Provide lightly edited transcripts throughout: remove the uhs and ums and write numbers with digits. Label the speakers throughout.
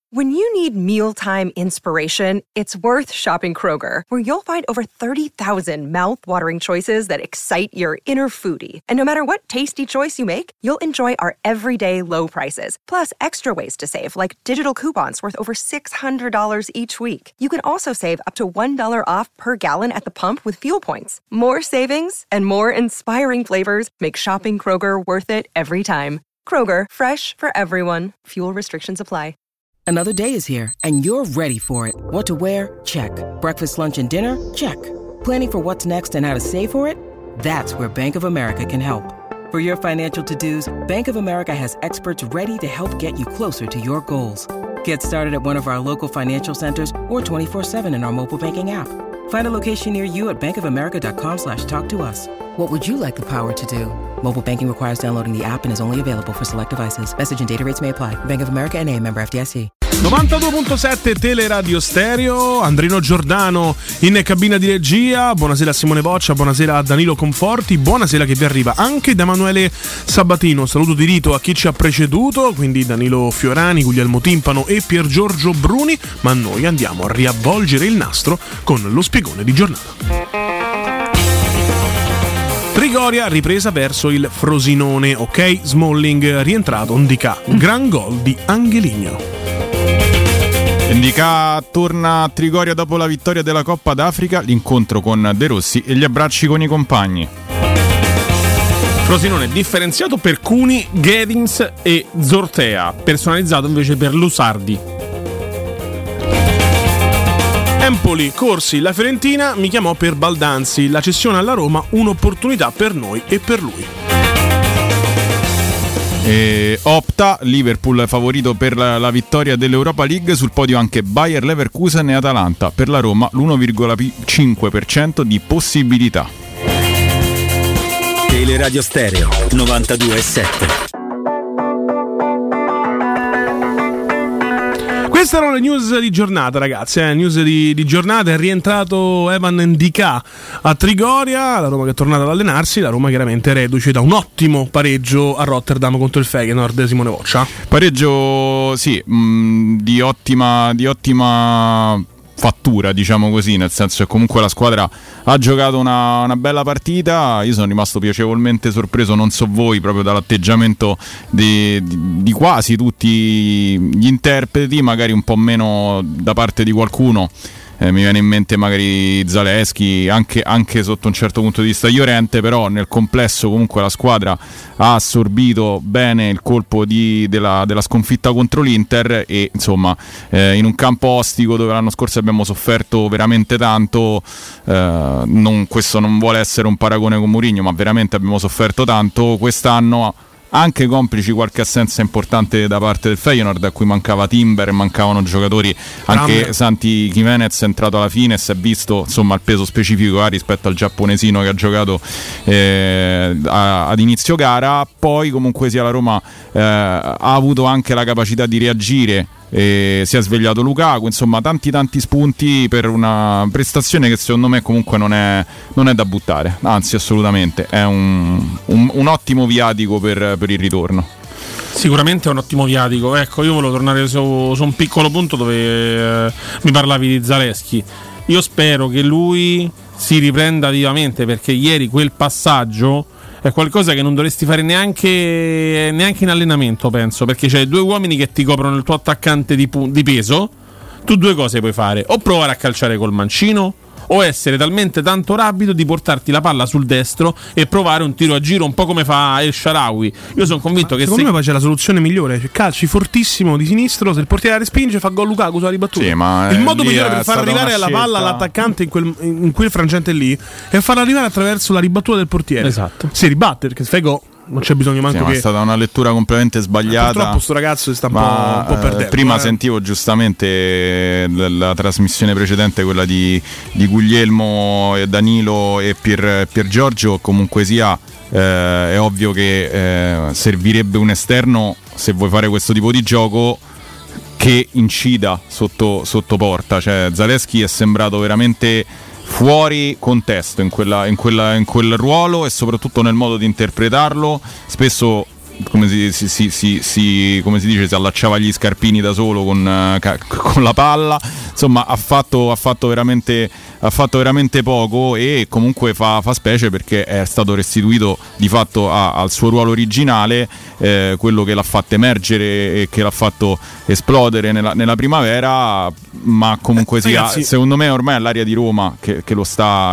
Speaker 1: When you need mealtime inspiration, it's worth shopping Kroger, where you'll find over 30,000 mouth-watering choices that excite your inner foodie. And no matter what tasty choice you make, you'll enjoy our everyday low prices, plus extra ways to save, like digital coupons worth over $600 each week. You can also save up to $1 off per gallon at the pump with fuel points. More savings and more inspiring flavors make shopping Kroger worth it every time. Kroger, fresh for everyone. Fuel restrictions apply.
Speaker 2: Another day is here, and you're ready for it. What to wear? Check. Breakfast, lunch, and dinner? Check. Planning for what's next and how to save for it? That's where Bank of America can help. For your financial to-dos, Bank of America has experts ready to help get you closer to your goals. Get started at one of our local financial centers or 24/7 in our mobile banking app. Find a location near you at bankofamerica.com/talktous. What would you like the power to do? Mobile banking requires downloading the app and is only available for select devices. Message and data rates may apply. Bank of America N.A., member FDIC.
Speaker 3: 92.7 Teleradio Stereo, Andrino Giordano in cabina di regia. Buonasera a Simone Boccia, buonasera a Danilo Conforti, buonasera che vi arriva anche da Emanuele Sabatino. Saluto di rito a chi ci ha preceduto, quindi Danilo Fiorani, Guglielmo Timpano e Pier Giorgio Bruni, ma noi andiamo a riavvolgere il nastro con lo spiegone di giornata. Trigoria ripresa verso il Frosinone, ok? Smalling rientrato, Ndicà, gran gol di Angeligno.
Speaker 4: Ndicà torna a Trigoria dopo la vittoria della Coppa d'Africa, l'incontro con De Rossi e gli abbracci con i compagni.
Speaker 3: Frosinone differenziato per Cuni, Gedins e Zortea, personalizzato invece per Lusardi. Empoli, Corsi, la Fiorentina mi chiamò per Baldanzi, la cessione alla Roma un'opportunità per noi e per lui.
Speaker 4: Opta, Liverpool favorito per la vittoria dell'Europa League, sul podio anche Bayer Leverkusen e Atalanta, per la Roma l'1,5% di possibilità.
Speaker 5: Teleradio Stereo 92.7.
Speaker 3: Queste erano le news di giornata, ragazzi. News di giornata. È rientrato Evan Ndicà a Trigoria. La Roma che è tornata ad allenarsi. La Roma chiaramente reduce da un ottimo pareggio a Rotterdam contro il Feyenoord. Simone Boccia.
Speaker 4: Pareggio, sì, di ottima fattura, diciamo così, nel senso che comunque la squadra ha giocato una bella partita. Io sono rimasto piacevolmente sorpreso, non so voi, proprio dall'atteggiamento di quasi tutti gli interpreti, magari un po' meno da parte di qualcuno. Mi viene in mente magari Zalewski, anche sotto un certo punto di vista Llorente, però nel complesso comunque la squadra ha assorbito bene il colpo della sconfitta contro l'Inter e insomma in un campo ostico dove l'anno scorso abbiamo sofferto veramente tanto, questo non vuole essere un paragone con Mourinho, ma veramente abbiamo sofferto tanto quest'anno, anche complici qualche assenza importante da parte del Feyenoord, a cui mancava Timber, mancavano giocatori, anche Santi Jimenez è entrato alla fine, si è visto insomma il peso specifico rispetto al giapponesino che ha giocato ad inizio gara. Poi comunque sia la Roma ha avuto anche la capacità di reagire, si è svegliato Lukaku, insomma tanti spunti per una prestazione che secondo me comunque non è da buttare, anzi assolutamente è un ottimo viatico per il ritorno.
Speaker 3: Sicuramente è un ottimo viatico. Ecco, io volevo tornare su un piccolo punto dove mi parlavi di Zalewski. Io spero che lui si riprenda vivamente, perché ieri quel passaggio è qualcosa che non dovresti fare neanche in allenamento, penso, perché c'hai due uomini che ti coprono il tuo attaccante di peso. Tu due cose puoi fare: o provare a calciare col mancino, o essere talmente tanto rapido di portarti la palla sul destro e provare un tiro a giro, un po' come fa El Shaarawy. Io sono convinto che secondo me c'è la soluzione migliore, cioè, calci fortissimo di sinistro, se il portiere la respinge fa gol Lukaku sulla ribattuta.
Speaker 4: Sì, ma
Speaker 3: il modo migliore per far arrivare la palla all'attaccante in quel frangente lì è farla arrivare attraverso la ribattuta del portiere. Esatto. Si ribatte, perché Sfego non c'è bisogno manco che...
Speaker 4: È stata una lettura completamente sbagliata.
Speaker 3: Purtroppo sto ragazzo si sta un po' perdendo.
Speaker 4: Prima sentivo giustamente la trasmissione precedente, quella di Guglielmo e Danilo e Pier Giorgio. Comunque sia, è ovvio che servirebbe un esterno, se vuoi fare questo tipo di gioco, che incida sotto porta. Cioè Zalewski è sembrato veramente fuori contesto in quel ruolo, e soprattutto nel modo di interpretarlo. Spesso come si dice, si allacciava gli scarpini da solo con la palla, insomma ha fatto veramente poco, e comunque fa specie perché è stato restituito di fatto al suo ruolo originale, quello che l'ha fatto emergere e che l'ha fatto esplodere nella primavera, ma comunque sia, secondo me ormai è l'area di Roma che lo sta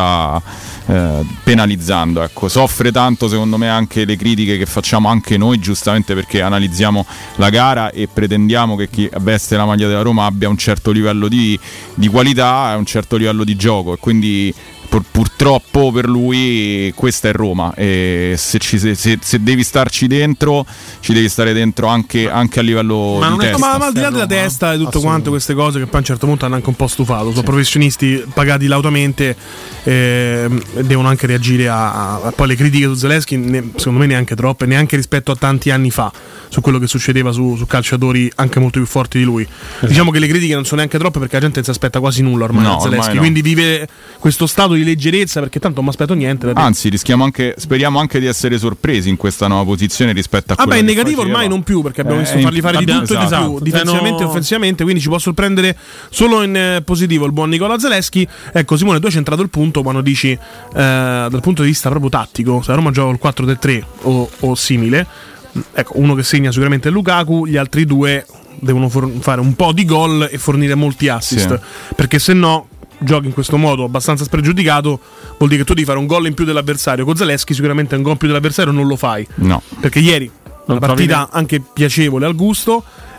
Speaker 4: penalizzando, ecco. Soffre tanto secondo me anche le critiche che facciamo anche noi, giustamente, perché analizziamo la gara e pretendiamo che chi veste la maglia della Roma abbia un certo livello di qualità e un certo livello di gioco, e quindi purtroppo per lui questa è Roma, e se devi starci dentro ci devi stare dentro anche a livello di testa.
Speaker 6: Ma al di là della testa e tutto quanto, queste cose che poi a un certo punto hanno anche un po' stufato, sono professionisti pagati lautamente, devono anche reagire a poi le critiche su Zalewski, secondo me neanche troppe, neanche rispetto a tanti anni fa, su quello che succedeva su calciatori anche molto più forti di lui. Diciamo che le critiche non sono neanche troppe perché la gente non si aspetta quasi nulla ormai da Zalewski, quindi vive questo stato di leggerezza perché tanto non mi aspetto niente.
Speaker 4: Anzi, speriamo anche di essere sorpresi in questa nuova posizione rispetto a quella
Speaker 6: in negativo ormai non più, perché abbiamo visto fargli fare di tutto e di più, difensivamente e offensivamente, quindi ci può sorprendere solo in positivo il buon Nicola Zalewski. Ecco Simone, tu hai centrato il punto quando dici dal punto di vista proprio tattico, se Roma gioca il 4-3-3 o simile, ecco, uno che segna sicuramente è Lukaku, gli altri due devono fare un po' di gol e fornire molti assist, perché se no giochi in questo modo abbastanza spregiudicato, vuol dire che tu devi fare un gol in più dell'avversario. Con Zalewski sicuramente un gol in più dell'avversario non lo fai, perché ieri una partita anche piacevole al gusto,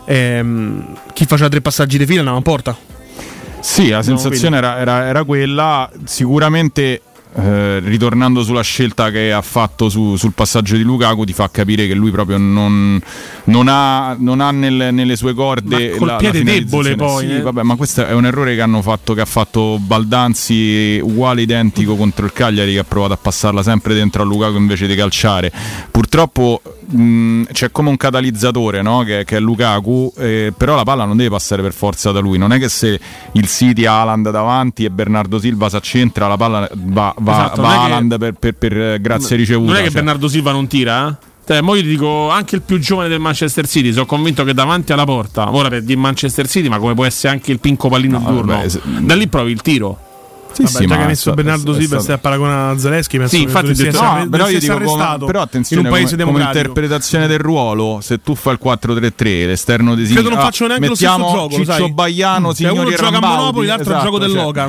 Speaker 6: chi faceva 3 passaggi di fila andava in porta.
Speaker 4: Sì, la sensazione era quella. Sicuramente ritornando sulla scelta che ha fatto sul passaggio di Lukaku, ti fa capire che lui proprio non ha nelle sue corde
Speaker 6: col piede debole poi.
Speaker 4: Sì, vabbè, ma questo è un errore che ha fatto Baldanzi, uguale identico contro il Cagliari, che ha provato a passarla sempre dentro a Lukaku invece di calciare. Purtroppo c'è come un catalizzatore, no? che è Lukaku, però la palla non deve passare per forza da lui. Non è che se il City ha Haaland davanti e Bernardo Silva si accentra, la palla va Haaland per grazia ricevuta.
Speaker 3: Non è che Bernardo Silva non tira? Mo io ti dico, anche il più giovane del Manchester City, sono convinto che davanti alla porta, ora per dire Manchester City, ma come può essere anche il Pinco Pallino turno, da lì provi il tiro.
Speaker 6: Sì, già che ha messo Bernardo Silva e paragona a Zalewski, penso
Speaker 3: infatti
Speaker 4: però io dico
Speaker 6: però attenzione, in un paese
Speaker 4: come interpretazione del ruolo, se tu fai il 4-3-3, l'esterno di sinistra,
Speaker 6: non faccio neanche
Speaker 4: mettiamo
Speaker 6: lo stesso gioco,
Speaker 4: Ciccio Baiano, signori
Speaker 6: uno gioca a Monopoli, l'altro gioco del Loca.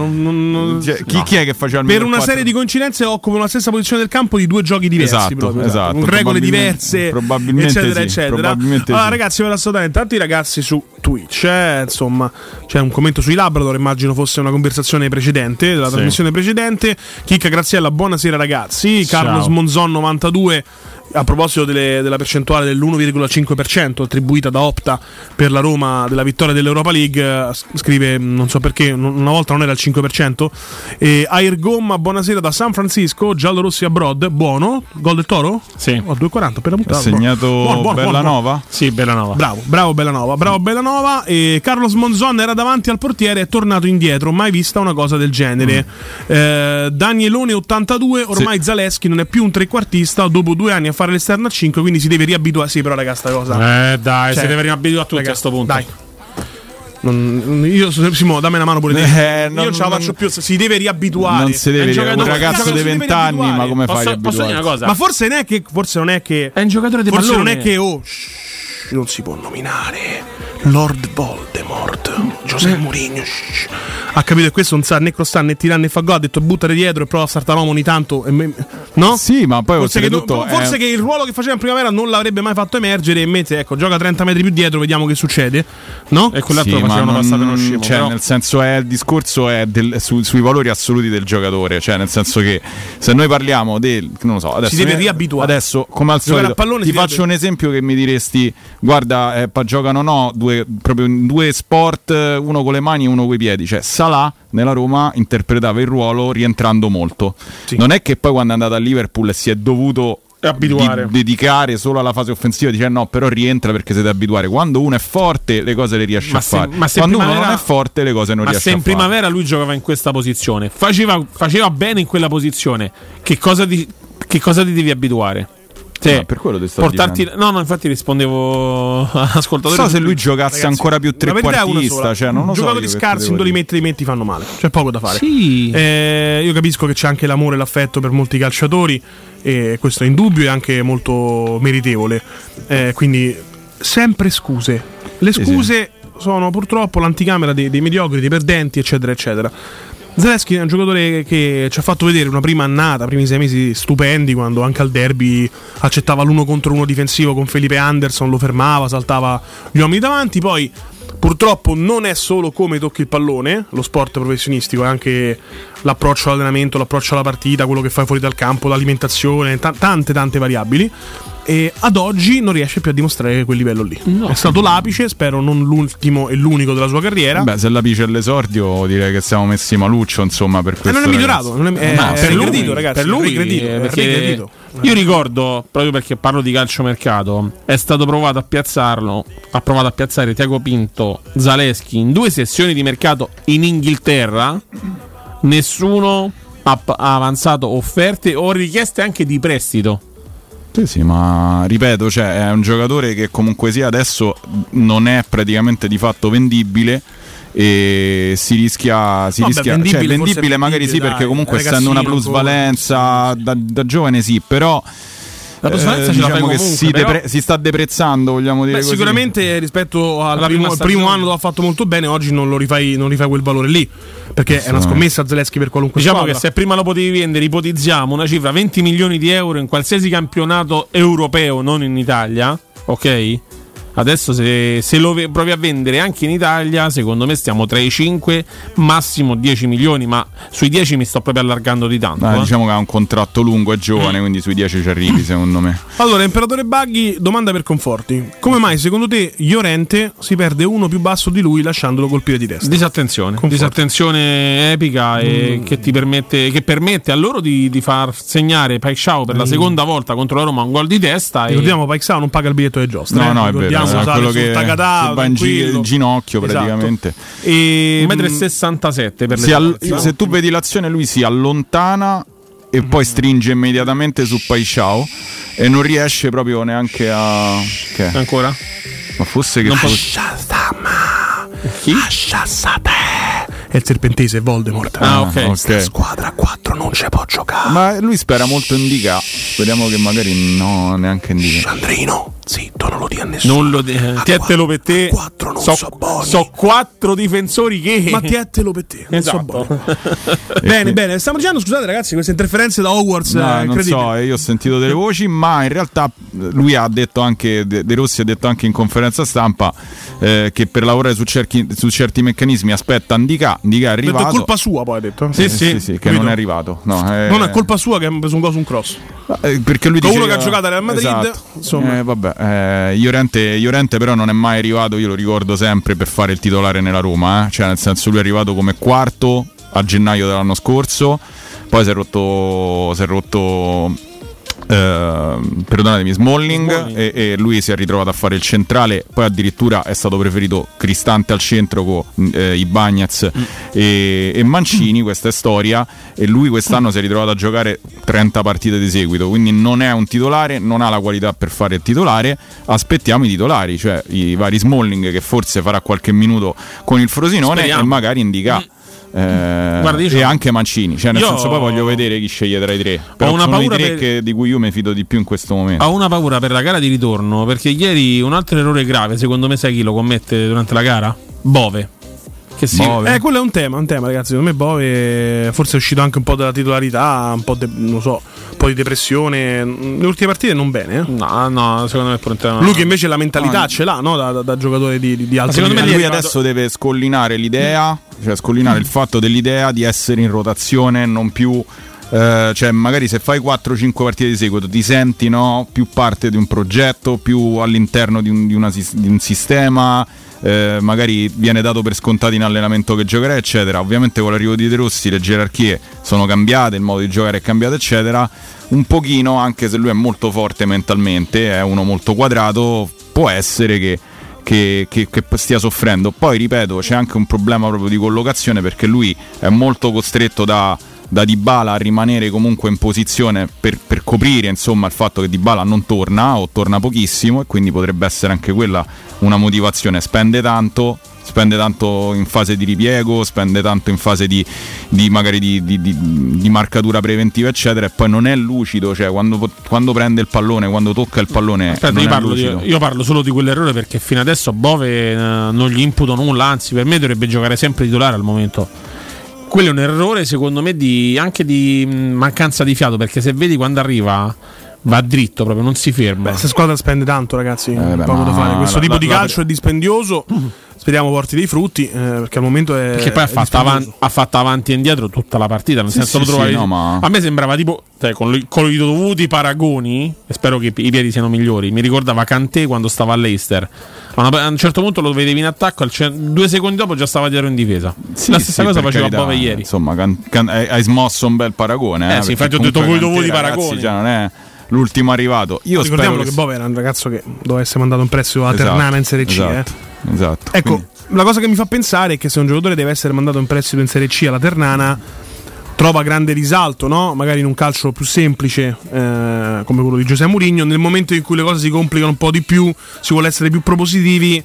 Speaker 4: Chi è che faceva il
Speaker 6: per una serie di coincidenze occupano la stessa posizione del campo di 2 giochi diversi,
Speaker 4: esatto,
Speaker 6: con regole diverse,
Speaker 4: probabilmente
Speaker 6: eccetera. Allora ragazzi, ve la sto dando tanti ragazzi su Twitch, insomma c'è un commento sui Labrador, immagino fosse una conversazione precedente della trasmissione precedente. Chicca Graziella, buonasera ragazzi. Carlos Monzon 92, a proposito della percentuale dell'1,5% attribuita da Opta per la Roma della vittoria dell'Europa League, scrive, non so perché, una volta non era il 5%. Air Gomma, buonasera da San Francisco, giallorossi abroad, buono, gol del Toro?
Speaker 3: Sì.
Speaker 6: 2,40 per la puntata.
Speaker 4: Ha segnato Bellanova?
Speaker 3: Sì, Bellanova.
Speaker 6: Bravo Bellanova. E Carlos Monzon era davanti al portiere, è tornato indietro, mai vista una cosa del genere. Danielone 82, ormai Zalewski non è più un trequartista dopo 2 anni a fare l'esterno a 5, quindi si deve riabituare. Sì, però raga, sta cosa
Speaker 3: si deve riabituare a tutti, raga, a sto punto.
Speaker 6: Dai. Io Simo, dammi una mano pure te. Io non ce la faccio più, si deve riabituare.
Speaker 4: Non si deve un ragazzo di 20 anni, ma come fai a riabituare?
Speaker 3: Posso dire una cosa?
Speaker 6: Ma forse non è che
Speaker 3: è un giocatore di
Speaker 6: forse
Speaker 3: pallone.
Speaker 6: Non è che non si può nominare Lord Voldemort, José Mourinho. Ha capito che questo non sa né crossare né tirare né fa gol, ha detto buttare dietro e prova a startare l'uomo ogni tanto, no?
Speaker 4: Sì, ma poi
Speaker 6: forse che il ruolo che faceva in primavera non l'avrebbe mai fatto emergere, e invece gioca 30 metri più dietro, vediamo che succede, no?
Speaker 3: E quell'altro facevano passare uno scemo,
Speaker 4: cioè però, nel senso, il discorso è sui valori assoluti del giocatore, cioè nel senso che se noi parliamo del, non lo so, adesso
Speaker 6: si deve riabituare.
Speaker 4: Adesso come al solito ti faccio un esempio che mi diresti, guarda, giocano proprio in 2 sport, uno con le mani e uno con i piedi, cioè Salah nella Roma interpretava il ruolo rientrando molto. Sì. Non è che poi quando è andato a Liverpool si è dovuto dedicare solo alla fase offensiva, dice no, però rientra perché si deve abituare. Quando uno è forte le cose le riesce a fare, quando uno non è forte le cose non riesce a fare.
Speaker 3: Ma se in primavera lui giocava in questa posizione, faceva bene in quella posizione, che cosa ti devi abituare? Cioè,
Speaker 4: per quello ti sto
Speaker 3: portarti
Speaker 4: dicendo.
Speaker 3: no, infatti rispondevo ascoltatore.
Speaker 4: So se lui giocasse ancora più trequartista, cioè non lo so.
Speaker 6: Giocatori scarsi, in li metti fanno male. C'è poco da fare.
Speaker 3: Sì.
Speaker 6: Io capisco che c'è anche l'amore e l'affetto per molti calciatori, e questo è indubbio e anche molto meritevole. Quindi sempre scuse. Le scuse sono purtroppo l'anticamera dei mediocri, dei perdenti, eccetera, eccetera. Zalewski è un giocatore che ci ha fatto vedere una prima annata, primi 6 mesi stupendi, quando anche al derby accettava l'1 contro 1 difensivo con Felipe Anderson, lo fermava, saltava gli uomini davanti. Poi purtroppo non è solo come tocchi il pallone, lo sport professionistico, è anche l'approccio all'allenamento, l'approccio alla partita, quello che fai fuori dal campo, l'alimentazione, tante variabili. E ad oggi non riesce più a dimostrare quel livello lì. No. È stato l'apice, spero non l'ultimo e l'unico della sua carriera.
Speaker 4: Beh, se l'apice è l'esordio, direi che siamo messi maluccio, insomma, per questo.
Speaker 6: Non è migliorato, per lui, ragazzi,
Speaker 3: per lui regredito. Io ricordo, proprio perché parlo di calciomercato, è stato provato a piazzarlo, ha provato a piazzare Tiago Pinto, Zalewski in 2 sessioni di mercato in Inghilterra. Nessuno ha avanzato offerte o richieste anche di prestito.
Speaker 4: Sì, ma ripeto, cioè, è un giocatore che comunque sia adesso non è praticamente di fatto vendibile, e si rischia vendibile magari sì, perché comunque essendo una plusvalenza da giovane sì, però
Speaker 3: la plusvalenza
Speaker 4: diciamo che si sta deprezzando, vogliamo dire così.
Speaker 6: Sicuramente rispetto al primo anno lo ha fatto molto bene, oggi non rifai quel valore lì, perché è una scommessa Zalewski per qualunque squadra.
Speaker 3: Che se prima lo potevi vendere, ipotizziamo una cifra 20 milioni di euro in qualsiasi campionato europeo, non in Italia, ok? Adesso se lo provi a vendere anche in Italia, secondo me stiamo tra i 5 massimo 10 milioni, ma sui 10 mi sto proprio allargando di tanto.
Speaker 4: Diciamo che ha un contratto lungo e giovane, quindi sui 10 ci arrivi, secondo me.
Speaker 6: Allora, Imperatore Buggy, domanda per Conforti: come mai secondo te Llorente si perde uno più basso di lui lasciandolo colpire di testa?
Speaker 3: Disattenzione epica, e che permette a loro di far segnare Paixão per la seconda volta contro la Roma un gol di testa.
Speaker 6: Ricordiamo, Paixão non paga il biglietto di giostra.
Speaker 4: No, è vero. Quello che va in ginocchio praticamente.
Speaker 3: E 1,67 m per le
Speaker 4: se tu vedi l'azione, lui si allontana e poi stringe immediatamente su Paixão e non riesce proprio neanche a...
Speaker 3: Che? Ancora?
Speaker 4: Ma fosse che
Speaker 6: chi? È il serpentese Voldemort.
Speaker 3: Ok.
Speaker 6: Squadra 4 non ci può giocare.
Speaker 4: Ma lui spera molto in Dica. Speriamo che magari no, neanche in Dica.
Speaker 6: Sandrino, zitto, non lo dia a nessuno.
Speaker 3: Tietelo per te.
Speaker 6: 4 non so buoni.
Speaker 3: So 4 difensori che.
Speaker 6: Ma tietelo per te. Non so buoni.
Speaker 4: Bene,
Speaker 6: bene. Stiamo dicendo, scusate ragazzi, queste interferenze da Hogwarts.
Speaker 4: Non so, io ho sentito delle voci, ma in realtà lui ha detto anche, De Rossi ha detto anche in conferenza stampa che per lavorare su certi meccanismi aspetta Ndicà è arrivato.
Speaker 6: È colpa sua, poi ha detto.
Speaker 4: Sì, che non è arrivato. No,
Speaker 6: non è colpa sua che ha preso un gol su un cross.
Speaker 4: Perché lui
Speaker 6: dice
Speaker 4: uno
Speaker 6: che ha giocato a Real Madrid,
Speaker 4: esatto.
Speaker 6: Insomma.
Speaker 4: Llorente però non è mai arrivato, io lo ricordo sempre, per fare il titolare nella Roma, cioè nel senso lui è arrivato come quarto a gennaio dell'anno scorso, poi si è rotto perdonatemi, Smalling. E lui si è ritrovato a fare il centrale, poi addirittura è stato preferito Cristante al centro con Ibañez e Mancini, questa è storia, e lui quest'anno si è ritrovato a giocare 30 partite di seguito, quindi non è un titolare, non ha la qualità per fare il titolare. Aspettiamo i titolari, cioè i vari Smalling, che forse farà qualche minuto con il Frosinone. Speriamo. E magari Ndicà e anche Mancini, cioè nel senso, poi voglio vedere chi sceglie tra i tre. Però sono i tre di cui io mi fido di più in questo momento.
Speaker 3: Ho una paura per la gara di ritorno, perché ieri un altro errore grave, secondo me, sai chi lo commette durante la gara? Bove.
Speaker 6: Quello è un tema, ragazzi. Secondo me Bove forse è uscito anche un po' dalla titolarità, un po' di depressione. Le ultime partite non bene.
Speaker 3: No, secondo me è un tema.
Speaker 6: Lui che invece la mentalità ce l'ha, no? Da giocatore di alto
Speaker 4: secondo
Speaker 6: livello.
Speaker 4: Me lui adesso deve scollinare l'idea, cioè scollinare il fatto dell'idea di essere in rotazione, non più cioè magari se fai 4-5 partite di seguito ti senti più parte di un progetto, più all'interno di un sistema. Magari viene dato per scontato in allenamento che giocherà, eccetera. Ovviamente con l'arrivo di De Rossi le gerarchie sono cambiate, il modo di giocare è cambiato, eccetera. Un pochino, anche se lui è molto forte mentalmente, è uno molto quadrato, può essere che stia soffrendo. Poi ripeto, c'è anche un problema proprio di collocazione, perché lui è molto costretto da da Dybala a rimanere comunque in posizione per coprire insomma il fatto che Dybala non torna o torna pochissimo, e quindi potrebbe essere anche quella una motivazione. Spende tanto in fase di ripiego, spende tanto in fase di magari di marcatura preventiva eccetera, e poi non è lucido, cioè quando prende il pallone, quando tocca il pallone.
Speaker 3: Aspetta, io parlo solo di quell'errore, perché fino adesso a Bove non gli imputo nulla, anzi per me dovrebbe giocare sempre titolare al momento. Quello è un errore secondo me anche di mancanza di fiato, perché se vedi quando arriva va dritto proprio, non si ferma.
Speaker 6: Questa squadra spende tanto, ragazzi, poco da fare. Questo tipo di calcio è dispendioso. Speriamo porti dei frutti, perché al momento è. Perché
Speaker 3: poi ha fatto avanti e indietro tutta la partita. Nel senso, lo trovavi. A me sembrava tipo, con i dovuti paragoni, e spero che i piedi siano migliori. Mi ricordava Kanté quando stava all'Leicester. A un certo punto lo vedevi in attacco, 2 secondi dopo già stava dietro in difesa. La stessa cosa faceva Bove ieri.
Speaker 4: Insomma, hai smosso un bel paragone.
Speaker 3: Sì, infatti ho detto con i dovuti paragoni.
Speaker 4: Cioè, non è l'ultimo arrivato.
Speaker 6: Ricordiamolo che Bove era un ragazzo che doveva essere mandato in prestito alla Ternana in Serie C.
Speaker 4: Esatto.
Speaker 6: Ecco, quindi la cosa che mi fa pensare è che se un giocatore deve essere mandato in prestito in Serie C alla Ternana, trova grande risalto, no? Magari in un calcio più semplice come quello di José Mourinho. Nel momento in cui le cose si complicano un po' di più, si vuole essere più propositivi,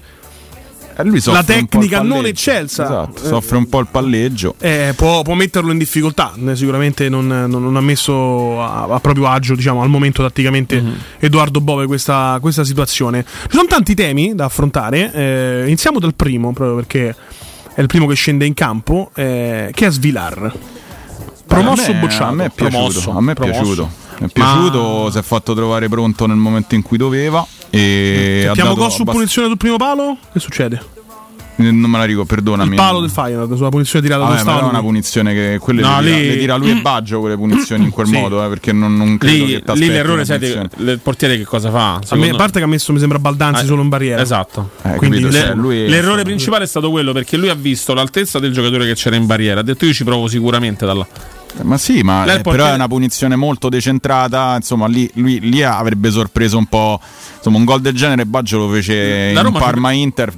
Speaker 6: la tecnica non eccelsa,
Speaker 4: esatto, soffre un po' il palleggio,
Speaker 6: può metterlo in difficoltà. Sicuramente non ha messo a proprio agio, diciamo, al momento tatticamente Edoardo Bove questa situazione. Ci sono tanti temi da affrontare, iniziamo dal primo, proprio perché è il primo che scende in campo, che è Svilar, promosso o bocciato?
Speaker 4: A me è piaciuto, mi è piaciuto, si è fatto trovare pronto nel momento in cui doveva.
Speaker 6: Abbiamo gol su punizione sul primo palo? Che succede?
Speaker 4: Non me la ricordo, perdonami.
Speaker 6: Il palo del Feyenoord sulla punizione tirata da
Speaker 4: stava. Ma è una punizione che quelle le tira lui e Baggio, quelle punizioni in quel modo, perché non credo che
Speaker 3: lì l'errore, sai, il portiere che cosa fa?
Speaker 6: A parte che ha messo, mi sembra, Baldanzi solo in barriera.
Speaker 3: Esatto.
Speaker 6: Quindi
Speaker 3: l'errore principale è stato quello, perché lui ha visto l'altezza del giocatore che c'era in barriera, ha detto io ci provo sicuramente da là.
Speaker 4: Ma sì, però è una punizione molto decentrata, insomma lì avrebbe sorpreso un po', insomma un gol del genere Baggio lo fece in Parma-Inter,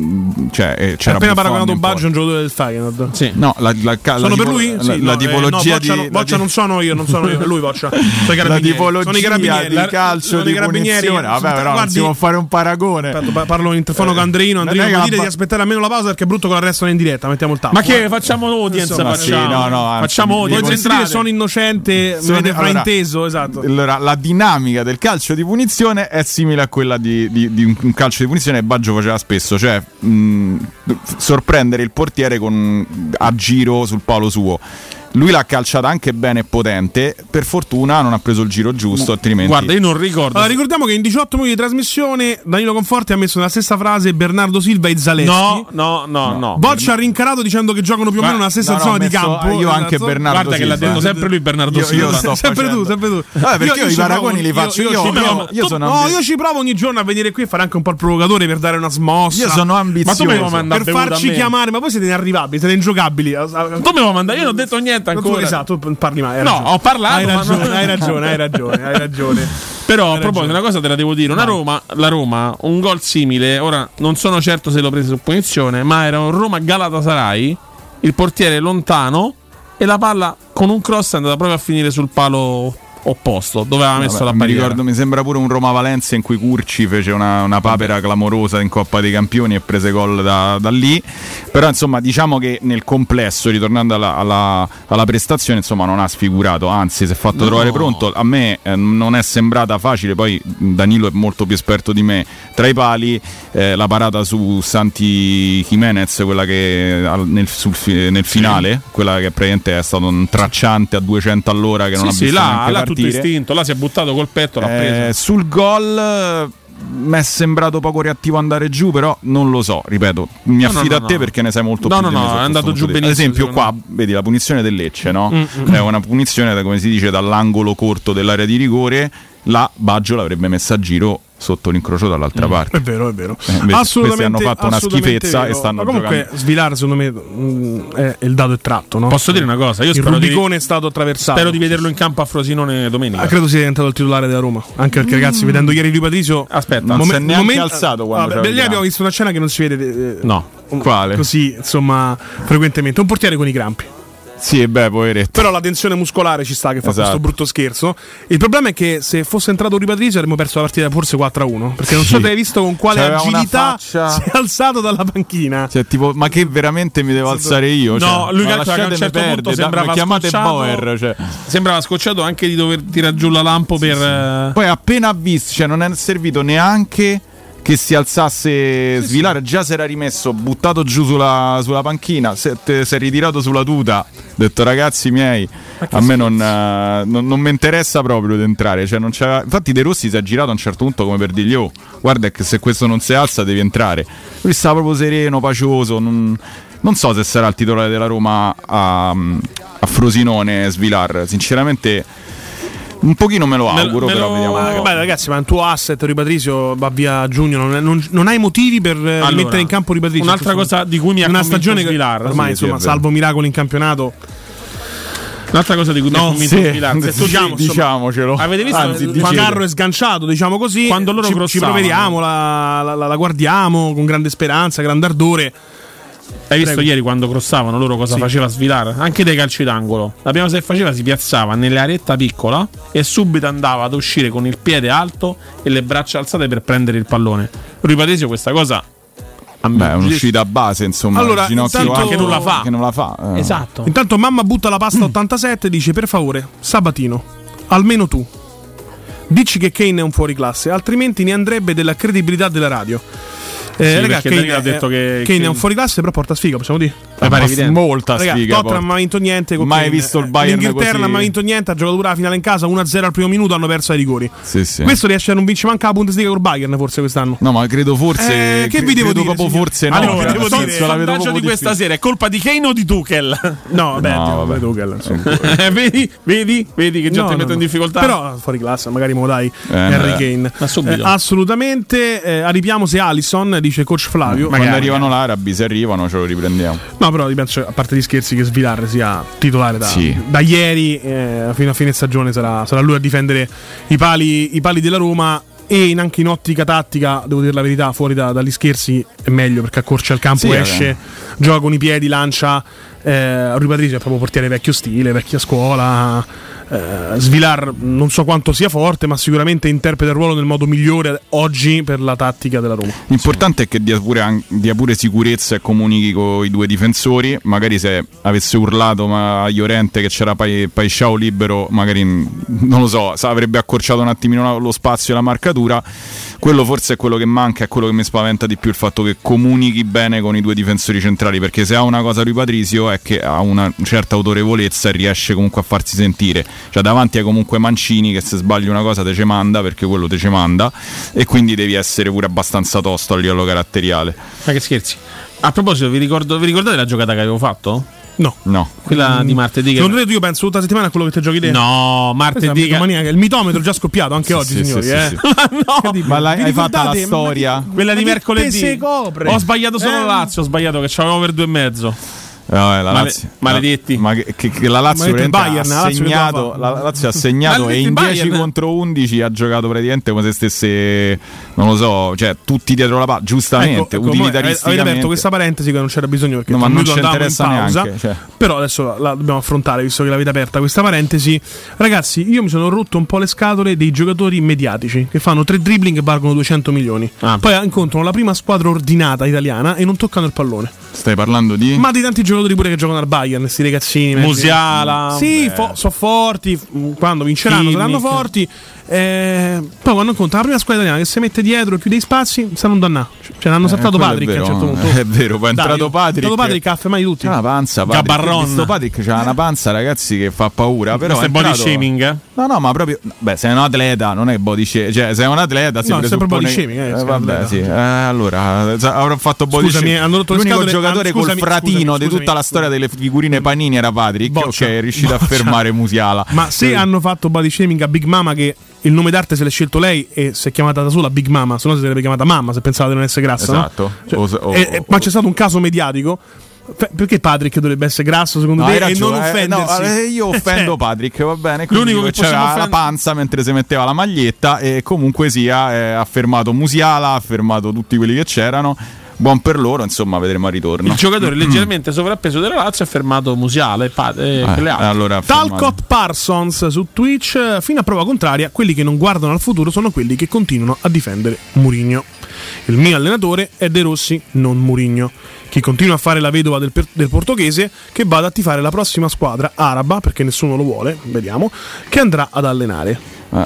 Speaker 4: cioè c'era
Speaker 6: appena paragonato Baggio a un giocatore del Feyenoord.
Speaker 3: Sì.
Speaker 4: No,
Speaker 6: sono per lui?
Speaker 4: La tipologia
Speaker 6: Boccia non sono io, è lui Boccia.
Speaker 4: La tipologia di calcio di punizione, vabbè, però non si può fare un paragone.
Speaker 6: Parlo in interfono con Andrino, mi dite di aspettare almeno la pausa perché è brutto che la restano in diretta, mettiamo il tappo.
Speaker 3: Ma che facciamo audience? Facciamo audience.
Speaker 6: Dire sono innocente, mi avete frainteso, esatto.
Speaker 4: Allora, la dinamica del calcio di punizione è simile a quella di un calcio di punizione che Baggio faceva spesso, cioè sorprendere il portiere a giro sul palo suo. Lui l'ha calciata anche bene e potente, per fortuna non ha preso il giro giusto, altrimenti.
Speaker 3: Guarda, io non ricordo.
Speaker 6: Allora, ricordiamo che in 18 minuti di trasmissione Danilo Conforti ha messo nella stessa frase Bernardo Silva e Zaleschi.
Speaker 3: No.
Speaker 6: Boccia ha rincarato dicendo che giocano più o meno nella stessa zona di campo.
Speaker 4: Io anche Bernardo
Speaker 3: Guarda
Speaker 4: Silva.
Speaker 3: che l'ha detto sempre lui Bernardo Silva.
Speaker 6: Sempre tu.
Speaker 4: Perché io i paragoni li faccio
Speaker 6: io ci provo ogni giorno a venire qui e fare anche un po' il provocatore per dare una smossa.
Speaker 4: Io sono ambizioso.
Speaker 6: Per farci chiamare, ma voi siete inarrivabili, siete ingiocabili.
Speaker 3: Tu me lo mandai, io non ho detto niente ancora.
Speaker 6: Esatto, parli mai.
Speaker 3: Ho parlato.
Speaker 6: Hai ragione.
Speaker 3: Però a proposito, una cosa te la devo dire: la Roma, un gol simile. Ora non sono certo se l'ho preso su punizione, ma era un Roma-Galatasaray. Il portiere lontano e la palla con un cross è andata proprio a finire sul palo opposto dove aveva messo la barriera.
Speaker 4: Mi sembra pure un Roma-Valencia in cui Curci fece una papera clamorosa in Coppa dei Campioni e prese gol da lì. Però insomma diciamo che nel complesso, ritornando alla prestazione, insomma non ha sfigurato, anzi si è fatto trovare pronto. A me non è sembrata facile, poi Danilo è molto più esperto di me, tra i pali la parata su Santi Jimenez, quella che nel finale, quella che praticamente è stato un tracciante a 200 all'ora che non ha visto neanche partire.
Speaker 3: Tutto istinto, là si è buttato col petto, l'ha preso.
Speaker 4: Sul gol mi è sembrato poco reattivo andare giù, però non lo so, ripeto, mi affido a te perché ne sai molto più di me.
Speaker 3: No, è andato giù benissimo.
Speaker 4: Ad esempio qua, vedi la punizione del Lecce, no? È una punizione, come si dice, dall'angolo corto dell'area di rigore, là Baggio l'avrebbe messa a giro sotto l'incrocio dall'altra parte.
Speaker 6: È vero.
Speaker 4: Questi hanno fatto una schifezza vero. E stanno
Speaker 6: ma comunque
Speaker 4: giocando.
Speaker 6: Svilar secondo me il dato è tratto, no?
Speaker 3: Posso dire una cosa? Io
Speaker 6: il Rubicone è stato attraversato.
Speaker 3: Spero di vederlo in campo a Frosinone domenica.
Speaker 6: Credo sia diventato il titolare della Roma. Anche perché ragazzi, vedendo ieri Rui Patricio,
Speaker 4: aspetta, non si è neanche alzato quando
Speaker 6: ieri abbiamo visto una scena che non si vede
Speaker 4: quale?
Speaker 6: Così, insomma, frequentemente un portiere con i crampi.
Speaker 4: Sì, poveretto.
Speaker 6: Però la tensione muscolare ci sta che fa questo brutto scherzo. Il problema è che se fosse entrato Ribadrisio avremmo perso la partita forse 4-1, perché non so se hai visto con quale agilità si è alzato dalla panchina.
Speaker 4: Cioè, tipo, ma che veramente mi devo alzare io?
Speaker 3: No, lui a un certo punto sembrava
Speaker 4: chiamate
Speaker 3: Bauer,
Speaker 4: cioè.
Speaker 3: Sembrava scocciato anche di dover tirare giù la lampo per
Speaker 4: Poi appena visto, cioè non è servito neanche che si alzasse Svilar, già si era rimesso buttato giù sulla panchina, si è ritirato sulla tuta, ha detto ragazzi miei, a me non mi interessa proprio di entrare, cioè, non c'era... Infatti De Rossi si è girato a un certo punto come per dirgli oh, guarda che se questo non si alza devi entrare. Lui stava proprio sereno, pacioso, non so se sarà il titolare della Roma a Frosinone Svilar, sinceramente un pochino me lo auguro, però vediamo.
Speaker 6: Beh, ragazzi, ma un tuo asset Ribadrisio va via a giugno, non hai motivi per mettere in campo Ribadrisio.
Speaker 3: Un'altra cosa di cui mi ha
Speaker 6: una stagione
Speaker 3: Svilar,
Speaker 6: ormai insomma, salvo miracoli in campionato.
Speaker 3: Un'altra cosa di cui mi ha convinto Svilar,
Speaker 4: diciamocelo.
Speaker 3: Avete visto
Speaker 6: quando Carro è sganciato, diciamo così,
Speaker 3: quando loro
Speaker 6: ci provvediamo, la guardiamo con grande speranza, grande ardore.
Speaker 3: Hai visto ieri quando crossavano loro cosa faceva Svilar? Anche dei calci d'angolo. La prima cosa che faceva si piazzava nell'aretta piccola e subito andava ad uscire con il piede alto e le braccia alzate per prendere il pallone. Ribadesio questa cosa
Speaker 4: è un'uscita a base, insomma.
Speaker 6: Allora,
Speaker 4: ginocchio
Speaker 3: che non la fa.
Speaker 4: Che non la fa.
Speaker 3: Esatto.
Speaker 6: Intanto mamma butta la pasta 87 e dice per favore, Sabatino, almeno tu dici che Kane è un fuoriclasse, altrimenti ne andrebbe della credibilità della radio. Ragazzi, Kane ha detto che Kane è un fuoriclasse, però porta sfiga, possiamo dire?
Speaker 4: Molta sfiga.
Speaker 6: Tottenham ha vinto niente con
Speaker 4: mai
Speaker 6: Kane.
Speaker 4: Visto il Bayern
Speaker 6: l'Inghilterra
Speaker 4: così.
Speaker 6: non ha vinto niente, ha giocato la finale in casa 1-0 al primo minuto, hanno perso ai rigori.
Speaker 4: Sì.
Speaker 6: Questo riesce a non vincere manca la Bundesliga col Bayern forse quest'anno.
Speaker 4: No, ma credo forse
Speaker 6: che vi devo dire,
Speaker 4: proprio forse no.
Speaker 3: Allora, il sondaggio di questa sera è colpa di Kane o di Tuchel?
Speaker 6: No, vabbè, Tuchel.
Speaker 3: Vedi che già ti metto in difficoltà.
Speaker 6: Però fuori classe, magari me lo dai Harry Kane. Assolutamente. Arriviamo se Alisson, dice coach Flavio.
Speaker 4: Quando arrivano l'arabi, se arrivano ce lo riprendiamo.
Speaker 6: No, però penso, a parte gli scherzi, che Svilar sia titolare da ieri fino a fine stagione sarà lui a difendere i pali della Roma. E anche in ottica tattica, devo dire la verità, fuori dagli scherzi è meglio, perché accorcia il campo, esce, gioca con i piedi, lancia. Ribadrisio è proprio portiere vecchio stile, vecchia scuola. Svilar non so quanto sia forte, ma sicuramente interpreta il ruolo nel modo migliore oggi per la tattica della Roma.
Speaker 4: L'importante è che dia pure sicurezza e comunichi con i due difensori. Magari se avesse urlato a Llorente che c'era Paisciao libero, magari non lo so, avrebbe accorciato un attimino lo spazio e la marcatura. Quello forse è quello che manca, è quello che mi spaventa di più, il fatto che comunichi bene con i due difensori centrali, perché se ha una cosa lui Patrizio è che ha una certa autorevolezza e riesce comunque a farsi sentire. Cioè davanti hai comunque Mancini che se sbagli una cosa te ce manda, perché quello te ce manda, e quindi devi essere pure abbastanza tosto a livello caratteriale.
Speaker 3: Ma che scherzi. A proposito, vi ricordate la giocata che avevo fatto?
Speaker 6: No.
Speaker 3: Quella di martedì.
Speaker 6: Non credo, io penso tutta la settimana a quello che te giochi te.
Speaker 3: No, martedì.
Speaker 6: Il mitometro è già scoppiato anche oggi, signori.
Speaker 4: Sì.
Speaker 3: No.
Speaker 4: Ma hai fatto la storia?
Speaker 3: Quella di mercoledì. Ho sbagliato solo la Lazio, ho sbagliato che c'avevo per 2,5.
Speaker 4: La Lazio,
Speaker 3: maledetti.
Speaker 4: Ma che la Lazio ha segnato, la Lazio ha segnato e in 10 contro 11 ha giocato praticamente come se stesse, non lo so, cioè tutti dietro la palla, giustamente, utilitaristicamente.
Speaker 6: Avete aperto questa parentesi che non c'era bisogno, perché
Speaker 4: ma non ci interessa neanche, cioè.
Speaker 6: Però adesso la dobbiamo affrontare, visto che l'avete aperta questa parentesi. Ragazzi, io mi sono rotto un po' le scatole dei giocatori mediatici che fanno 3 dribbling e valgono 200 milioni. Poi incontrano la prima squadra ordinata italiana e non toccano il pallone.
Speaker 4: Stai parlando di?
Speaker 6: Ma di tanti giocatori pure che giocano al Bayern, sti ragazzini.
Speaker 3: Musiala.
Speaker 6: Sì, sono forti. Quando vinceranno saranno forti. Poi quando incontra la prima squadra italiana che si mette dietro e chiude i spazi, stanno dannati. Cioè hanno saltato Patrick a un certo punto.
Speaker 4: È vero, poi è entrato Patrick.
Speaker 6: Caffè mai tutti.
Speaker 4: C'ha una panza, Patrick c'ha una panza, ragazzi, che fa paura. Però
Speaker 3: questo è body shaming?
Speaker 4: No, ma proprio. Beh, sei un atleta, non è body shaming. Cioè, sei un atleta, si presuppone.
Speaker 6: Sempre body shaming.
Speaker 4: Vabbè, sì. Allora avrò fatto body shaming. L'unico giocatore col fratino di tutta la storia delle figurine Panini era Patrick. Ok, è riuscito a fermare Musiala.
Speaker 6: Ma se hanno fatto body shaming a Big Mama, che il nome d'arte se l'è scelto lei e si è chiamata da sola Big Mama, se no si sarebbe chiamata Mamma se pensava di non essere grassa.
Speaker 4: Esatto.
Speaker 6: No? Ma c'è stato un caso mediatico. Perché Patrick dovrebbe essere grasso secondo te e non offendersi?
Speaker 4: Io offendo Patrick, va bene.
Speaker 3: L'unico che
Speaker 4: c'era la panza mentre si metteva la maglietta, e comunque sia ha fermato Musiala, ha fermato tutti quelli che c'erano. buon per loro, insomma vedremo al ritorno.
Speaker 3: Il giocatore leggermente sovrappeso della Lazio ha fermato Musiala
Speaker 4: allora
Speaker 6: Talcott Parsons su Twitch: fino a prova contraria, quelli che non guardano al futuro sono quelli che continuano a difendere Mourinho. Il mio allenatore è De Rossi, non Mourinho. Chi continua a fare la vedova del portoghese, che vada a tifare la prossima squadra araba, perché nessuno lo vuole, vediamo, che andrà ad allenare.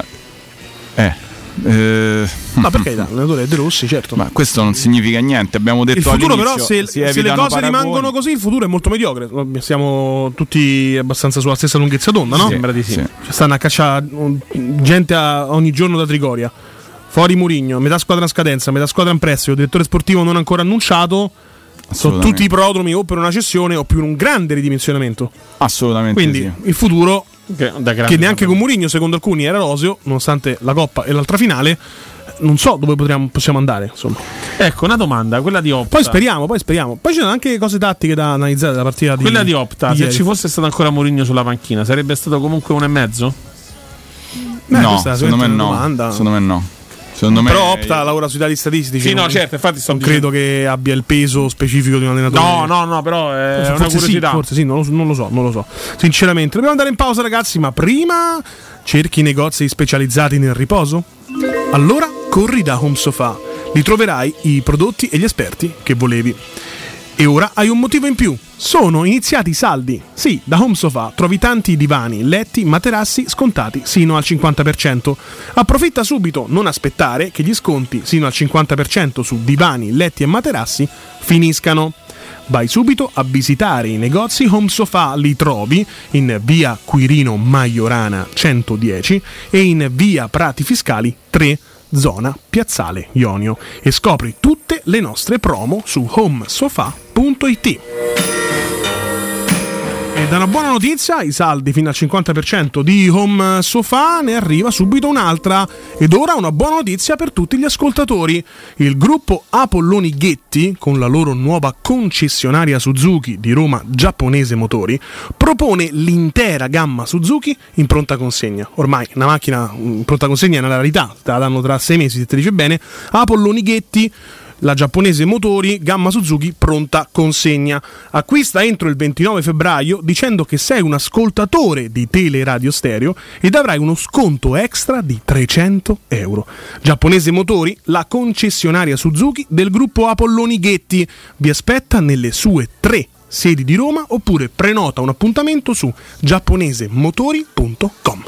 Speaker 6: Ma perché l'allenatore è De Rossi, certo.
Speaker 4: Ma questo non significa niente. Abbiamo detto
Speaker 6: il futuro,
Speaker 4: però,
Speaker 6: se le cose rimangono così, il futuro è molto mediocre. Siamo tutti abbastanza sulla stessa lunghezza d'onda, no?
Speaker 3: Sembra di sì.
Speaker 6: Cioè, stanno a cacciare gente ogni giorno da Trigoria. Fuori Mourinho, metà squadra in scadenza, metà squadra in prestito, direttore sportivo non ancora annunciato. Sono tutti i prodromi o per una cessione o per un grande ridimensionamento.
Speaker 4: Assolutamente.
Speaker 6: Quindi il futuro, che neanche con Mourinho secondo alcuni era roseo, nonostante la Coppa e l'altra finale, non so dove possiamo andare, insomma.
Speaker 3: Ecco, una domanda, quella di Opta.
Speaker 6: Poi speriamo. Poi ci sono anche cose tattiche da analizzare dalla partita di
Speaker 3: quella di Opta, se ci fosse stato ancora Mourinho sulla panchina, sarebbe stato comunque 1,5?
Speaker 4: No, secondo me no. Secondo me
Speaker 6: però Opta lavora sui dati statistici.
Speaker 3: Sì, no, certo, infatti
Speaker 6: non credo che abbia il peso specifico di un allenatore.
Speaker 3: No, però è una curiosità.
Speaker 6: Forse sì, non lo so. Sinceramente, dobbiamo andare in pausa, ragazzi, ma prima cerchi negozi specializzati nel riposo? Allora corri da Home Sofa. Li troverai i prodotti e gli esperti che volevi. E ora hai un motivo in più. Sono iniziati i saldi. Sì, da Home Sofa trovi tanti divani, letti, materassi scontati sino al 50%. Approfitta subito, non aspettare che gli sconti sino al 50% su divani, letti e materassi finiscano. Vai subito a visitare i negozi Home Sofa, li trovi in via Quirino Maiorana 110 e in via Prati Fiscali 3, zona Piazzale Ionio, e scopri tutte le nostre promo su homesofa.it. E da una buona notizia, i saldi fino al 50% di Home Sofa, ne arriva subito un'altra. Ed ora una buona notizia per tutti gli ascoltatori. Il gruppo Apolloni Ghetti, con la loro nuova concessionaria Suzuki di Roma Giapponese Motori, propone l'intera gamma Suzuki in pronta consegna. Ormai una macchina in pronta consegna è una rarità, te la danno tra 6 mesi se ti dice bene. Apolloni Ghetti, la Giapponese Motori, gamma Suzuki pronta consegna. Acquista entro il 29 febbraio dicendo che sei un ascoltatore di Teleradio Stereo ed avrai uno sconto extra di 300 euro. Giapponese Motori, la concessionaria Suzuki del gruppo Apolloni Ghetti, vi aspetta nelle sue 3 sedi di Roma oppure prenota un appuntamento su giapponesemotori.com.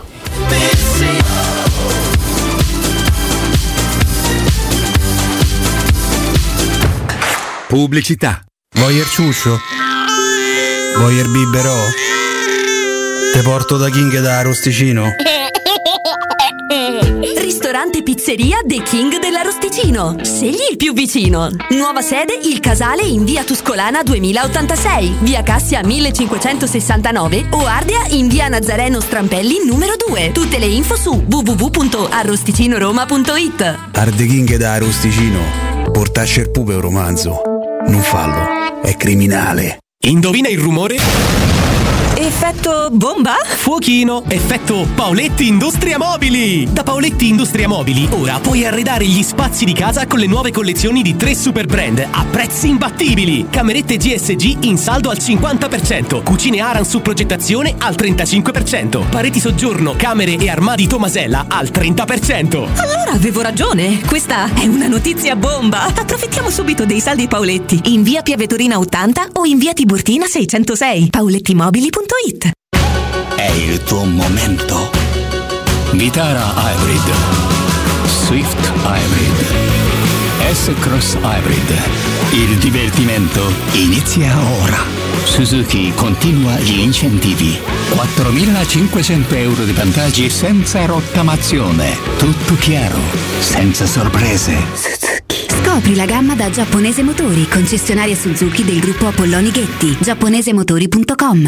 Speaker 5: Pubblicità.
Speaker 7: Vuoi il ciuscio? Vuoi il biberò? Te porto da King da Arosticino?
Speaker 8: Ristorante Pizzeria The King dell'Arosticino. Scegli il più vicino. Nuova sede Il Casale in via Tuscolana 2086, via Cassia 1569 o Ardea in via Nazareno Strampelli numero 2. Tutte le info su www.arrosticinoroma.it.
Speaker 7: Arde King da Arosticino. Portasce il pupe un romanzo. Non fallo, è criminale.
Speaker 9: Indovina il rumore?
Speaker 8: Effetto bomba?
Speaker 9: Fuochino. Effetto Paoletti Industria Mobili. Da Paoletti Industria Mobili ora puoi arredare gli spazi di casa con le nuove collezioni di 3 super brand a prezzi imbattibili. Camerette GSG in saldo al 50%. Cucine Aran su progettazione al 35%. Pareti soggiorno, camere e armadi Tomasella al 30%.
Speaker 8: Allora avevo ragione. Questa è una notizia bomba. Approfittiamo subito dei saldi Paoletti. In via Piavetorina 80 o in via Tiburtina 606. paolettimobili.it.
Speaker 5: È il tuo momento. Vitara Hybrid, Swift Hybrid, S-Cross Hybrid. Il divertimento inizia ora. Suzuki continua gli incentivi. 4.500 euro di vantaggi senza rottamazione. Tutto chiaro, senza sorprese.
Speaker 10: Scopri la gamma da Giapponese Motori, concessionaria Suzuki del gruppo Apolloni Ghetti. giapponesemotori.com.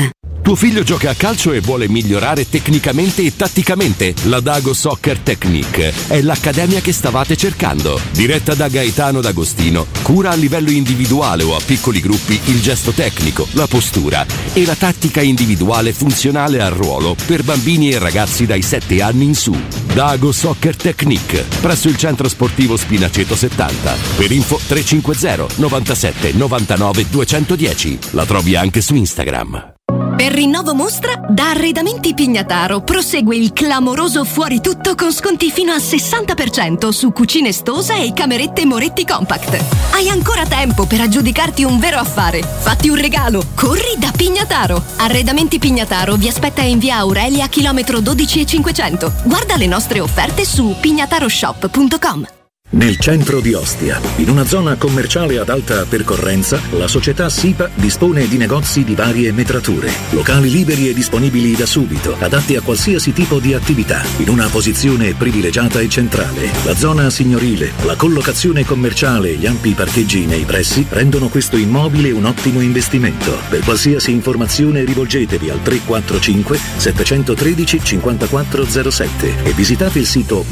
Speaker 11: Tuo figlio gioca a calcio e vuole migliorare tecnicamente e tatticamente? La Dago Soccer Technique è l'accademia che stavate cercando. Diretta da Gaetano D'Agostino, cura a livello individuale o a piccoli gruppi il gesto tecnico, la postura e la tattica individuale funzionale al ruolo per bambini e ragazzi dai 7 anni in su. Dago Soccer Technique, presso il centro sportivo Spinaceto 70. Per info 350 97 99 210. La trovi anche su Instagram.
Speaker 8: Per rinnovo mostra, da Arredamenti Pignataro prosegue il clamoroso fuori tutto con sconti fino al 60% su cucine Stosa e camerette Moretti Compact. Hai ancora tempo per aggiudicarti un vero affare. Fatti un regalo, corri da Pignataro. Arredamenti Pignataro vi aspetta in via Aurelia, chilometro 12,500. Guarda le nostre offerte su pignataroshop.com.
Speaker 12: Nel centro di Ostia, in una zona commerciale ad alta percorrenza, la società SIPA dispone di negozi di varie metrature, locali liberi e disponibili da subito, adatti a qualsiasi tipo di attività, in una posizione privilegiata e centrale. La zona signorile, la collocazione commerciale e gli ampi parcheggi nei pressi rendono questo immobile un ottimo investimento. Per qualsiasi informazione rivolgetevi al 345 713 5407 e visitate il sito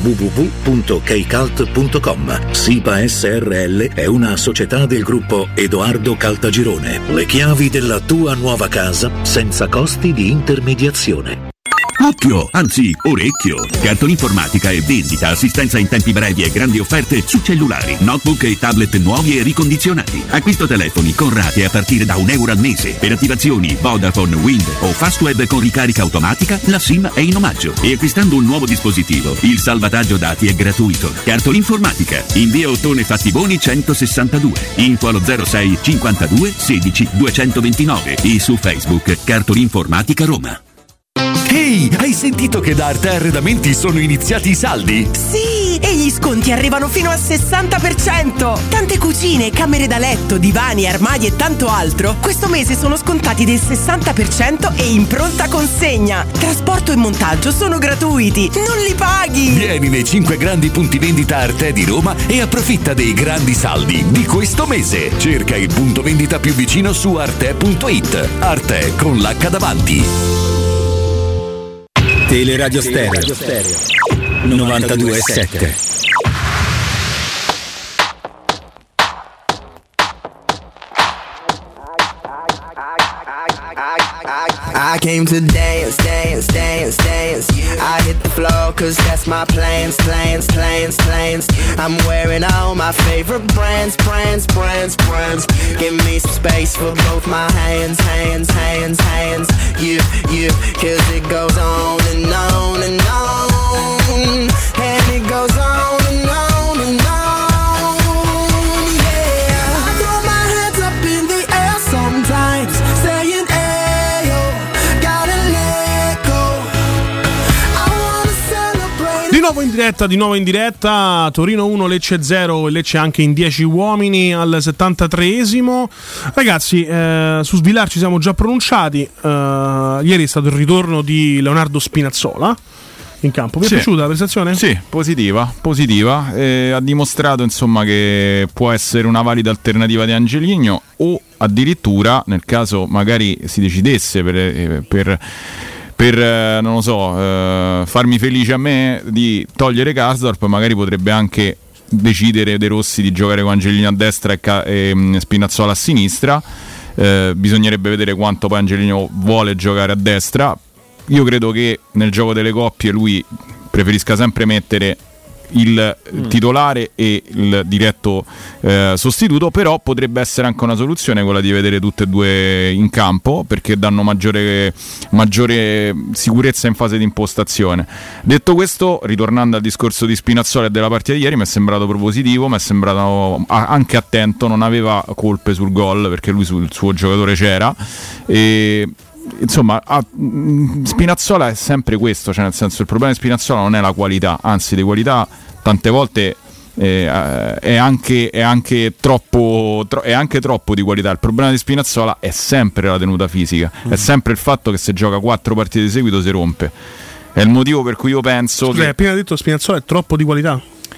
Speaker 12: www.keicalt.com. SIPA SRL è una società del gruppo Edoardo Caltagirone. Le chiavi della tua nuova casa senza costi di intermediazione.
Speaker 13: Occhio, anzi orecchio! Cartolinformatica e vendita, assistenza in tempi brevi e grandi offerte su cellulari, notebook e tablet nuovi e ricondizionati. Acquisto telefoni con rate a partire da €1 al mese. Per attivazioni Vodafone, Wind o Fastweb con ricarica automatica, la SIM è in omaggio. E acquistando un nuovo dispositivo, il salvataggio dati è gratuito. Cartolinformatica, in via Ottone Fattiboni 162. Info allo 06 52 16 229 e su Facebook Cartolinformatica Roma.
Speaker 14: Ehi, hai sentito che da Arte Arredamenti sono iniziati i saldi?
Speaker 15: Sì, e gli sconti arrivano fino al 60%. Tante cucine, camere da letto, divani, armadi e tanto altro questo mese sono scontati del 60% e in pronta consegna. Trasporto e montaggio sono gratuiti, non li paghi.
Speaker 14: Vieni nei 5 grandi punti vendita Arte di Roma e approfitta dei grandi saldi di questo mese. Cerca il punto vendita più vicino su arte.it. Arte con l'H davanti.
Speaker 16: Teleradio Stereo 92.7.
Speaker 17: I came to dance, dance, dance, dance. I hit the floor cause that's my plans, plans, plans, plans. I'm wearing all my favorite brands, brands, brands, brands. Give me some space for both my hands, hands, hands, hands. You, cause it goes on and on and on. And it goes on and on and on. Yeah, I throw my hands up in the air sometimes, saying
Speaker 6: Di nuovo in diretta, Torino 1, Lecce 0 e Lecce anche in 10 uomini al 73esimo. Ragazzi, su Svilar ci siamo già pronunciati. Ieri è stato il ritorno di Leonardo Spinazzola in campo. Vi è piaciuta la prestazione?
Speaker 4: Sì, positiva. Ha dimostrato insomma che può essere una valida alternativa di Angelino, o addirittura nel caso magari si decidesse per non lo so, farmi felice a me di togliere Karsdorp, magari potrebbe anche decidere De Rossi di giocare con Angelino a destra e Spinazzola a sinistra. Bisognerebbe vedere quanto poi Angelino vuole giocare a destra. Io credo che nel gioco delle coppie lui preferisca sempre mettere il titolare e il diretto sostituto, però potrebbe essere anche una soluzione quella di vedere tutte e due in campo, perché danno maggiore sicurezza in fase di impostazione. Detto questo, ritornando al discorso di Spinazzola e della partita di ieri, mi è sembrato propositivo, mi è sembrato anche attento, non aveva colpe sul gol perché lui sul suo giocatore c'era, e insomma Spinazzola è sempre questo, cioè nel senso, il problema di Spinazzola non è la qualità, anzi di qualità tante volte è anche troppo di qualità. Il problema di Spinazzola è sempre la tenuta fisica, è sempre il fatto che se gioca 4 partite di seguito si rompe. È il motivo per cui io penso
Speaker 6: che appena detto Spinazzola è troppo di qualità.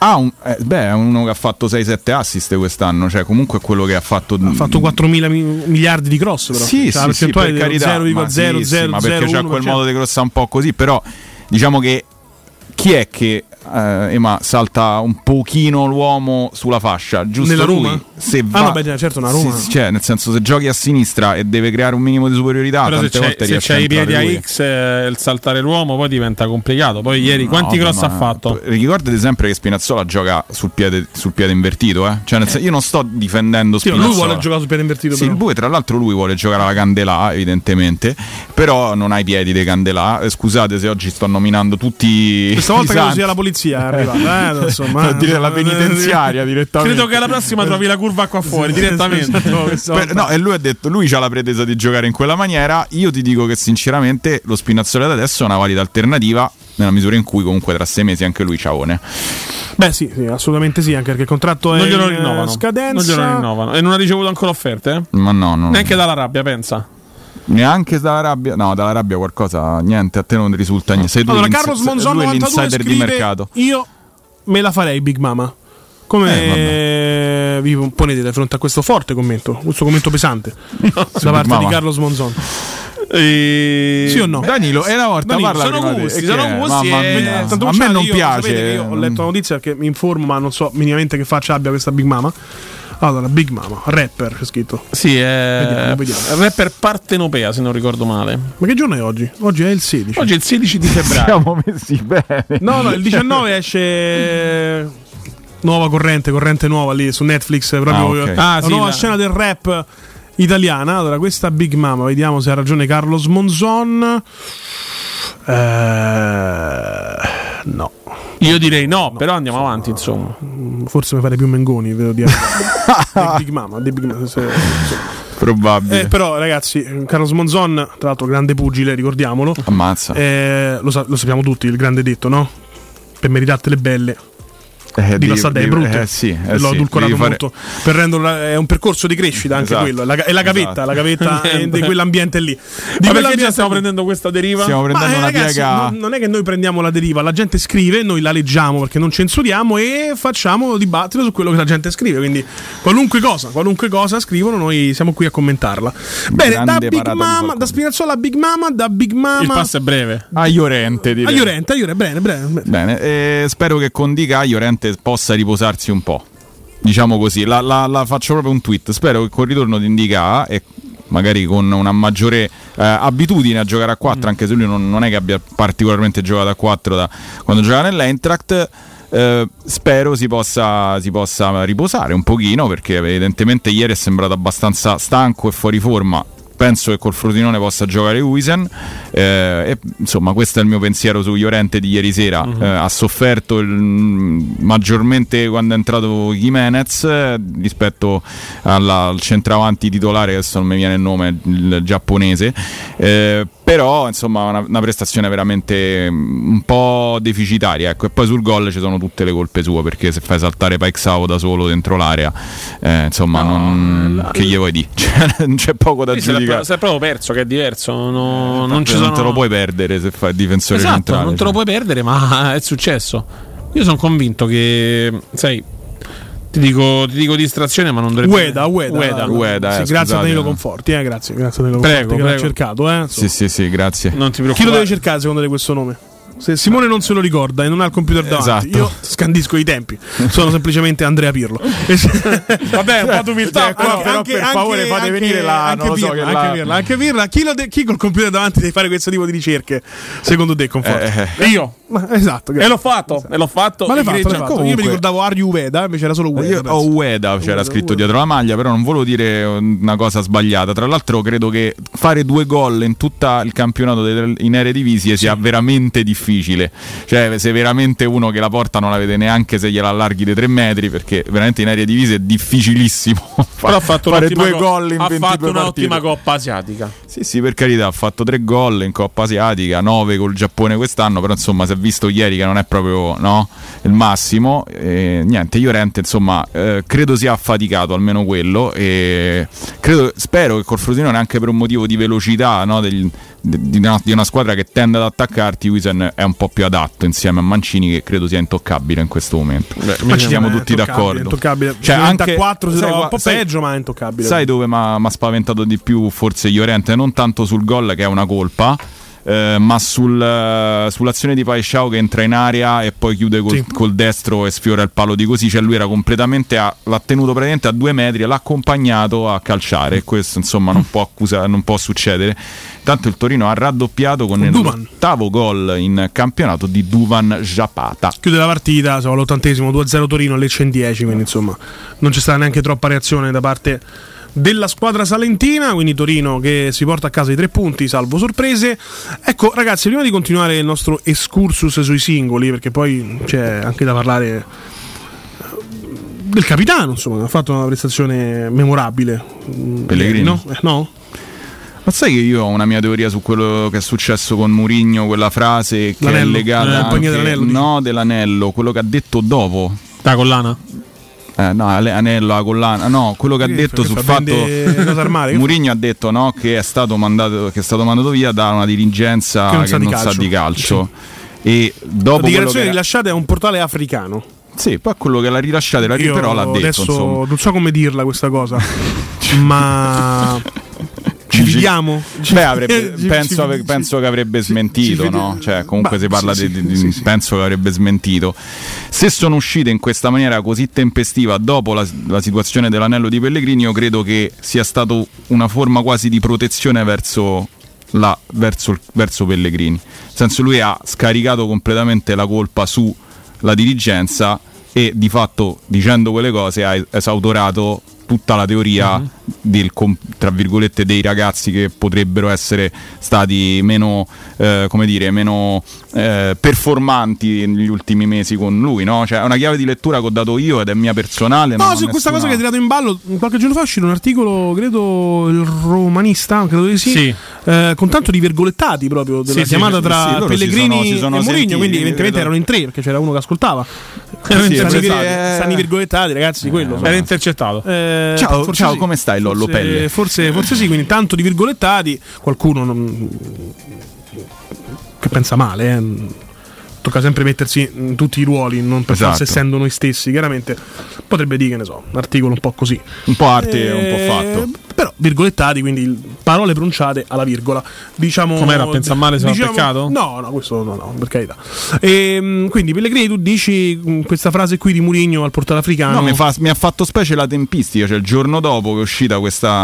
Speaker 4: è uno che ha fatto 6-7 assist quest'anno, cioè comunque quello che ha fatto
Speaker 6: 4.000 miliardi di cross, però.
Speaker 4: Sì, sì, per carità,
Speaker 6: 0,000,
Speaker 4: ma perché c'ha quel modo di crossare un po' così, però diciamo che chi è che Ema salta un pochino l'uomo sulla fascia, giusto?
Speaker 6: Nella
Speaker 4: lui,
Speaker 6: Roma?
Speaker 4: Se va,
Speaker 6: certo, una Roma.
Speaker 4: Cioè, nel senso, se giochi a sinistra e deve creare un minimo di superiorità,
Speaker 3: però
Speaker 4: tante volte
Speaker 3: se c'hai i piedi a X, il saltare l'uomo poi diventa complicato. Poi ieri quanti cross ha fatto?
Speaker 4: Ricordate sempre che Spinazzola gioca sul piede invertito, Cioè, nel senso, io non sto difendendo Spinazzola.
Speaker 6: Lui vuole giocare sul piede invertito.
Speaker 4: Sì, lui, tra l'altro, lui vuole giocare alla Candelà, evidentemente, però non ha i piedi dei Candelà. Scusate se oggi sto nominando tutti.
Speaker 6: Questa volta credo sia la polizia è arrivata, insomma,
Speaker 4: dire la penitenziaria direttamente.
Speaker 3: Credo che alla prossima trovi la curva qua fuori direttamente.
Speaker 4: No, e lui ha detto, lui c'ha la pretesa di giocare in quella maniera. Io ti dico che sinceramente lo Spinazzola da adesso è una valida alternativa, nella misura in cui comunque tra 6 mesi anche lui ciaone.
Speaker 6: Beh sì, assolutamente sì, anche perché il contratto
Speaker 3: non
Speaker 6: è
Speaker 3: glielo
Speaker 6: in
Speaker 3: rinnovano.
Speaker 6: Scadenza.
Speaker 3: Non glielo rinnovano. E non ha ricevuto ancora offerte?
Speaker 4: Ma no.
Speaker 3: Neanche dalla Rabbia, pensa.
Speaker 4: Neanche dalla Rabbia? No, dalla Rabbia qualcosa, niente, a te non risulta niente. Sei tu
Speaker 6: allora, Carlos Monzon 92
Speaker 4: l'insider
Speaker 6: scrive,
Speaker 4: di mercato.
Speaker 6: Io me la farei Big Mama. Come vi ponete di fronte a questo forte commento, questo commento pesante da parte di Carlos Monzon? Sì o no?
Speaker 4: Danilo, è una volta parla
Speaker 3: sono gusti,
Speaker 4: a me non piace.
Speaker 6: Io ho letto la notizia perché mi informo, ma non so minimamente che faccia abbia questa Big Mama. Allora, Big Mama, rapper c'è scritto.
Speaker 3: Sì, è vediamo. Rapper partenopea, se non ricordo male.
Speaker 6: Ma che giorno è oggi? Oggi è il 16.
Speaker 3: Oggi è il 16 di febbraio.
Speaker 4: Siamo messi bene.
Speaker 6: No, il 19 esce nuova corrente nuova lì su Netflix, proprio la nuova scena del rap italiana. Allora, questa Big Mama, vediamo se ha ragione Carlos Monzon. No.
Speaker 3: Io direi no, però andiamo avanti, insomma.
Speaker 6: Forse mi fare più Mengoni, vedo di Big Mama,
Speaker 4: probabile.
Speaker 6: Però ragazzi, Carlos Monzon, tra l'altro grande pugile, ricordiamolo.
Speaker 4: Ammazza.
Speaker 6: Lo sappiamo tutti, il grande detto, no? Per meritate le belle. Di passate è brutto, l'ho adulcorato molto per renderlo, è un percorso di crescita anche quello, è la gavetta, la gavetta di quell'ambiente lì.
Speaker 3: Di perché stiamo prendendo questa deriva?
Speaker 4: Stiamo prendendo una
Speaker 6: ragazzi,
Speaker 4: piega.
Speaker 6: Non è che noi prendiamo la deriva, la gente scrive, noi la leggiamo perché non censuriamo e facciamo dibattito su quello che la gente scrive, quindi qualunque cosa scrivono, noi siamo qui a commentarla. Bene, da Big Mama, da Spinazzola a Big Mama, da Big Mama
Speaker 3: il passo è breve
Speaker 4: a Llorente, direi.
Speaker 6: A Llorente, bene.
Speaker 4: Spero che con Dica Llorente possa riposarsi un po', diciamo così. La faccio proprio un tweet. Spero che col ritorno di Indica e magari con una maggiore abitudine a giocare a 4, anche se lui non è che abbia particolarmente giocato a 4 da quando giocava nell'Eintracht, spero si possa riposare un pochino, perché evidentemente ieri è sembrato abbastanza stanco e fuori forma. Penso che col Frosinone possa giocare Huijsen, e insomma questo è il mio pensiero su Llorente di ieri sera. Ha sofferto maggiormente quando è entrato Jimenez rispetto al centravanti titolare, adesso non mi viene il nome, il giapponese, però insomma una prestazione veramente un po' deficitaria, ecco. E poi sul gol ci sono tutte le colpe sue, perché se fai saltare Paixão da solo dentro l'area, insomma che gli vuoi dire? Non c'è poco da giudicare.
Speaker 3: Si è proprio perso, che è diverso. Non
Speaker 4: te lo puoi perdere se fai difensore centrale.
Speaker 3: Non te lo puoi perdere, ma è successo. Io sono convinto che, sai, ti dico distrazione, ma non dovrebbe.
Speaker 6: Ueda, grazie a Danilo Conforti, grazie a Danilo Conforti che l'ha cercato,
Speaker 4: Sì, grazie.
Speaker 3: Non ti preoccupare.
Speaker 6: Chi lo deve cercare secondo te questo nome? Se Simone non se lo ricorda e non ha il computer davanti, io scandisco i tempi. Sono semplicemente Andrea Pirlo.
Speaker 3: Vabbè, un po' d'umiltà,
Speaker 4: però per favore fate venire
Speaker 6: anche Pirlo. Chi col computer davanti deve fare questo tipo di ricerche? Secondo te, Conforti?
Speaker 3: Io.
Speaker 6: Esatto.
Speaker 3: E l'ho fatto.
Speaker 6: Ma l'hai fatto. Io mi ricordavo Arju Ueda, invece era solo Ueda.
Speaker 4: Io ho Ueda, c'era scritto dietro la maglia, però non volevo dire una cosa sbagliata. Tra l'altro credo che fare 2 gol in tutto il campionato in Eredivisie sia veramente difficile. Cioè, se veramente uno che la porta non la vede neanche se gliela allarghi dei 3 metri, perché veramente in Eredivisie è difficilissimo
Speaker 3: però
Speaker 4: fare 2 gol in 22 partite.
Speaker 3: Ha fatto un'ottima Coppa Asiatica.
Speaker 4: Sì, per carità, ha fatto 3 gol in Coppa Asiatica, 9 col Giappone quest'anno, però insomma si è visto ieri che non è proprio il massimo. Niente, Llorente insomma credo sia affaticato, almeno quello, e spero che col Frosinone, anche per un motivo di velocità, no, di una squadra che tende ad attaccarti, Huijsen è un po' più adatto insieme a Mancini, che credo sia intoccabile in questo momento. Ma ci siamo tutti d'accordo.
Speaker 6: Intoccabile.
Speaker 4: Cioè, anche
Speaker 6: 4 si trova un po' peggio, ma è intoccabile.
Speaker 4: Sai dove mi ha spaventato di più forse Llorente? Non tanto sul gol, che è una colpa, ma sull'azione di Paixão che entra in area e poi chiude col destro e sfiora il palo di così. Cioè lui era completamente l'ha tenuto praticamente a 2 metri e l'ha accompagnato a calciare, e questo insomma non può succedere. Tanto il Torino ha raddoppiato con l'8º gol in campionato di Duvan Zapata.
Speaker 6: Chiude la partita, siamo all'80esimo, 2-0 Torino, Lecce in 10, quindi insomma non c'è stata neanche troppa reazione da parte della squadra salentina, quindi Torino che si porta a casa i 3 punti salvo sorprese. Ecco ragazzi, prima di continuare il nostro excursus sui singoli, perché poi c'è anche da parlare del capitano, insomma, che ha fatto una prestazione memorabile.
Speaker 4: Pellegrini?
Speaker 6: No?
Speaker 4: Ma sai che io ho una mia teoria su quello che è successo con Mourinho, quella frase che è legata dell'anello, quello che ha detto dopo
Speaker 3: la collana?
Speaker 4: Anello, la collana, no, quello che ha detto sul fatto Mourinho ha detto, no, che è stato mandato via da una dirigenza che non sa di calcio. Sì. E dopo
Speaker 6: la dichiarazione rilasciata è un portale africano.
Speaker 4: Sì, poi quello che l'ha rilasciata però l'ha detto.
Speaker 6: Adesso
Speaker 4: insomma.
Speaker 6: Non so come dirla questa cosa, ma ci fidiamo?
Speaker 4: Penso che avrebbe smentito, no? Cioè, comunque si parla penso che avrebbe smentito. Se sono uscite in questa maniera così tempestiva dopo la situazione dell'anello di Pellegrini, io credo che sia stato una forma quasi di protezione verso Pellegrini. Nel senso, lui ha scaricato completamente la colpa sulla dirigenza e di fatto, dicendo quelle cose, ha esautorato tutta la teoria tra virgolette dei ragazzi che potrebbero essere stati meno performanti negli ultimi mesi con lui, no? Cioè è una chiave di lettura che ho dato io ed è mia personale.
Speaker 6: No, su questa cosa che hai tirato in ballo qualche giorno fa è uscito un articolo, credo il Romanista, credo di sì. Con tanto di virgolettati proprio della chiamata tra Pellegrini e Mourinho, quindi evidentemente erano in 3 perché c'era uno che ascoltava. Stanno i virgolettati, ragazzi, di quello.
Speaker 3: Era intercettato.
Speaker 4: Ciao, sì. Come stai Lollo Pelle?
Speaker 6: Forse sì, quindi tanto di virgolettati, qualcuno che pensa male, tocca sempre mettersi in tutti i ruoli, non per forza essendo noi stessi, chiaramente potrebbe dire, che ne so, un articolo un po' così,
Speaker 4: un po' arte, un po' fatto,
Speaker 6: però virgolettati, quindi parole pronunciate alla virgola, diciamo.
Speaker 3: Com'era? Pensa male se
Speaker 6: diciamo,
Speaker 3: ha peccato?
Speaker 6: No, questo no, per carità. Quindi Pellegrini, tu dici questa frase qui di Mourinho al portale africano?
Speaker 4: No, mi ha fatto specie la tempistica, cioè il giorno dopo che è uscita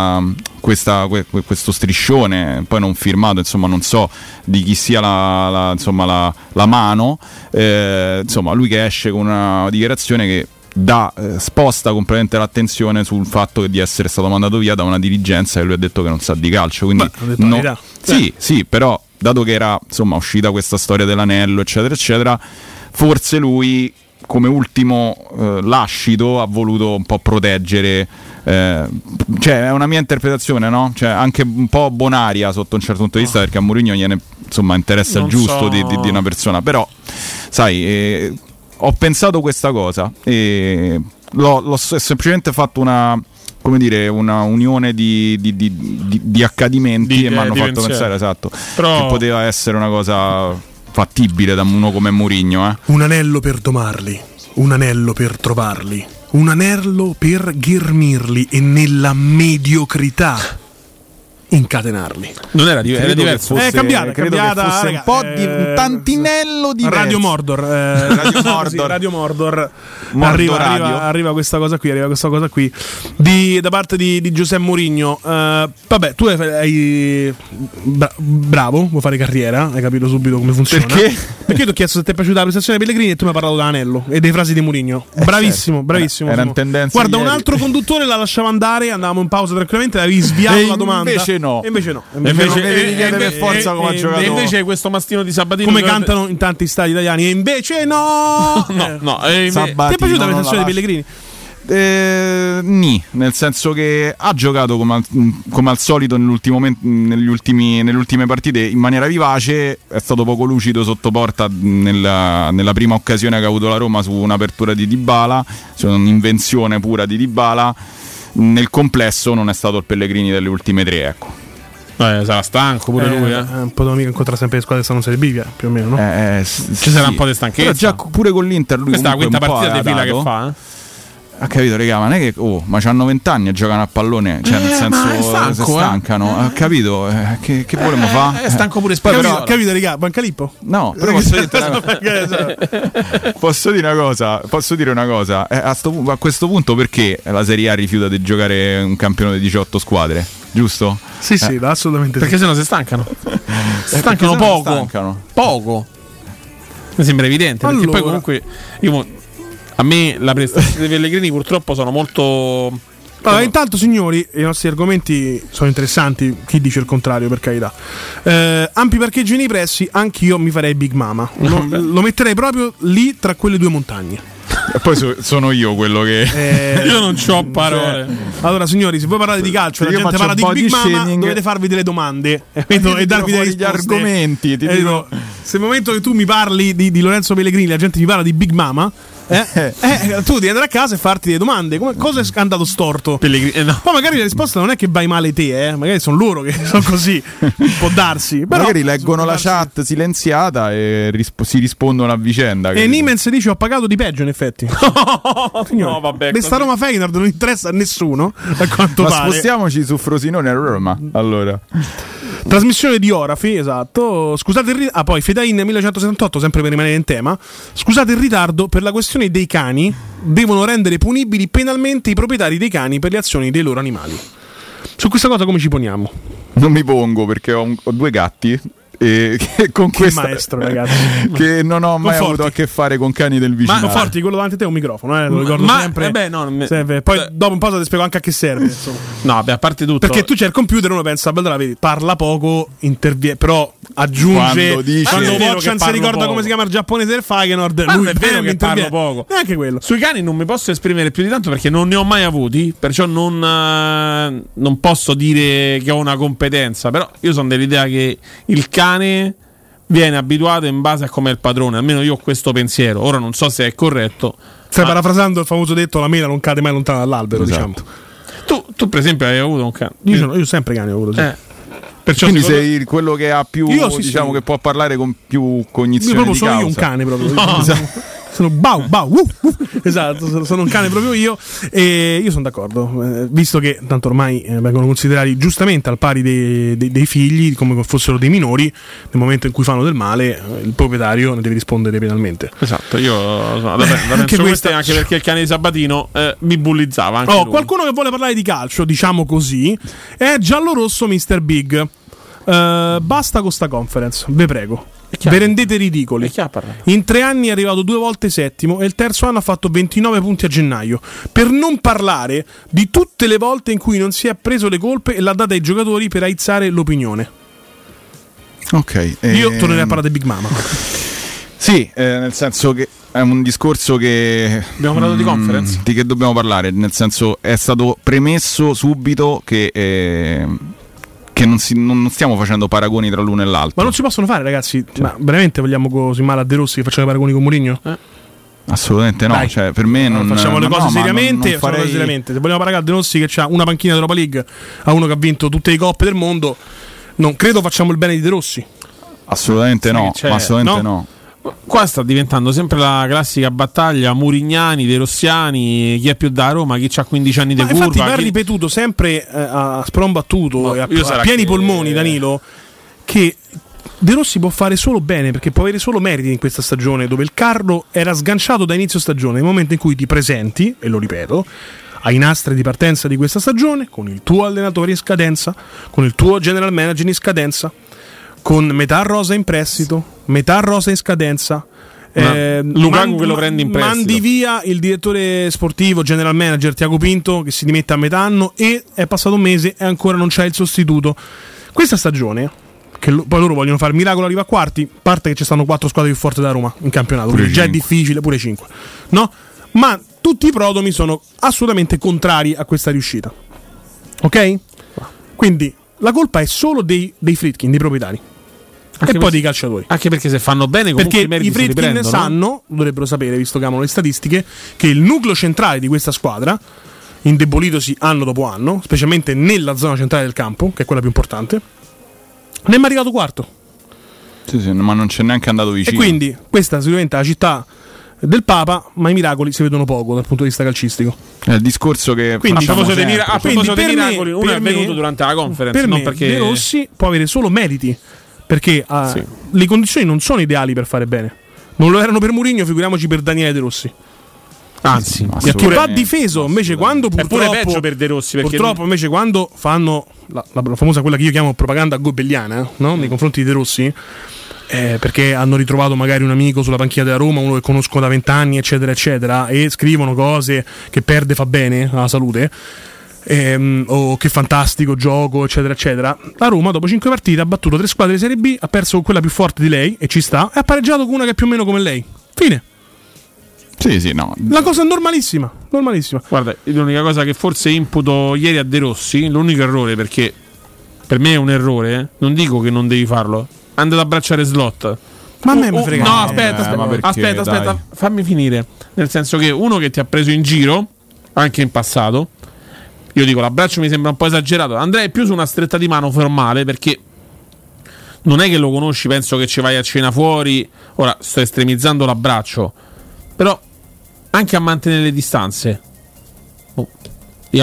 Speaker 4: questo striscione, poi non firmato, insomma non so di chi sia la mano, insomma lui che esce con una dichiarazione che sposta completamente l'attenzione sul fatto di essere stato mandato via da una dirigenza che lui ha detto che non sa di calcio, quindi sì, però dato che era insomma uscita questa storia dell'anello eccetera eccetera, forse lui come ultimo lascito ha voluto un po' proteggere, cioè è una mia interpretazione, no? Cioè anche un po' bonaria sotto un certo punto di vista, perché a Mourinho gliene insomma interessa il giusto di una persona, però sai, ho pensato questa cosa e l'ho semplicemente fatto una unione di accadimenti e mi hanno fatto pensare che poteva essere una cosa fattibile da uno come Mourinho.
Speaker 6: Un anello per domarli, un anello per trovarli, un anello per ghermirli e nella mediocrità incatenarli.
Speaker 3: Non era diverso.
Speaker 6: È cambiata.
Speaker 4: Credo che fosse un po' di un tantinello diverso.
Speaker 6: Radio Mordor. Radio Mordor. Arriva questa cosa qui. Da parte di Giuseppe Mourinho. Vabbè, tu hai bravo, vuoi fare carriera, hai capito subito come funziona. Perché ti ho chiesto se ti è piaciuta la prestazione di Pellegrini e tu mi hai parlato dell'anello e dei frasi di Mourinho. Bravissimo.
Speaker 4: Era in tendenza.
Speaker 6: Guarda, un altro conduttore la lasciava andare, andavamo in pausa tranquillamente, avevi sviato la domanda. Invece no.
Speaker 4: Devi chiedere forza come giocatore.
Speaker 3: E invece questo mastino di Sabatino,
Speaker 6: come cantano in tanti stadi italiani, e invece no. Ti è piaciuta la prestazione di Pellegrini?
Speaker 4: Nel senso che ha giocato come al solito nelle ultime partite in maniera vivace, è stato poco lucido sotto porta nella prima occasione che ha avuto la Roma su un'apertura di Dybala, cioè un'invenzione pura di Dybala. Nel complesso non è stato il Pellegrini delle ultime 3, ecco.
Speaker 3: Sarà stanco pure lui.
Speaker 6: Un po' domenica incontra sempre le squadre che stanno in Serie B, più o meno, no?
Speaker 3: Ci sarà un po' di stanchezza.
Speaker 4: Però già pure con l'Inter lui
Speaker 3: questa è la quinta partita di fila
Speaker 4: che
Speaker 3: fa.
Speaker 4: Ha capito, raga, ma non è che ma c'hanno 20 anni e giocano a pallone, cioè nel senso si stancano, ha capito? Che volevamo fare?
Speaker 3: È stanco pure
Speaker 6: Però, capito, raga, Bancalippo?
Speaker 4: No, però posso dire una cosa, a questo punto perché la Serie A rifiuta di giocare un campionato di 18 squadre, giusto?
Speaker 6: Sì, assolutamente.
Speaker 3: Perché sennò si stancano. Stancano poco. Mi sembra evidente, perché poi comunque a me la prestazione dei Pellegrini purtroppo sono molto...
Speaker 6: Allora, intanto signori, i nostri argomenti sono interessanti, chi dice il contrario, per carità. Ampi parcheggi nei pressi, anch'io mi farei Big Mama, lo metterei proprio lì tra quelle due montagne.
Speaker 4: E poi sono io quello che
Speaker 3: io non c'ho parole.
Speaker 6: Allora signori, se voi parlate di calcio, la gente parla di Big Mama, dovete farvi delle domande e darvi degli
Speaker 4: argomenti.
Speaker 6: Se nel momento che tu mi parli di Lorenzo Pellegrini, la gente mi parla di Big Mama, tu devi andare a casa e farti delle domande. Cosa è andato storto?
Speaker 3: No.
Speaker 6: Poi magari la risposta non è che vai male te, magari sono loro che sono così. Può darsi. Però,
Speaker 4: magari leggono la chat silenziata e si rispondono a vicenda.
Speaker 6: E Niemens dice: ho pagato di peggio, in effetti.
Speaker 3: No, vabbè.
Speaker 6: Questa Roma Feyenoord non interessa a nessuno, a quanto pare.
Speaker 4: Ma spostiamoci su Frosinone a Roma. Allora.
Speaker 6: Trasmissione di Orafi, esatto. Scusate il poi Fedain 1178, sempre per rimanere in tema. Scusate il ritardo, per la questione dei cani devono rendere punibili penalmente i proprietari dei cani per le azioni dei loro animali. Su questa cosa come ci poniamo?
Speaker 4: Non mi pongo perché ho 2 gatti e con questo
Speaker 6: maestro, ragazzi,
Speaker 4: che non ho mai avuto a che fare con cani del vicino.
Speaker 6: Ma Forti, quello davanti a te è un microfono, lo ricordo sempre. Serve. Poi dopo un po' ti spiego anche a che serve, insomma.
Speaker 3: No, vabbè, a parte tutto,
Speaker 6: perché tu c'è il computer, uno pensa, allora vedi, parla poco, interviene, però aggiunge quando Watchan si ricorda come si chiama il giapponese del Feyenoord, lui
Speaker 3: è vero che parlo poco.
Speaker 6: Neanche quello.
Speaker 3: Sui cani non mi posso esprimere più di tanto perché non ne ho mai avuti, perciò non posso dire che ho una competenza, però io sono dell'idea che il cane viene abituato in base a come è il padrone, almeno io ho questo pensiero. Ora non so se è corretto.
Speaker 6: Stai parafrasando il famoso detto: la mela non cade mai lontano dall'albero, esatto. Diciamo. Tu per esempio hai avuto un cane? Io sempre cani ho avuto, sì.
Speaker 4: Perciò quindi sei quello che ha più, diciamo, che può parlare con più cognizione di causa.
Speaker 6: Sono io un cane proprio.
Speaker 3: No.
Speaker 6: Sono esatto, sono un cane proprio io. E io sono d'accordo, visto che tanto ormai vengono considerati giustamente al pari dei figli, come fossero dei minori. Nel momento in cui fanno del male, il proprietario ne deve rispondere penalmente.
Speaker 3: Esatto, io anche perché il cane di Sabatino mi bullizzava anche lui.
Speaker 6: Qualcuno che vuole parlare di calcio, diciamo così, è giallorosso Mr. Big. Basta con sta conference, ve prego. Vi rendete ridicoli. In 3 anni è arrivato 2 volte settimo e il terzo anno ha fatto 29 punti a gennaio. Per non parlare di tutte le volte in cui non si è preso le colpe e l'ha data ai giocatori per aizzare l'opinione.
Speaker 4: Ok.
Speaker 6: Io tornerei a parlare di Big Mama.
Speaker 4: Sì, nel senso che è un discorso che
Speaker 3: abbiamo parlato di conference.
Speaker 4: Di che dobbiamo parlare? Nel senso, è stato premesso subito che non stiamo facendo paragoni tra l'uno e l'altro.
Speaker 6: Ma non si possono fare, ragazzi. Cioè. Ma veramente vogliamo così male a De Rossi che facciamo i paragoni con Mourinho?
Speaker 4: Assolutamente no. Cioè, per me non
Speaker 6: facciamo le cose seriamente.
Speaker 4: Non farei...
Speaker 6: Se vogliamo paragare a De Rossi che ha una panchina di Europa League a uno che ha vinto tutte le coppe del mondo, non credo facciamo il bene di De Rossi.
Speaker 4: Assolutamente no. Assolutamente no.
Speaker 3: Qua sta diventando sempre la classica battaglia Murignani, De Rossiani, chi è più da Roma, chi ha 15 anni di curva.
Speaker 6: Infatti va ripetuto sempre a sprombattuto e a pieni polmoni, Danilo, che De Rossi può fare solo bene, perché può avere solo meriti in questa stagione, dove il carro era sganciato da inizio stagione. Nel momento in cui ti presenti, e lo ripeto, ai nastri di partenza di questa stagione, con il tuo allenatore in scadenza, con il tuo general manager in scadenza, con metà rosa in prestito, metà rosa in scadenza,
Speaker 3: Lukaku che lo prende in prestito,
Speaker 6: mandi via il direttore sportivo, general manager Tiago Pinto, che si dimette a metà anno, e è passato un mese e ancora non c'è il sostituto. Questa stagione, che poi loro vogliono fare miracolo, arriva a quarti, a parte che ci stanno 4 squadre più forti da Roma in campionato, quindi già è difficile, pure 5, no? Ma tutti i prodomi sono assolutamente contrari a questa riuscita, ok? Quindi la colpa è solo dei Friedkin, dei proprietari, e poi dei calciatori.
Speaker 3: Anche perché se fanno bene comunque
Speaker 6: perché i Friedkin sanno, dovrebbero sapere, visto che amano le statistiche, che il nucleo centrale di questa squadra, indebolitosi anno dopo anno, specialmente nella zona centrale del campo, che è quella più importante, Ne è arrivato quarto.
Speaker 4: Sì, ma non c'è neanche andato vicino.
Speaker 6: E quindi questa sicuramente è la città del Papa, ma i miracoli si vedono poco dal punto di vista calcistico.
Speaker 4: È il discorso che
Speaker 3: quindi a proposito dei miracoli, uno è
Speaker 6: avvenuto
Speaker 3: venuto durante la conference,
Speaker 6: per
Speaker 3: non
Speaker 6: me
Speaker 3: perché
Speaker 6: De Rossi può avere solo meriti, perché le condizioni non sono ideali per fare bene. Non lo erano per Mourinho, figuriamoci per Daniele De Rossi.
Speaker 3: Anzi,
Speaker 6: perché va difeso. Invece quando purtroppo
Speaker 3: è pure peggio per De Rossi, perché
Speaker 6: purtroppo invece quando fanno la famosa, quella che io chiamo propaganda gobelliana, no? Nei confronti di De Rossi, perché hanno ritrovato magari un amico sulla panchina della Roma, uno che conoscono da 20 anni, eccetera eccetera, e scrivono cose che perde fa bene alla salute, o che fantastico gioco, eccetera eccetera. La Roma dopo 5 partite ha battuto 3 squadre di Serie B, ha perso con quella più forte di lei, e ci sta, e ha pareggiato con una che è più o meno come lei. Fine.
Speaker 4: Sì, no.
Speaker 6: La cosa normalissima.
Speaker 3: Guarda, l'unica cosa che forse imputo ieri a De Rossi, l'unico errore, perché per me è un errore, non dico che non devi farlo, andate ad abbracciare Slot.
Speaker 6: Ma a me mi frega.
Speaker 3: No, aspetta, fammi finire. Nel senso che uno che ti ha preso in giro, anche in passato, io dico l'abbraccio mi sembra un po' esagerato, andrei più su una stretta di mano formale, perché non è che lo conosci, penso che ci vai a cena fuori, ora sto estremizzando l'abbraccio, però anche a mantenere le distanze. Io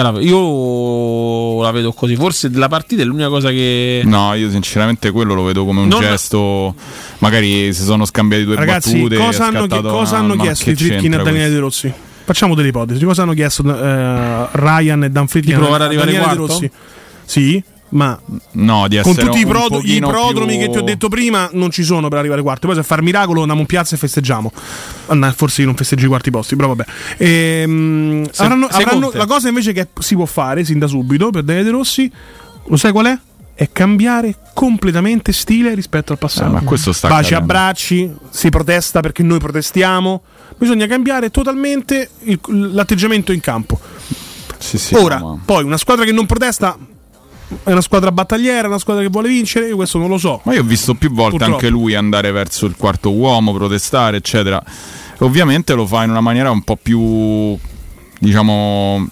Speaker 3: la vedo così. Forse della partita è l'unica cosa che...
Speaker 4: No, io sinceramente quello lo vedo come un gesto. Magari si sono scambiati due battute.
Speaker 6: Cosa hanno chiesto i Friedkin a Daniele De Rossi? Facciamo delle ipotesi. Cosa hanno chiesto Ryan e Dan Friedkin
Speaker 3: di provare ad arrivare
Speaker 6: Daniele De Rossi? Sì, ma
Speaker 4: no, di
Speaker 6: con tutti i
Speaker 4: più...
Speaker 6: prodromi che ti ho detto prima non ci sono per arrivare quarti. Poi se far miracolo andiamo in piazza e festeggiamo. Forse io non festeggio i quarti posti, però vabbè. Avranno la cosa invece che si può fare sin da subito per Daniele De Rossi, lo sai qual è? È cambiare completamente stile rispetto al passato.
Speaker 4: Ma questo sta
Speaker 6: baci, abbracci, si protesta perché noi protestiamo. Bisogna cambiare totalmente l'atteggiamento in campo.
Speaker 4: Sì,
Speaker 6: ora, poi una squadra che non protesta è una squadra battagliera, una squadra che vuole vincere, io questo non lo so.
Speaker 4: Ma io ho visto più volte anche lui andare verso il quarto uomo, protestare, eccetera. Ovviamente lo fa in una maniera un po' più, diciamo,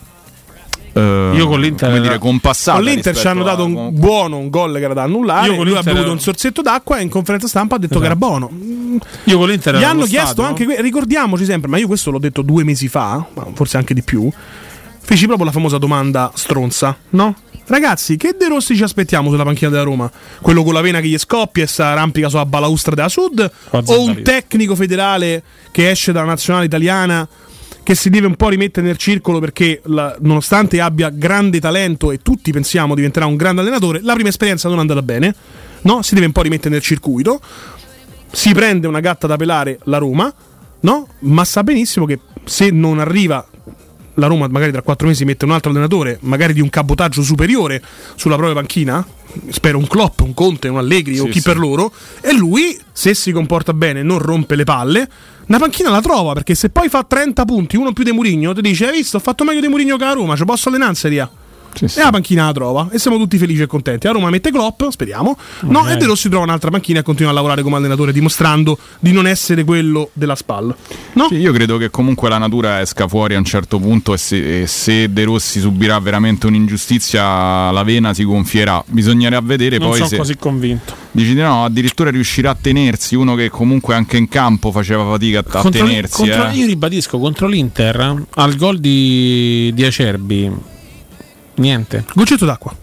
Speaker 3: io con l'Inter,
Speaker 4: come dire, compassata.
Speaker 6: Con l'Inter ci hanno dato un gol che era da annullare. Io con lui ha bevuto un sorsetto d'acqua e in conferenza stampa ha detto che era buono.
Speaker 3: Io con l'Inter
Speaker 6: gli hanno chiesto anche, ricordiamoci sempre, ma io questo l'ho detto 2 mesi fa, forse anche di più. Feci proprio la famosa domanda stronza, no? Ragazzi, che De Rossi ci aspettiamo sulla panchina della Roma? Quello con la vena che gli scoppia e si arrampica sulla balaustra della Sud? O un tecnico federale che esce dalla nazionale italiana, che si deve un po' rimettere nel circolo perché nonostante abbia grande talento e tutti pensiamo diventerà un grande allenatore, la prima esperienza non è andata bene, no? Si deve un po' rimettere nel circuito, si prende una gatta da pelare la Roma, no? Ma sa benissimo che se non arriva la Roma magari tra 4 mesi mette un altro allenatore, magari di un cabotaggio superiore sulla propria panchina, spero un Klopp, un Conte, un Allegri o chi per loro, e lui, se si comporta bene, non rompe le palle, una panchina la trova, perché se poi fa 30 punti, uno più di Mourinho, ti dice: hai visto, ho fatto meglio di Mourinho che la Roma, ci posso allenare in Serie A. E la panchina la trova e siamo tutti felici e contenti. La Roma mette Klopp, speriamo, no, e De Rossi trova un'altra panchina e continua a lavorare come allenatore, dimostrando di non essere quello della SPAL, no?
Speaker 4: Sì, io credo che comunque la natura esca fuori a un certo punto e se De Rossi subirà veramente un'ingiustizia, la vena si gonfierà. Bisognerà vedere
Speaker 3: non
Speaker 4: poi
Speaker 3: sono
Speaker 4: se
Speaker 3: così convinto.
Speaker 4: Dici di no, addirittura riuscirà a tenersi uno che comunque anche in campo faceva fatica a tenersi.
Speaker 3: Io ribadisco, contro l'Inter al gol di Acerbi niente,
Speaker 6: goccetto d'acqua.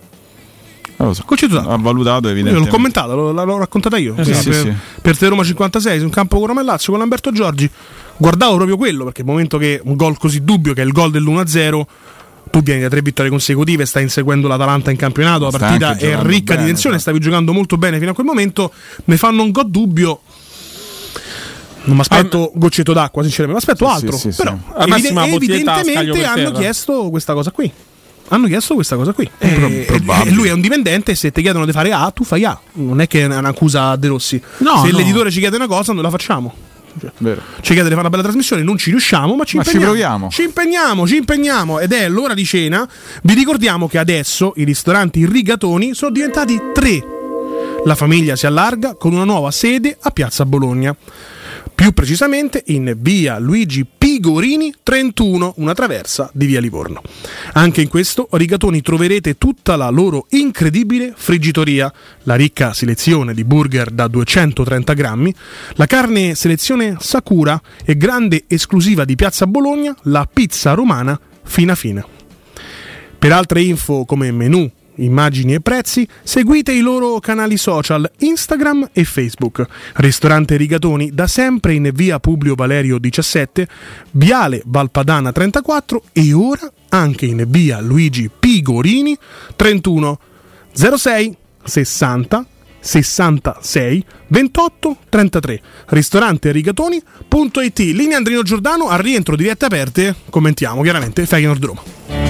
Speaker 4: So. Ha valutato evidentemente.
Speaker 6: Io l'ho commentata, l'ho raccontata io. Per Te Roma 56 su un campo con Roma e Lazio con Lamberto Giorgi. Guardavo proprio quello, perché il momento che un gol così dubbio, che è il gol dell'1-0, tu vieni da 3 vittorie consecutive, stai inseguendo l'Atalanta in campionato, la partita è ricca di tensione, stavi giocando molto bene fino a quel momento, mi fanno un gol dubbio. Non mi aspetto goccetto d'acqua, sinceramente, mi aspetto altro. Però evidentemente hanno chiesto questa cosa qui. E lui è un dipendente e se ti chiedono di fare A, tu fai A. Non è che è un'accusa a De Rossi. Se l'editore ci chiede una cosa, noi la facciamo. Ci chiede di fare una bella trasmissione, non ci riusciamo, ma ci impegniamo. Ci impegniamo. Ed è l'ora di cena. Vi ricordiamo che adesso i ristoranti Rigatoni sono diventati 3. La famiglia si allarga con una nuova sede a Piazza Bologna. Più precisamente in via Luigi P. Pigorini 31, una traversa di via Livorno. Anche in questo Rigatoni troverete tutta la loro incredibile friggitoria, la ricca selezione di burger da 230 grammi, la carne selezione Sakura e grande esclusiva di Piazza Bologna, la pizza romana fina fina. Per altre info come menù, immagini e prezzi, seguite i loro canali social Instagram e Facebook. Ristorante Rigatoni da sempre in via Publio Valerio 17, viale Valpadana 34 e ora anche in via Luigi Pigorini 31, 06 60 66 28 33. Ristorante Rigatoni.it. Linea Andrino Giordano, al rientro di Dirette Aperte commentiamo chiaramente Feyenoord Roma.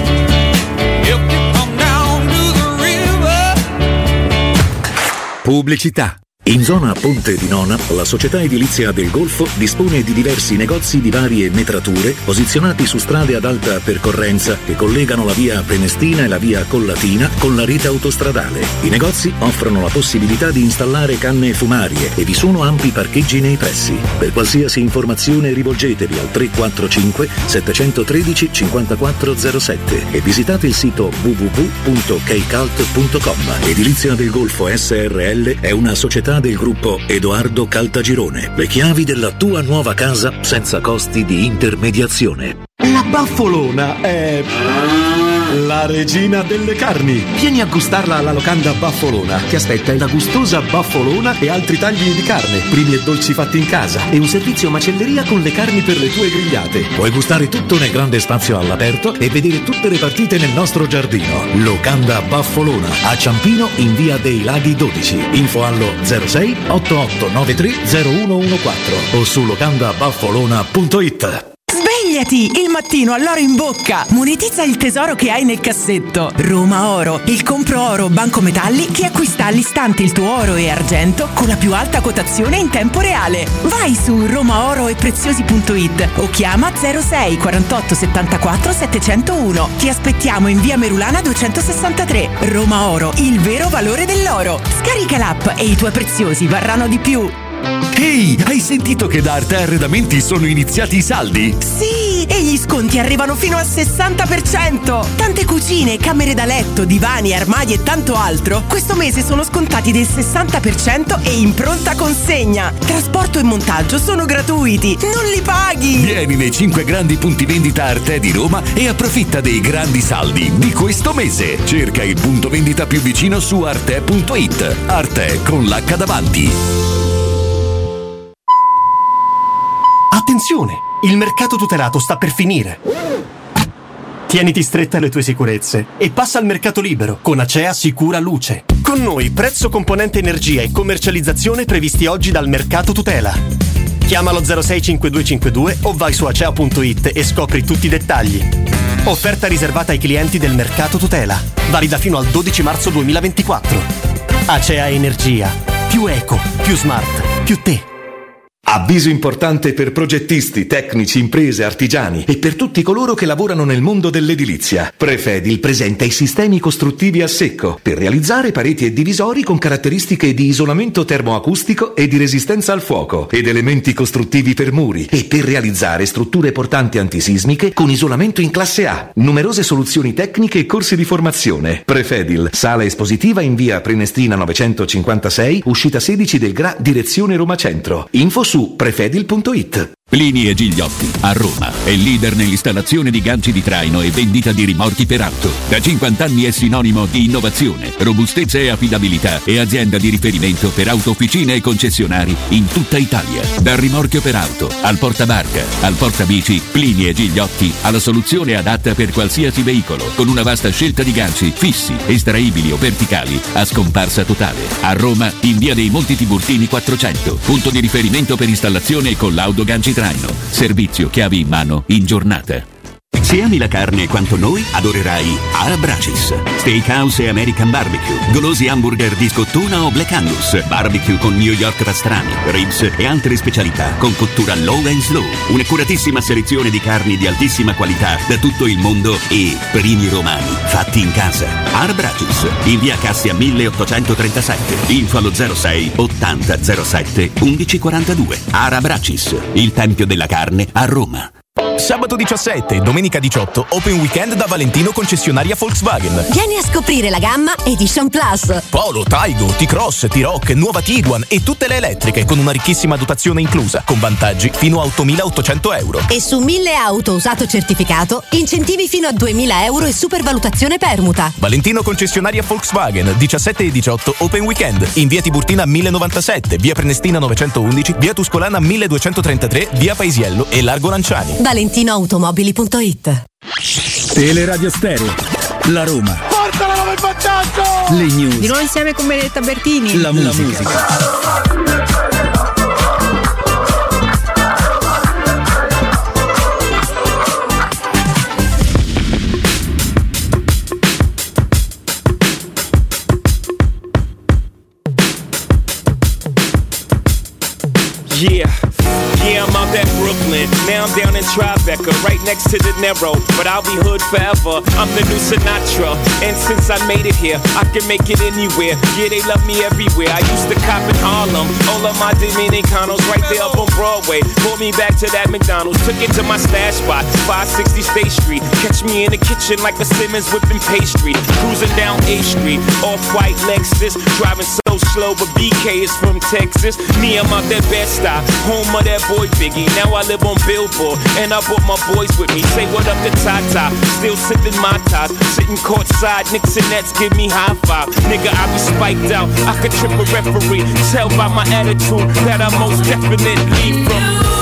Speaker 12: Pubblicità. In zona Ponte di Nona, la società edilizia del Golfo dispone di diversi negozi di varie metrature posizionati su strade ad alta percorrenza che collegano la via Prenestina e la via Collatina con la rete autostradale. I negozi offrono la possibilità di installare canne fumarie e vi sono ampi parcheggi nei pressi. Per qualsiasi informazione rivolgetevi al 345 713 5407 e visitate il sito www.keicalt.com. Edilizia del Golfo SRL è una società del gruppo Edoardo Caltagirone. Le chiavi della tua nuova casa senza costi di intermediazione.
Speaker 16: La Baffolona è la regina delle carni. Vieni a gustarla alla locanda Baffolona. Ti aspetta una gustosa baffolona e altri tagli di carne, primi e dolci fatti in casa e un servizio macelleria con le carni per le tue grigliate.
Speaker 12: Puoi gustare tutto nel grande spazio all'aperto e vedere tutte le partite nel nostro giardino. Locanda Baffolona a Ciampino in via dei Laghi 12. Info allo 06 8893 0114 o su locandabaffolona.it.
Speaker 15: Svegliati il mattino all'oro in bocca. Monetizza il tesoro che hai nel cassetto. Roma Oro, il compro oro Banco Metalli che acquista all'istante il tuo oro e argento con la più alta quotazione in tempo reale. Vai su romaoroepreziosi.it o chiama 06 48 74 701. Ti aspettiamo in via Merulana 263. Roma Oro, il vero valore dell'oro. Scarica l'app e i tuoi preziosi varranno di più.
Speaker 9: Ehi, hai sentito che da Arte Arredamenti sono iniziati i saldi?
Speaker 15: Sì, e gli sconti arrivano fino al 60%. Tante cucine, camere da letto, divani, armadi e tanto altro questo mese sono scontati del 60% e in pronta consegna. Trasporto e montaggio sono gratuiti, non li paghi.
Speaker 9: Vieni nei 5 grandi punti vendita Arte di Roma e approfitta dei grandi saldi di questo mese. Cerca il punto vendita più vicino su arte.it. Arte con l'H davanti.
Speaker 16: Attenzione, il mercato tutelato sta per finire. Tieniti stretta alle tue sicurezze e passa al mercato libero con Acea Sicura Luce. Con noi prezzo, componente energia e commercializzazione previsti oggi dal mercato tutela. Chiamalo 065252 o vai su acea.it e scopri tutti i dettagli. Offerta riservata ai clienti del mercato tutela, valida fino al 12 marzo 2024. Acea Energia, più eco, più smart, più te. Avviso importante per progettisti, tecnici, imprese, artigiani e per tutti coloro che lavorano nel mondo dell'edilizia. Prefedil presenta i sistemi costruttivi a secco per realizzare pareti e divisori con caratteristiche di isolamento termoacustico e di resistenza al fuoco ed elementi costruttivi per muri e per realizzare strutture portanti antisismiche con isolamento in classe A. Numerose soluzioni tecniche e corsi di formazione. Prefedil, sala espositiva in via Prenestina 956, uscita 16 del GRA, direzione Roma Centro. Info su prefedil.it.
Speaker 13: Plini e Gigliotti, a Roma, è leader nell'installazione di ganci di traino e vendita di rimorchi per auto. Da 50 anni è sinonimo di innovazione, robustezza e affidabilità e azienda di riferimento per autofficine e concessionari in tutta Italia. Dal rimorchio per auto, al portabarca, al portabici, Plini e Gigliotti ha la soluzione adatta per qualsiasi veicolo, con una vasta scelta di ganci fissi, estraibili o verticali, a scomparsa totale. A Roma, in via dei Monti Tiburtini 400, punto di riferimento per installazione e collaudo ganci traino. Servizio chiavi in mano in giornata. Se ami la carne quanto noi, adorerai Arabracis. Steakhouse e American Barbecue, golosi hamburger di scottuna o Black Angus, barbecue con New York pastrami, ribs e altre specialità con cottura low and slow. Un'accuratissima selezione di carni di altissima qualità da tutto il mondo e primi romani fatti in casa. Arabracis, in via Cassia 1837. Info allo 06 80 07 1142. Arabracis, il tempio della carne a Roma.
Speaker 18: Sabato 17 e domenica 18 Open Weekend da Valentino concessionaria Volkswagen.
Speaker 8: Vieni a scoprire la gamma Edition Plus.
Speaker 18: Polo, Taigo, T-Cross, T-Rock, nuova Tiguan e tutte le elettriche con una ricchissima dotazione inclusa, con vantaggi fino a 8.800 euro.
Speaker 8: E su 1000 auto usato certificato, incentivi fino a 2.000 euro e supervalutazione permuta.
Speaker 18: Valentino concessionaria Volkswagen, 17 e 18 Open Weekend. In via Tiburtina 1097, via Prenestina 911, via Tuscolana 1233, via Paesiello e Largo Lanciani.
Speaker 8: ValentinoAutomobili.it.
Speaker 14: Teleradio Stereo, la Roma.
Speaker 19: Portala come vantaggio!
Speaker 14: Le news.
Speaker 20: Di nuovo insieme con Benedetta Bertini.
Speaker 14: La musica.
Speaker 21: Yeah, I'm out at Brooklyn. Now I'm down in Tribeca, right next to De Niro. But I'll be hood forever. I'm the new Sinatra. And since I made it here, I can make it anywhere. Yeah, they love me everywhere. I used to cop in Harlem. All of my Dominicanos right there up on Broadway. Pulled me back to that McDonald's. Took it to my stash spot, 560 State Street. Catch me in the kitchen like a Simmons whipping pastry. Cruising down A Street, off-white Lexus. Driving so slow, but BK is from Texas. Me, I'm out that Bed-Stuy, home of that boy Biggie. Now I live on Billboard, and I brought my boys with me. Say what up to Tata, still sipping my ties. Sitting courtside, Knicks and Nets give me high five. Nigga, I be spiked out, I could trip a referee. Tell by my attitude that I most definitely from.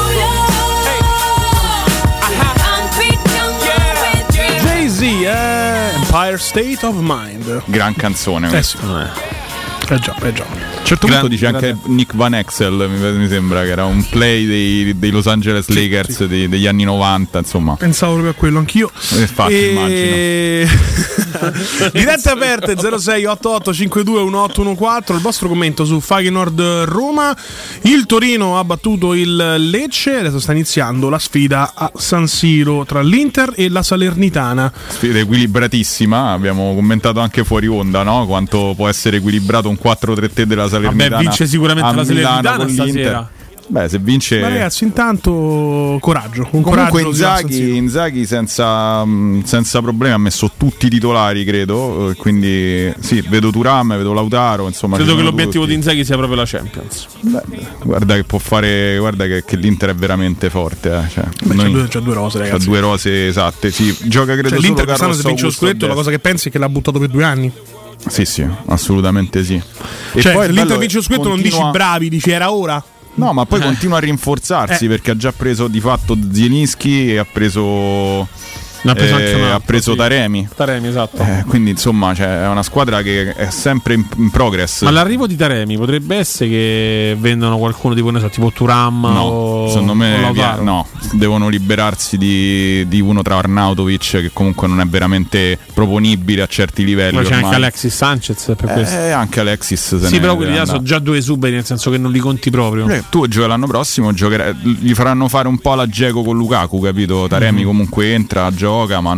Speaker 6: Jay-Z, Empire State of Mind.
Speaker 4: Gran canzone.
Speaker 6: Sì. Già.
Speaker 4: A un certo punto dice anche Nick Van Exel, mi sembra che era un play dei Los Angeles Lakers degli anni 90, insomma.
Speaker 6: Pensavo proprio a quello anch'io.
Speaker 4: Infatti, immagino.
Speaker 6: Dirette aperte 0688 52 1814. Il vostro commento su Feyenoord Roma. Il Torino ha battuto il Lecce. Adesso sta iniziando la sfida a San Siro tra l'Inter e la Salernitana.
Speaker 4: Sfida equilibratissima. Abbiamo commentato anche fuori onda, no? Quanto può essere equilibrato un 4-3-3 della Salernitana.
Speaker 3: Vabbè, vince sicuramente la Salernitana stasera.
Speaker 4: Beh, se vince.
Speaker 6: Ma ragazzi, intanto coraggio.
Speaker 4: Comunque Inzaghi senza problemi ha messo tutti i titolari, credo. Quindi sì, vedo Thuram, vedo Lautaro. Insomma,
Speaker 3: credo che l'obiettivo di Inzaghi sia proprio la Champions.
Speaker 4: Beh, guarda che può fare. Guarda che l'Inter è veramente forte. Cioè,
Speaker 6: c'ha due rose, ragazzi.
Speaker 4: C'ha due rose esatte. Sì, gioca credo.
Speaker 6: L'Inter quest'anno se vince lo scudetto, la cosa che pensi è che l'ha buttato per 2 anni.
Speaker 4: Sì, assolutamente sì.
Speaker 6: E cioè, poi l'Inter vince lo scudetto, non dici bravi, dici era ora.
Speaker 4: No, ma poi continua a rinforzarsi perché ha già preso di fatto Zielinski e ha preso Taremi.
Speaker 3: Taremi, esatto.
Speaker 4: Quindi insomma è una squadra che è sempre in progress.
Speaker 3: Ma l'arrivo di Taremi potrebbe essere che vendono qualcuno tipo Thuram?
Speaker 4: No, secondo me no, devono liberarsi di uno tra Arnautovic, che comunque non è veramente proponibile a certi livelli.
Speaker 3: Ma c'è
Speaker 4: ormai.
Speaker 3: Anche Alexis Sanchez per questo.
Speaker 4: Anche Alexis
Speaker 3: sì, però quelli là sono già due esuberi, nel senso che non li conti proprio.
Speaker 4: Tu giochi l'anno prossimo, gli faranno fare un po' la Dzeko con Lukaku, capito? Taremi comunque entra, gioca, ma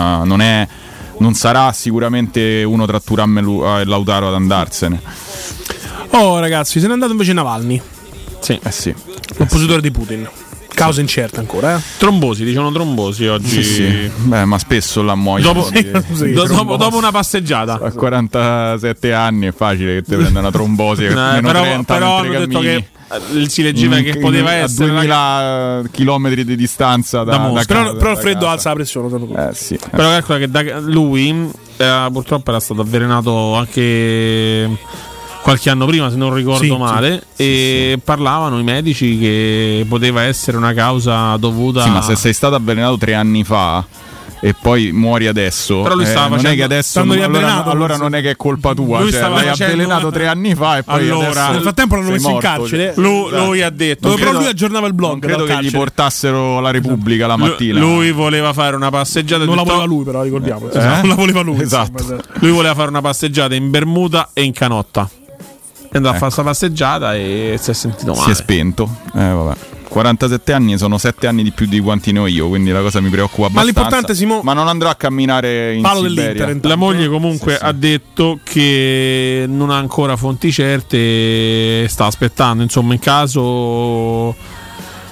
Speaker 4: non sarà sicuramente uno tra Thuram e Lautaro ad andarsene.
Speaker 6: Oh ragazzi, se n'è andato invece Navalny.
Speaker 3: Sì.
Speaker 4: Sì.
Speaker 6: L'oppositore di Putin. Causa incerta ancora,
Speaker 3: Trombosi, diciamo trombosi oggi.
Speaker 4: Sì. Beh, ma spesso la muoiono.
Speaker 3: Dopo una passeggiata.
Speaker 4: A 47 anni è facile che ti prenda una trombosi.
Speaker 3: Però hanno detto che si leggeva che poteva essere
Speaker 4: a 2000 chilometri di distanza da
Speaker 6: casa. Però il freddo alza la pressione.
Speaker 4: Sì.
Speaker 3: Però calcola che lui purtroppo era stato avvelenato anche qualche anno prima, se non ricordo male, e parlavano i medici che poteva essere una causa dovuta.
Speaker 4: Sì, ma se sei stato avvelenato 3 anni fa e poi muori adesso,
Speaker 3: però lui stava
Speaker 4: non è che adesso allora non è che è colpa tua,
Speaker 3: lui
Speaker 4: l'hai avvelenato 3 anni fa e poi
Speaker 6: allora nel frattempo l'hanno messo in carcere.
Speaker 3: Lui ha detto,
Speaker 6: però lui aggiornava il blog.
Speaker 4: Non credo che gli portassero la Repubblica la mattina.
Speaker 3: Lui voleva fare una passeggiata.
Speaker 6: Non la voleva lui, però ricordiamo. Non la voleva lui.
Speaker 4: Esatto.
Speaker 3: Lui voleva fare una passeggiata in Bermuda e in canotta. È andato a fare questa passeggiata e si è sentito male.
Speaker 4: Si è spento. Vabbè. 47 anni sono 7 anni di più di quanti ne ho io, quindi la cosa mi preoccupa abbastanza.
Speaker 6: Ma l'importante, Simo,
Speaker 4: ma non andrò a camminare in
Speaker 6: Palo
Speaker 4: Siberia.
Speaker 3: La moglie comunque ha detto che non ha ancora fonti certe, sta aspettando, insomma, in caso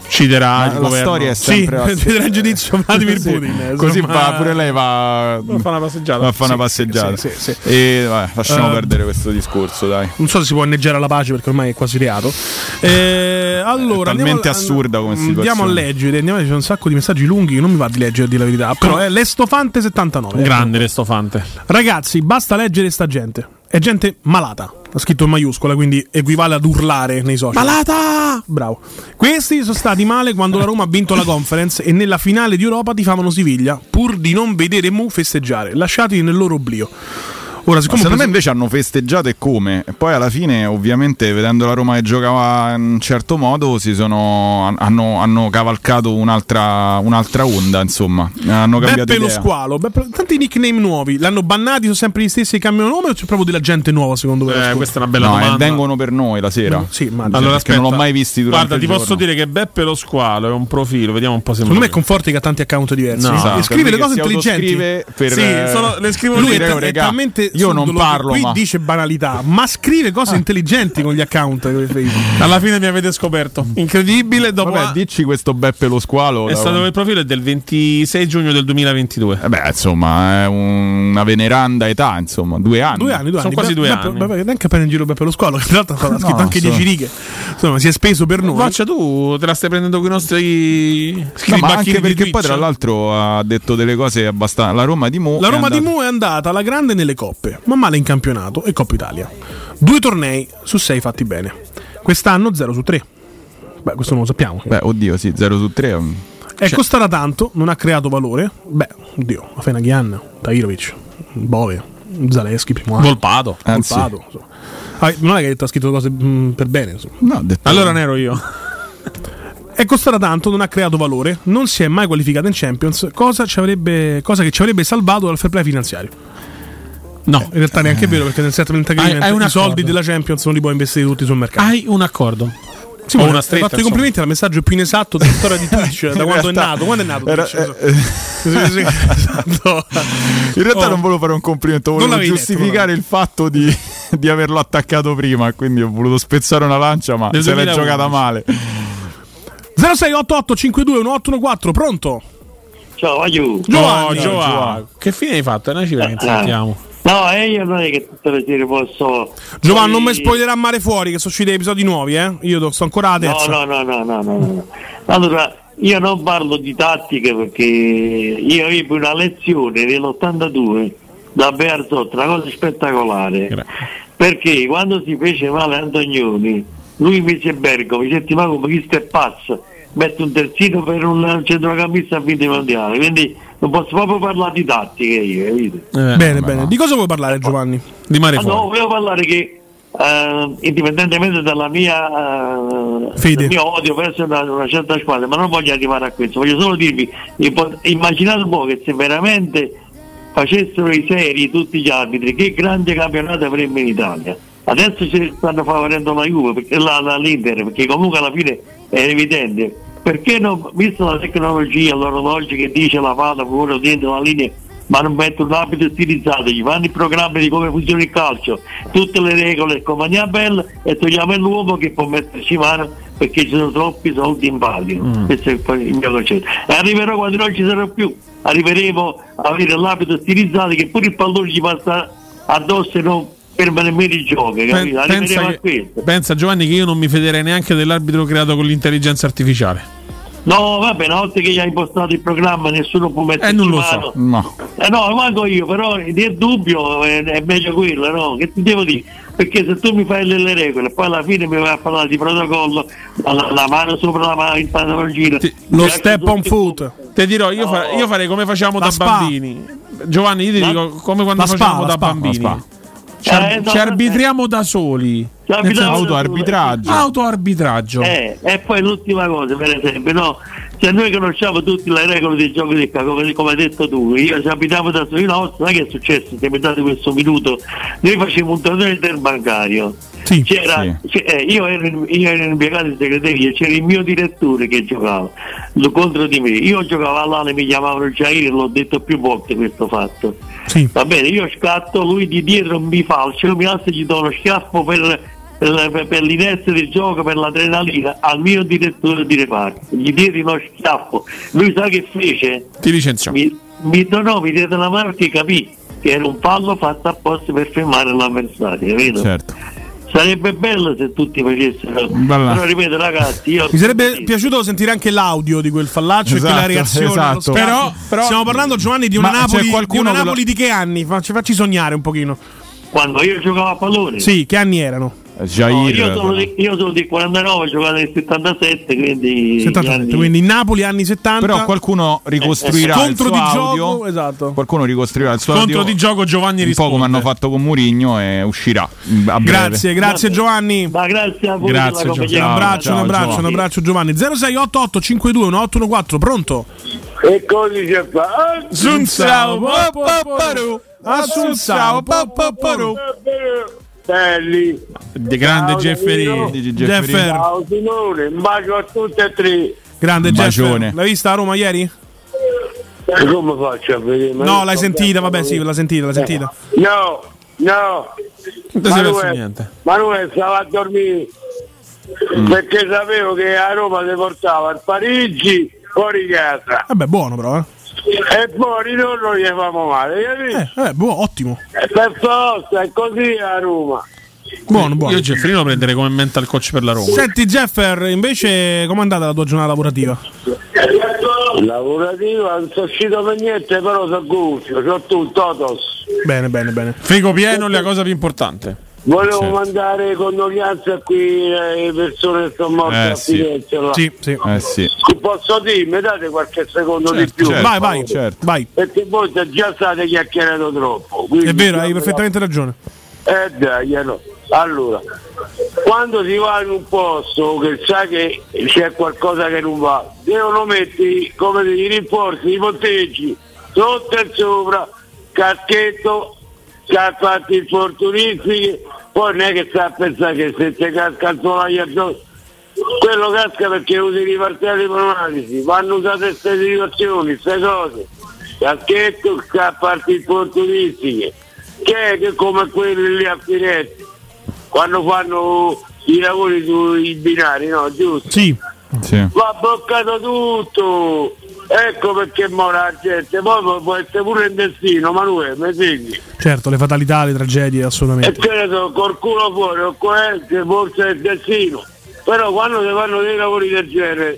Speaker 3: citerà
Speaker 4: la storia è sempre
Speaker 6: vedrà il giudizio Vladimir Putin.
Speaker 4: Così va pure lei va a fare una passeggiata.
Speaker 6: Sì.
Speaker 4: E lasciamo perdere questo discorso, dai.
Speaker 6: Non so se si può inneggiare alla pace perché ormai è quasi reato. Allora,
Speaker 4: è talmente assurda come situazione.
Speaker 6: Andiamo a leggere, c'è un sacco di messaggi lunghi che non mi va di leggere, di la verità. Però è l'Estofante 79.
Speaker 3: Grande l'Estofante.
Speaker 6: Ragazzi, basta leggere sta gente. È gente malata. Ha scritto in maiuscola, quindi equivale ad urlare nei social.
Speaker 3: Malata!
Speaker 6: Bravo. Questi sono stati male quando la Roma ha vinto la Conference e nella finale di Europa tifavano Siviglia, pur di non vedere Mu festeggiare. Lasciateli nel loro oblio. Ora,
Speaker 4: secondo me invece hanno festeggiato e come, e poi alla fine ovviamente vedendo la Roma che giocava in un certo modo hanno cavalcato un'altra onda, insomma, hanno cambiato
Speaker 6: Beppe
Speaker 4: idea.
Speaker 6: Lo Squalo, tanti nickname nuovi, l'hanno bannati, sono sempre gli stessi che cambiano nome o c'è proprio della gente nuova secondo voi?
Speaker 3: Questa è una bella domanda.
Speaker 4: Vengono per noi la sera.
Speaker 6: Sì, ma
Speaker 3: allora
Speaker 4: perché non l'ho mai visti durante
Speaker 3: Guarda,
Speaker 4: il
Speaker 3: ti
Speaker 4: giorno.
Speaker 3: posso dire che Beppe Lo Squalo è un profilo, vediamo un po' se
Speaker 6: secondo me conforti che ha tanti account diversi.
Speaker 3: No,
Speaker 6: e scrive le cose intelligenti.
Speaker 3: Le scrivo
Speaker 6: lui, è talmente
Speaker 4: io non parlo,
Speaker 6: qui dice banalità, ma scrive cose intelligenti con gli account.
Speaker 3: Alla fine mi avete scoperto. Incredibile. Dopo
Speaker 4: dici questo Beppe Lo Squalo.
Speaker 3: È stato il profilo è del 26 giugno del 2022.
Speaker 4: Insomma, è una veneranda età, insomma, 2 anni.
Speaker 6: 2 anni.
Speaker 3: Sono quasi 2 anni.
Speaker 6: Neanche appena in giro Beppe Lo Squalo, che tra l'altro ha scritto anche 10 righe. Insomma, si è speso per noi.
Speaker 3: Faccia tu, te la stai prendendo con i nostri
Speaker 4: ma anche perché poi tra l'altro ha detto delle cose abbastanza. La Roma di Mu
Speaker 6: è andata alla grande nelle coppe, ma male in campionato e Coppa Italia. 2 tornei su 6 fatti bene. Quest'anno 0 su 3. Questo non lo sappiamo.
Speaker 4: Oddio, sì, 0 su 3.
Speaker 6: È costata tanto, non ha creato valore. Afenaghian, Tahirovic, Bove, Zaleschi, primo anno.
Speaker 3: Volpato.
Speaker 6: Non è che ha scritto cose per bene, insomma.
Speaker 4: No,
Speaker 3: allora ne ero io.
Speaker 6: È costata tanto, non ha creato valore, non si è mai qualificata in Champions, cosa che ci avrebbe salvato dal fair play finanziario. No, in realtà neanche è vero, perché nel settlement agreement i soldi della Champions non li puoi investire tutti sul mercato.
Speaker 3: Hai un accordo.
Speaker 6: Sì, una stretta, fatto i complimenti al messaggio più inesatto della storia di Twitch da quando è nato. Quando è nato
Speaker 4: in realtà non volevo fare un complimento, volevo giustificare il fatto di averlo attaccato prima, quindi ho voluto spezzare una lancia, ma se l'è giocata male.
Speaker 6: 0688 52 1814, pronto?
Speaker 1: Ciao, aiuto.
Speaker 3: Giovanni. Che fine hai fatto? Noi ci sentiamo.
Speaker 1: No, io non è che tutte le sere posso.
Speaker 6: Giovanni, non mi spoilerà Mare Fuori, che sono usciti episodi nuovi, Io sto ancora alla terza.
Speaker 1: No. Allora, io non parlo di tattiche perché io ebbi una lezione nell'82 da Bearzotto, una cosa spettacolare. Perché quando si fece male Antonioni, lui mise Bergomi, ma come chi stai pazzo? Mette un terzino per un centrocampista a vinto mondiale, quindi non posso proprio parlare di tattiche io, capite?
Speaker 6: Bene. Di cosa vuoi parlare, Giovanni?
Speaker 3: Di Mare Fuori.
Speaker 1: No, volevo parlare che indipendentemente dalla mia
Speaker 6: fede,
Speaker 1: il mio odio verso una certa squadra, ma non voglio arrivare a questo, voglio solo dirvi, immaginate un po' che se veramente facessero i seri tutti gli arbitri, che grande campionato avremmo in Italia. Adesso ci stanno favorendo la Juve, perché l'Inter, perché comunque alla fine è evidente. Perché non, visto la tecnologia, l'orologio che dice la palla fuori dentro la linea, ma non mettono un arbitro stilizzato, gli fanno il programma di come funziona il calcio, tutte le regole, compagnia bella, e togliamo l'uomo che può metterci mano perché ci sono troppi soldi in palio. Questo è il mio concetto. E arriverò quando non ci sarà più, arriveremo a avere l'arbitro stilizzato che pure il pallone gli passa addosso e non ferma nemmeno il gioco,
Speaker 3: pensa Giovanni che io non mi federei neanche dell'arbitro creato con l'intelligenza artificiale.
Speaker 1: No, vabbè, una volta che gli hai impostato il programma nessuno può metterci
Speaker 3: non lo
Speaker 1: mano.
Speaker 3: so.
Speaker 1: No, manco io, però nel dubbio è meglio quello, no? Che ti devo dire? Perché se tu mi fai delle regole poi alla fine mi vai a parlare di protocollo, la mano sopra il pantaloncino,
Speaker 6: lo step on foot.
Speaker 3: Ti dirò, io farei come facciamo da bambini. Giovanni, io ti dico come quando facevamo da bambini. Ci arbitriamo da soli. Autoarbitraggio.
Speaker 1: E poi l'ultima cosa, per esempio, no? Se noi conosciamo tutte le regole dei giochi di come hai detto tu, io ci abitiamo da soli, una volta, che è successo, se mi date questo minuto, noi facevamo un torneo interbancario. Io ero impiegato in segreteria, c'era il mio direttore che giocava contro di me, io giocavo all'Ale, mi chiamavano Jair, l'ho detto più volte questo fatto. Va bene, io scatto, lui di dietro mi falcia, io mi alzo e gli do uno schiaffo per per l'inerzia del gioco, per l'adrenalina, al mio direttore di reparto. Gli diedi uno schiaffo. Lui sa che fece?
Speaker 3: Ti licenziò.
Speaker 1: Mi diede la mano che capì che era un fallo fatto apposta per fermare l'avversario, capito?
Speaker 4: Certo.
Speaker 1: Sarebbe bello se tutti facessero. Però ripeto, ragazzi,
Speaker 6: mi sarebbe piaciuto sentire anche l'audio di quel fallaccio, esatto, e quella reazione.
Speaker 4: Esatto.
Speaker 6: Però stiamo parlando, Giovanni, di una Napoli di che anni? Facci sognare un pochino.
Speaker 1: Quando io giocavo a pallone?
Speaker 6: Sì, che anni erano?
Speaker 1: Io sono del 49, ho giocato nel 77,
Speaker 6: quindi in Napoli anni 70.
Speaker 4: Però qualcuno ricostruirà il suo audio.
Speaker 6: Esatto.
Speaker 4: Qualcuno ricostruirà il suo
Speaker 3: contro
Speaker 4: audio.
Speaker 3: Di gioco Giovanni risponde.
Speaker 4: Un po' come hanno fatto con Mourinho e uscirà a breve.
Speaker 6: Grazie Giovanni.
Speaker 1: Ma grazie a voi.
Speaker 6: Un abbraccio Giovanni. 0688 52 1814, pronto?
Speaker 19: E così si fa.
Speaker 6: Assunzao Papaparu.
Speaker 19: Belli.
Speaker 3: De grande Gefferini.
Speaker 19: Ciao Simone, un bacio a tutti e tre.
Speaker 6: Grande Jeffer. L'hai vista a Roma ieri?
Speaker 19: E come faccio a vedere?
Speaker 6: No, l'hai sentita, vabbè, sì, l'ha sentita.
Speaker 19: No. Manuel stava a dormire perché sapevo che a Roma si portava il Parigi fuori casa.
Speaker 6: Vabbè, buono però,
Speaker 19: E poi ritorno gli famo male,
Speaker 6: buono, ottimo.
Speaker 19: Per forza, è così a Roma.
Speaker 6: Buono.
Speaker 3: Io Gefferino lo prenderei come mental coach per la Roma.
Speaker 6: Senti Jeffer, invece com'è andata la tua giornata lavorativa?
Speaker 19: Lavorativa, non sono uscito per niente, però sono gusto, c'ho tutto addosso.
Speaker 6: Bene.
Speaker 3: Frigo pieno è la cosa più importante.
Speaker 19: Volevo mandare condoglianze a qui le persone che sono morte a Firenze.
Speaker 6: Sì.
Speaker 19: Posso dirmi, date qualche secondo di più.
Speaker 6: Vai.
Speaker 19: Perché voi già state chiacchierando troppo.
Speaker 6: È vero, hai perfettamente ragione.
Speaker 19: Dai, no. Allora, quando si va in un posto che sa che c'è qualcosa che non va, devono mettere come dei rinforzi, i ponteggi sotto e sopra, caschetto, scarpati infortunistiche, poi non è che sta a pensare che se ti casca il solaio addosso, quello casca perché usi i martelli pneumatici, vanno usate queste situazioni, queste cose, caschetto, scarpati infortunistiche, che è come quelli lì a Firenze quando fanno i lavori sui binari, no? Giusto?
Speaker 6: Sì.
Speaker 19: Va bloccato tutto, ecco perché muore la gente. Poi può essere pure il destino, Manuele, mi segni?
Speaker 6: Certo, le fatalità, le tragedie, assolutamente.
Speaker 19: E che ne so, col culo fuori o coerente, forse è il destino. Però quando si fanno dei lavori del genere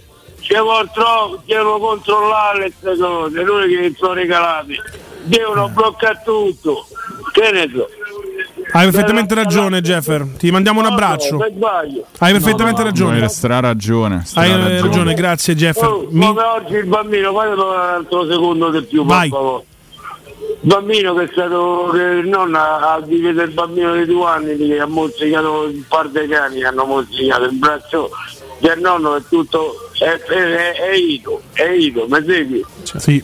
Speaker 19: devono controllare queste cose, noi che sono regalati devono bloccare tutto, che ne so.
Speaker 6: Hai perfettamente ragione, Jeffer. Ti mandiamo un abbraccio. Hai perfettamente ragione.
Speaker 4: Hai ragione.
Speaker 6: Hai ragione, grazie, Jeffer.
Speaker 19: Come oggi il bambino, fai un altro secondo di più, per favore. Il bambino che è stato, che non ha diviso il bambino di 2 anni che ha mozzicato un par di cani, hanno mozzicato il braccio del nonno, è tutto è Ito, mi segui?
Speaker 6: Sì.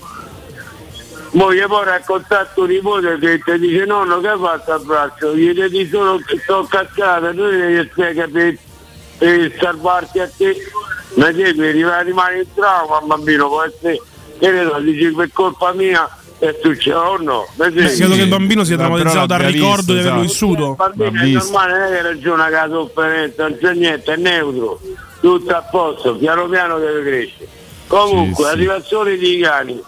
Speaker 19: Poi raccontato tuo nipote che ti dice nonno che ha fatto al braccio, gli dici solo che sto cascata, tu gli spiega per salvarti a te, ma devi rimane in trauma bambino, può essere, che ne so, dici per colpa mia è successo o no?
Speaker 6: Credo che il bambino sia traumatizzato dal ricordo di averlo vissuto.
Speaker 19: Il bambino è normale, non è che ragiona che la sofferenza, non c'è niente, è neutro, tutto a posto, piano piano deve crescere. Comunque, arrivazione di cani.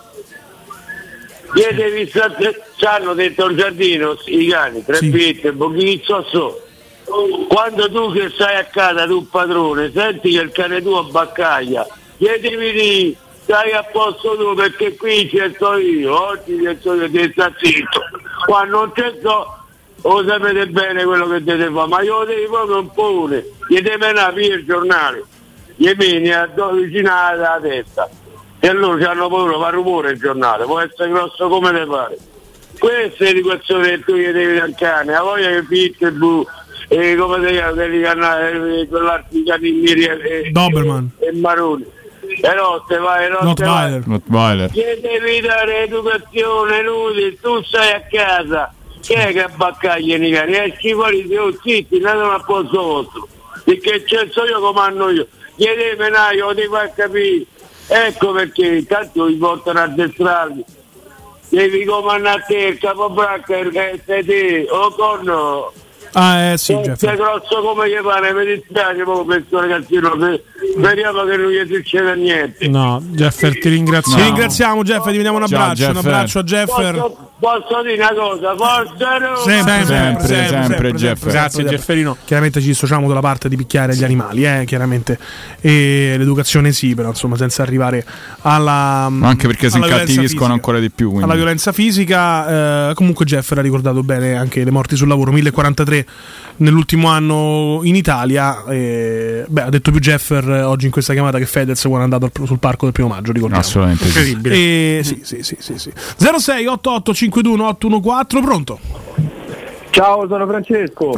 Speaker 19: Ci hanno detto il giardino i cani, 3 piette, un pochino quando tu che stai a casa tu padrone senti che il cane tuo abbaccaglia, chiedimi di stai a posto tu perché qui ci sto io, oggi ci sto io, ti sta zitto, qua non c'è lo sapete bene quello che deve fare, ma io lo devi proprio un po', gli deve menare via il giornale, gli meni vicino alla testa. E allora hanno paura, fa rumore il giornale, può essere grosso come te pare. Questa è l'educazione che tu gli devi dare al cane, a voglia che Pitbull e come si chiama, quell'altro caninieri
Speaker 6: Doberman
Speaker 19: e Maroni. E notte vai,
Speaker 6: Rottweiler.
Speaker 19: Gli devi dare educazione, inutile, tu stai a casa, che è che abbaccaglia i cani? Esci fuori, zitti, non a posto vostro, perché c'è io comando io, gli devi menare, io ti fa capire. Ecco perché intanto li portano a addestrarli, devi comandare te il capobracca, il te o corno
Speaker 6: Sì,
Speaker 19: sei grosso come gli pare, mi dispiace proprio per questo ragazzino, speriamo che non gli succeda niente.
Speaker 3: No, Jeffer, ti ringraziamo.
Speaker 6: Ti ringraziamo, Jeff, ti diamo un abbraccio. Un abbraccio a Jeffer.
Speaker 19: Posso dire una cosa, forza
Speaker 6: sempre
Speaker 3: Jeffer. Grazie Jefferino.
Speaker 6: Chiaramente ci dissociamo dalla parte di picchiare gli animali, chiaramente. E l'educazione sì, però insomma senza arrivare alla
Speaker 4: anche perché si incattiviscono ancora di più, quindi.
Speaker 6: Alla violenza fisica. Comunque Jeffer ha ricordato bene anche le morti sul lavoro, 1043 nell'ultimo anno in Italia. Ha detto più Jeffer oggi in questa chiamata che Fedez quando è andato sul parco del 1 maggio, ricordiamo.
Speaker 4: Assolutamente
Speaker 6: incredibile. Sì. 0688 521 814, pronto?
Speaker 2: Ciao, sono Francesco.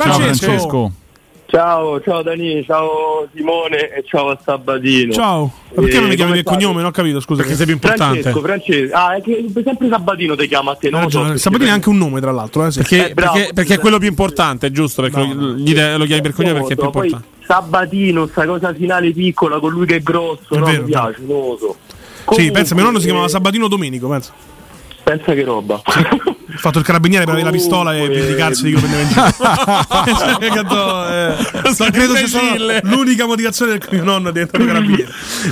Speaker 2: Ciao Dani, ciao Simone e ciao a Sabatino.
Speaker 6: Ciao. Ma perché non mi chiami del cognome? Non ho capito, scusa.
Speaker 3: Perché sei più importante.
Speaker 2: Francesco. È che sempre Sabatino ti chiama a te, no?
Speaker 6: Sabatino è anche un nome, tra l'altro. Sì.
Speaker 3: Perché è quello più importante, è giusto? Perché lo chiami per cognome perché è più importante.
Speaker 2: Sabatino, sta cosa finale piccola con lui che è grosso, no? Mi piace, non lo so.
Speaker 6: Comunque, sì, pensa, mio nonno si chiamava Sabatino Domenico,
Speaker 2: pensa che roba.
Speaker 6: Ha fatto il carabiniere per avere la pistola e vendicarsi di come prendeva in giro. Credo sia stata l'unica motivazione del mio nonno è diventato carabiniere.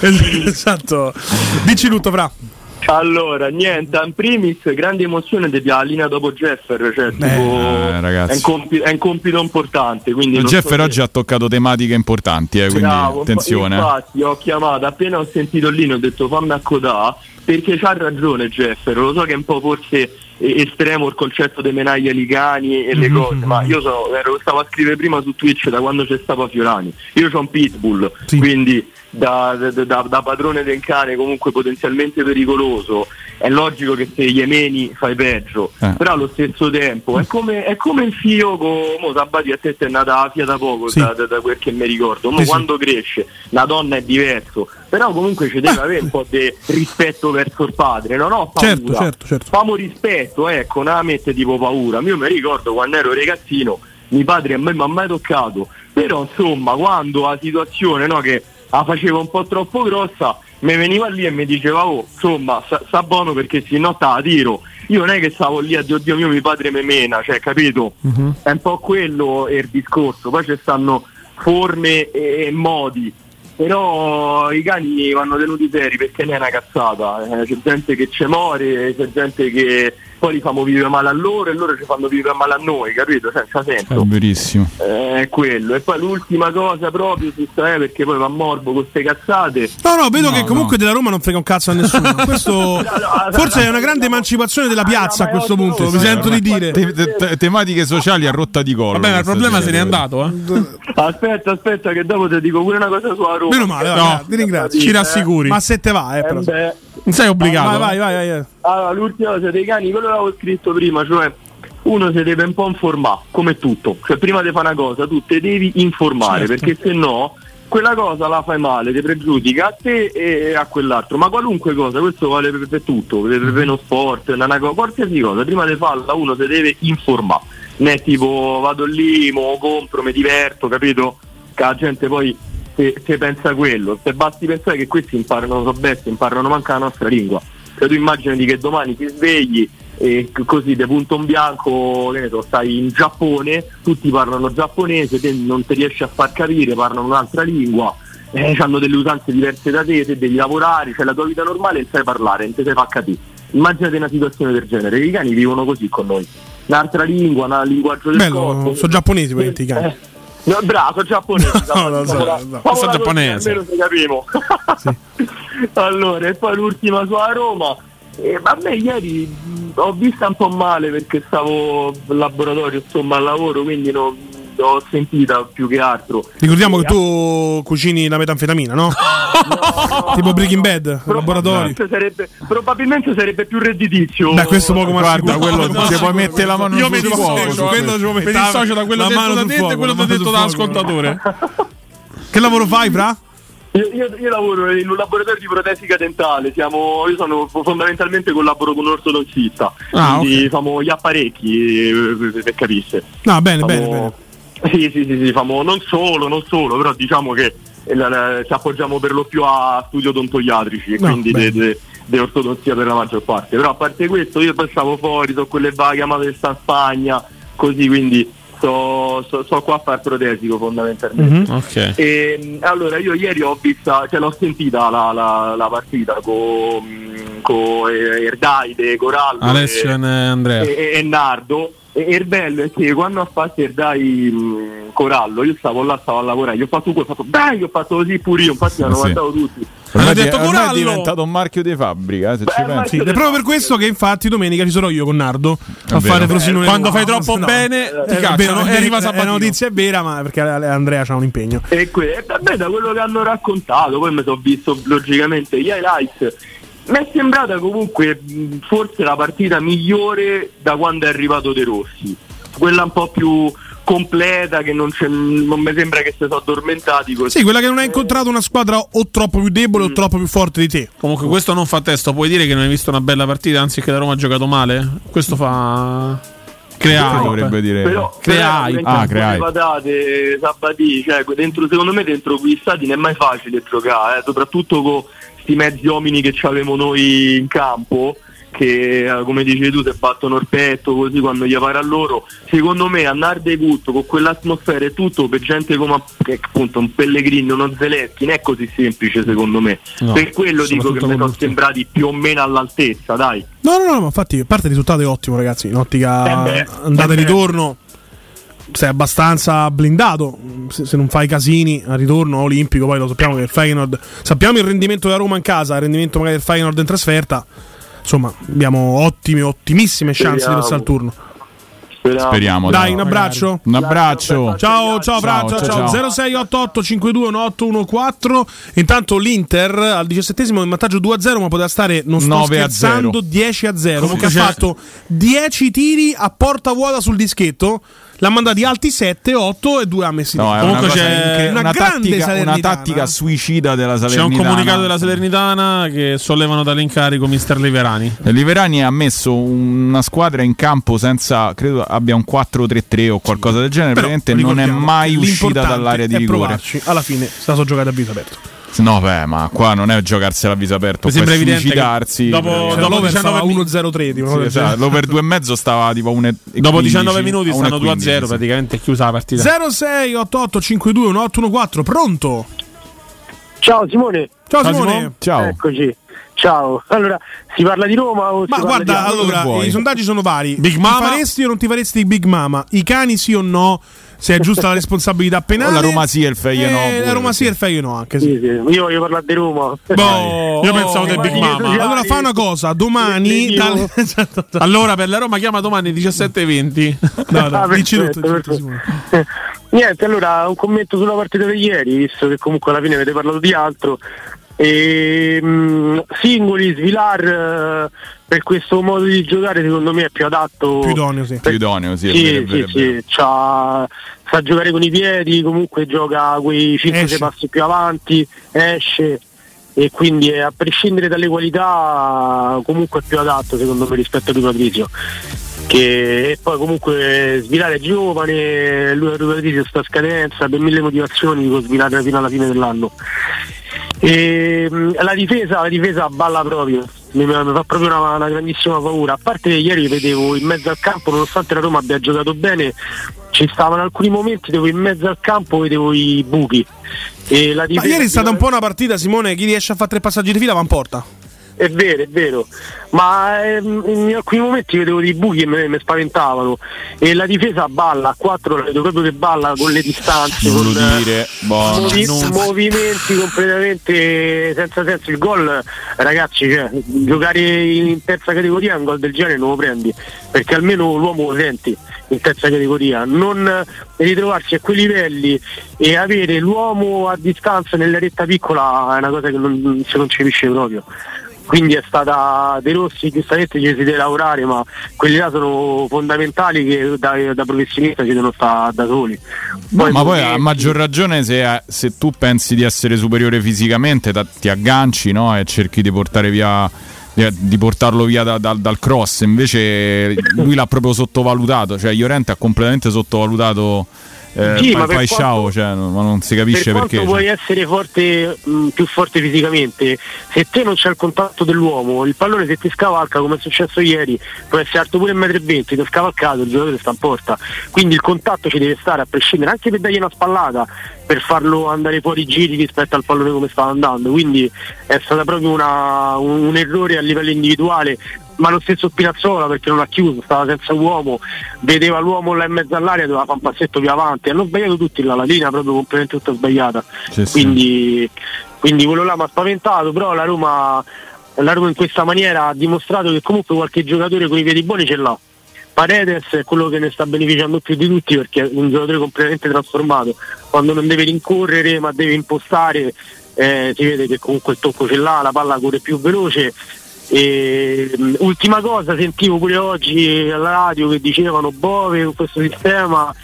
Speaker 6: Esatto. Dici tutto, Fra.
Speaker 2: Allora, niente, in primis grande emozione di la linea dopo Jeffer, cioè
Speaker 4: ragazzi.
Speaker 2: È un compito importante, quindi
Speaker 4: Jeffer oggi ha toccato tematiche importanti, quindi
Speaker 2: bravo,
Speaker 4: attenzione.
Speaker 2: Infatti ho chiamato, appena ho sentito lì ho detto fammi accodare, perché c'ha ragione Jeffer, lo so che è un po' forse estremo il concetto dei menagli Ligani e le cose, ma io stavo a scrivere prima su Twitch da quando c'è stato Fiorani, io c'ho un pitbull, quindi da padrone del cane comunque potenzialmente pericoloso, è logico che se gli meni fai peggio, però allo stesso tempo è come il figlio Sabati, a te è nata la figlia da poco, da quel che mi ricordo, quando cresce la donna è diverso, però comunque ci deve avere un po' di rispetto verso il padre, no paura,
Speaker 6: certo.
Speaker 2: Famo rispetto, ecco, non la mette tipo paura. Io mi ricordo quando ero ragazzino mio padre a me mi ha mai toccato, però insomma quando la situazione che la faceva un po' troppo grossa mi veniva lì e mi diceva insomma sta buono perché se no te la tiro. Io non è che stavo lì a dire oddio mio padre me mena, cioè capito? È un po' quello il discorso, poi ci stanno forme e modi, però i cani vanno tenuti seri perché non è una cazzata, c'è gente che ci muore, c'è gente che poi li fanno vivere male a loro e loro ci fanno vivere male a noi, capito? Senza senso.
Speaker 4: È verissimo.
Speaker 2: È quello. E poi l'ultima cosa proprio perché poi va morbo con queste cazzate.
Speaker 6: No, vedo che comunque della Roma non frega un cazzo a nessuno. Questo forse è una grande emancipazione della piazza a questo punto, mi sento di dire.
Speaker 4: Tematiche sociali a rotta di collo.
Speaker 3: Vabbè, ma il problema se n'è andato,
Speaker 2: Aspetta che dopo ti dico pure una cosa sulla Roma.
Speaker 6: Meno male, ti ringrazio.
Speaker 3: Ci rassicuri.
Speaker 6: Ma se te va, però.
Speaker 3: Non sei obbligato.
Speaker 6: Vai.
Speaker 2: Allora, l'ultima cosa dei cani, quello l'avevo scritto prima, cioè uno si deve un po' informare, come tutto. Cioè prima di fare una cosa tu te devi informare, perché se no quella cosa la fai male, ti pregiudica a te e a quell'altro, ma qualunque cosa, questo vale per tutto, per uno sport, una cosa, qualsiasi cosa, prima di farla uno si deve informare, non è tipo vado lì, mo compro, mi diverto, capito? Che la gente poi se pensa quello, se basti pensare che questi imparano manca la nostra lingua, cioè tu immaginati che domani ti svegli e così di punto in bianco, che ne so, stai in Giappone, tutti parlano giapponese, te non ti riesci a far capire, parlano un'altra lingua, hanno delle usanze diverse da te devi lavorare, cioè la tua vita normale non sai parlare, non ti sai far capire. Immaginate una situazione del genere, i cani vivono così con noi, un'altra lingua, un linguaggio del corpo.
Speaker 6: Sono giapponesi quelli i cani.
Speaker 2: No, bravo, sono giapponese.
Speaker 3: Sono giapponese.
Speaker 2: Almeno se capiamo. Allora, e poi l'ultima sulla Roma. A me ieri ho vista un po' male perché stavo in laboratorio, insomma, al lavoro, quindi non l'ho sentita più che altro.
Speaker 6: Ricordiamo che tu cucini la metanfetamina, no? Tipo Breaking Bad, laboratorio.
Speaker 2: Probabilmente sarebbe più redditizio.
Speaker 6: Da questo poco,
Speaker 4: guarda, quello si può mettere la mano sul fuoco.
Speaker 3: Mi dissocio da quello detto da te e quello detto dall'ascoltatore.
Speaker 6: Che lavoro fai, Fra?
Speaker 2: Io lavoro in un laboratorio di protesica dentale, io sono fondamentalmente collaboro con un ortodontista, quindi famo gli apparecchi, per capisse.
Speaker 6: No, bene.
Speaker 2: Sì, famo non solo, però diciamo che ci appoggiamo per lo più a studi odontoiatrici, quindi di ortodonzia per la maggior parte. Però a parte questo io passavo fuori, so quelle vaghe chiamate sta in Spagna, così, quindi sto qua a far protesico fondamentalmente.
Speaker 3: Ok.
Speaker 2: E allora io ieri ho vista, cioè l'ho sentita la partita con Erdaide, Corallo,
Speaker 3: Alessio e Andrea
Speaker 2: e Nardo. E il bello è che quando ha fatto Erdai Corallo, io stavo a lavorare, gli ho fatto così pure io, infatti mi hanno guardato tutti.
Speaker 3: Hanno detto Corallo
Speaker 4: è diventato un marchio di fabbrica, se ci pensi.
Speaker 6: Sì, è proprio per questo che infatti domenica ci sarò io con Nardo a fare Frosinone.
Speaker 3: Quando fai troppo bene ti cacciano e arriva Sabatino.
Speaker 6: La notizia è vera, ma perché Andrea c'ha un impegno.
Speaker 2: E vabbè, da quello che hanno raccontato, poi mi sono visto logicamente gli highlights. Mi è sembrata comunque forse la partita migliore da quando è arrivato De Rossi, quella un po' più completa, che non mi sembra che si sono addormentati così.
Speaker 6: Sì, quella che non ha incontrato una squadra o troppo più debole o troppo più forte di te.
Speaker 3: Comunque questo non fa testo, puoi dire che non hai visto una bella partita, anzi che la Roma ha giocato male? Questo fa...
Speaker 4: dovrebbe dire.
Speaker 2: Però
Speaker 4: creai.
Speaker 2: Patate, Sabatì, cioè secondo me dentro quei stati non è mai facile giocare, soprattutto con sti mezzi uomini che avevamo noi in campo, che come dicevi tu se battono il petto così quando gli pare a loro. Secondo me andare dei tutto con quell'atmosfera e tutto per gente come appunto un Pellegrini, uno Zelensky non è così semplice secondo me, no, per quello dico che mi sono sembrati più o meno all'altezza, dai.
Speaker 6: No, ma infatti a parte il risultato è ottimo, ragazzi, in ottica andata e ritorno sei abbastanza blindato, se non fai casini al ritorno olimpico. Poi lo sappiamo che il Feyenoord, sappiamo il rendimento della Roma in casa, il rendimento magari del Feyenoord in trasferta, insomma abbiamo ottimissime chance di passare al turno.
Speaker 4: Speriamo.
Speaker 6: Dai, un abbraccio.
Speaker 4: Un abbraccio.
Speaker 6: Ciao. 0688 521814. Intanto l'Inter al 17esimo in vantaggio 2-0, ma poteva stare, non sto scherzando, 10-0. Comunque ha fatto 10 tiri a porta vuota sul dischetto. L'ha mandati alti 7, 8 e 2 ha messi.
Speaker 4: No,
Speaker 6: comunque
Speaker 4: c'è una tattica suicida della Salernitana.
Speaker 3: C'è un comunicato della Salernitana che sollevano dall'incarico mister Liverani.
Speaker 4: Liverani ha messo una squadra in campo senza, credo abbia un 4-3-3 o qualcosa del genere. Praticamente non è mai uscita dall'area di rigore.
Speaker 6: Provarci. Alla fine è stato giocato a viso aperto.
Speaker 4: No, ma qua non è giocarsela a viso aperto,
Speaker 3: mi sembra evidente
Speaker 4: suicidarsi.
Speaker 3: Dopo
Speaker 6: 1-0-3
Speaker 4: esatto, l'over 2,5 stava tipo
Speaker 3: dopo 19 minuti stanno 2-0, praticamente è chiusa la partita.
Speaker 6: 0688 521814. Pronto?
Speaker 7: Ciao Simone.
Speaker 4: Ciao.
Speaker 7: Eccoci. Ciao. Allora, si parla di Roma o
Speaker 6: ma guarda, allora i sondaggi sono vari.
Speaker 3: Big Mama?
Speaker 6: Ti faresti o non ti faresti Big Mama? I cani sì o no? Se è giusta la responsabilità penale.
Speaker 4: La Roma sì e il Feyenoord no.
Speaker 6: La Roma sì e il Feyenoord no anche.
Speaker 7: Sì. Io voglio parlare di Roma.
Speaker 3: Io pensavo del Big Mama.
Speaker 6: Allora fa una cosa, domani
Speaker 3: allora per la Roma chiama domani 17:20.
Speaker 6: No, dici tutto.
Speaker 7: Niente, allora un commento sulla partita di ieri, visto che comunque alla fine avete parlato di altro. Singoli, Svilar per questo modo di giocare secondo me è più adatto,
Speaker 6: più idoneo, sì.
Speaker 4: Più idoneo, sì.
Speaker 7: Sì. Sa giocare con i piedi, comunque gioca quei 5-6 passi più avanti, esce, e quindi a prescindere dalle qualità comunque è più adatto secondo me rispetto a Rui Patrizio, e poi comunque Svilare è giovane, Rui Patrizio sta a scadenza, per 1000 motivazioni dico Svilare fino alla fine dell'anno. E la difesa balla proprio, mi fa proprio una grandissima paura. A parte che ieri vedevo in mezzo al campo, nonostante la Roma abbia giocato bene, ci stavano alcuni momenti dove in mezzo al campo vedevo i buchi. E la difesa,
Speaker 6: ma ieri è stata un po' una partita, Simone, chi riesce a fare 3 passaggi di fila va in porta.
Speaker 7: È vero, ma in alcuni momenti vedevo dei buchi e mi spaventavano, e la difesa balla a 4, la vedo proprio che balla con le distanze, con movimenti completamente senza senso. Il gol, ragazzi, cioè, giocare in terza categoria un gol del genere non lo prendi, perché almeno l'uomo lo senti in terza categoria, non ritrovarsi a quei livelli e avere l'uomo a distanza nella retta piccola è una cosa che non si concepisce proprio. Quindi è stata De Rossi, giustamente ci si deve lavorare, ma quelli là sono fondamentali che da professionista ci devono stare da soli.
Speaker 4: Poi a maggior ragione se tu pensi di essere superiore fisicamente ti agganci, no? E cerchi di portare via, di portarlo via dal cross. Invece lui l'ha proprio sottovalutato, cioè Llorente ha completamente sottovalutato fai ciao, cioè, ma non si capisce
Speaker 7: per
Speaker 4: perché.
Speaker 7: Quanto puoi essere forte, più forte fisicamente, se te non c'è il contatto dell'uomo, il pallone se ti scavalca, come è successo ieri, può essere alto pure 1,20 m, ti è scavalcato, il giocatore sta in porta. Quindi il contatto ci deve stare a prescindere, anche per dargli una spallata, per farlo andare fuori giri rispetto al pallone come stava andando. Quindi è stata proprio un errore a livello individuale. Ma lo stesso Spinazzola, perché non ha chiuso, stava senza uomo, vedeva l'uomo là in mezzo all'area, doveva fare un passetto più avanti. Hanno sbagliato tutti là, la linea proprio completamente tutta sbagliata. Quindi quello là mi ha spaventato, però la Roma in questa maniera ha dimostrato che comunque qualche giocatore con i piedi buoni ce l'ha. Paredes è quello che ne sta beneficiando più di tutti, perché è un giocatore completamente trasformato. Quando non deve rincorrere ma deve impostare, si vede che comunque il tocco ce l'ha, la palla corre più veloce. Ultima cosa, sentivo pure oggi alla radio che dicevano Bove con questo sistema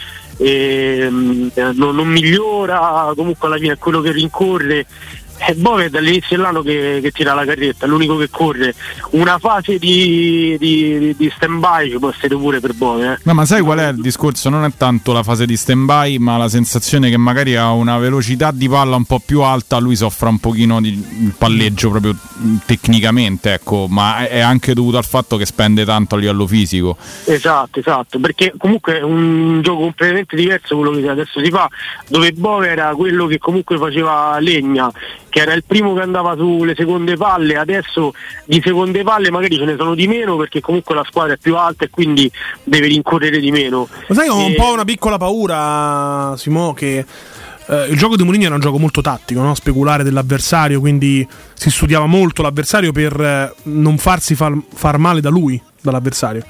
Speaker 7: non migliora, comunque alla fine è quello che rincorre. Bove è dall'inizio dell'anno che tira la carretta, è l'unico che corre. Una fase di stand-by ci può essere pure per Bove.
Speaker 4: No, ma sai qual è il discorso? Non è tanto la fase di stand-by, ma la sensazione che magari a una velocità di palla un po' più alta lui soffra un pochino il palleggio proprio tecnicamente, ecco, ma è anche dovuto al fatto che spende tanto a livello fisico.
Speaker 7: Esatto, perché comunque è un gioco completamente diverso quello che adesso si fa, dove Bove era quello che comunque faceva legna, che era il primo che andava sulle seconde palle. Adesso di seconde palle magari ce ne sono di meno, perché comunque la squadra è più alta e quindi deve rincorrere di meno.
Speaker 6: Ma sai, ho un po' una piccola paura, Simo, che il gioco di Mourinho era un gioco molto tattico, no? Speculare dell'avversario, quindi si studiava molto l'avversario per non farsi far male da lui, dall'avversario.